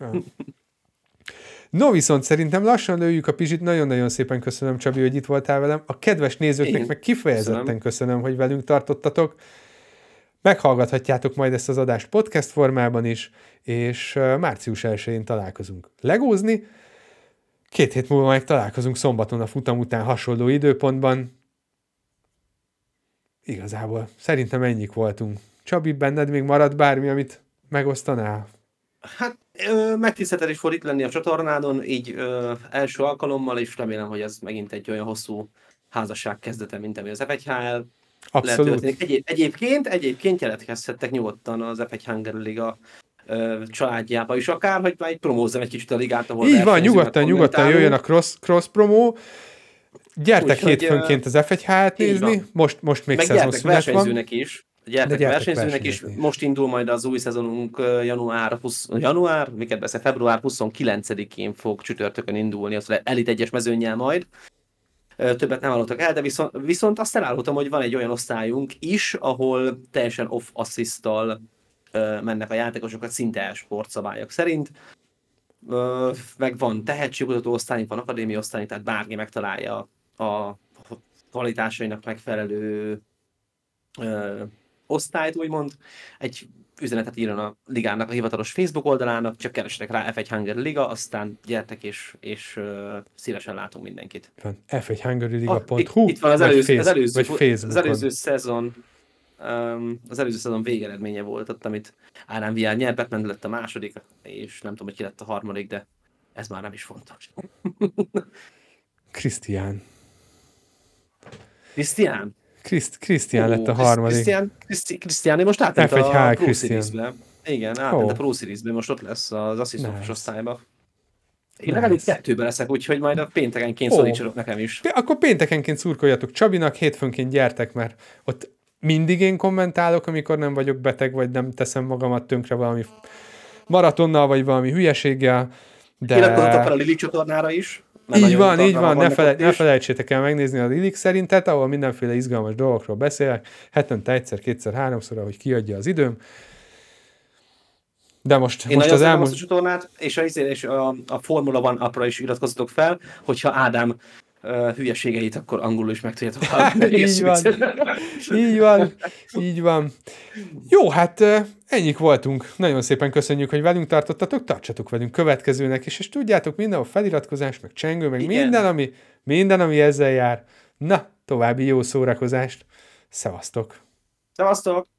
No, viszont szerintem lassan lőjük a pizsit. Nagyon-nagyon szépen köszönöm, Csabi, hogy itt voltál velem. A kedves nézőknek meg kifejezetten köszönöm, hogy velünk tartottatok. Meghallgathatjátok majd ezt az adást podcast formában is, és március 1-én találkozunk legózni. 2 hét múlva meg találkozunk szombaton a futam után hasonló időpontban. Igazából szerintem ennyik voltunk. Csabi, benned még marad bármi, amit megosztanál? Hát megtiszteltetés fog itt lenni a csatornádon, így első alkalommal, és remélem, hogy ez megint egy olyan hosszú házasság kezdete, mint ami az F1HL. Abszolút. Egyébként jelentkezhettek nyugodtan az F1 Hungary Liga családjába is akár, hogy már promózzam egy kicsit a ligát, ahol így van, nyugodtan jöjjön a cross promo. Gyertek hétfőnként az F1 HL-t nézni, most még szezonszünet van. versenyzőnek is. gyertek gyertek versenyzőnek, és versenyezni is. most indul majd az új szezonunk február 29-én fog csütörtökön indulni, az Elite 1-es mezőnnyel majd. Többet nem hallottak el, de viszont azt elárultam, hogy van egy olyan osztályunk is, ahol teljesen off-assist-tal mennek a játékosokat, szinte sportszabályok szerint. Meg van tehetségkutató osztályunk, van akadémia osztályunk, tehát bárki megtalálja a kvalitásainak megfelelő osztályt, úgymond. Egy üzenetet írjon a ligának a hivatalos Facebook oldalának, csak keressetek rá F1 Hungary Liga, aztán gyertek és szívesen látunk mindenkit. F1hungaryliga.hu Itt van az Facebookon. előző szezon. Az előző szezon végeredménye volt ott, amit Ádám VR nyert, Batman lett a második, és nem tudom, hogy ki lett a harmadik, de ez már nem is fontos. Krisztián lett a harmadik. Krisztián most átment F1 a Pro Christian. Series-be. Igen, átment a Pro Series-be, most ott lesz az asszisztofos osztályba. Én legalább 2-ben leszek, úgyhogy majd a péntekenként szólítsatok nekem is. Akkor péntekenként szurkoljatok Csabinak, hétfőnként gyertek, mert ott mindig én kommentálok, amikor nem vagyok beteg, vagy nem teszem magamat tönkre valami maratonnal, vagy valami hülyeséggel. De... Iratkozzatok fel a Lili csatornára is. Így van, ne felejtsétek el megnézni a Lilik szerintet, ahol mindenféle izgalmas dolgokról beszélek, hetente egyszer, kétszer, háromszor, ahogy kiadja az időm. De most az elmúlt... a csatornát, és a Formula One appra is iratkozzatok fel, hogyha Ádám hülyeségeit, akkor angolul is meg tudjátok hallani. Így van. Jó, hát ennyik voltunk. Nagyon szépen köszönjük, hogy velünk tartottatok, tartsatok velünk következőnek is, és tudjátok, minden a feliratkozás, meg csengő, meg minden, ami ezzel jár. Na, további jó szórakozást. Szevasztok! Szevasztok!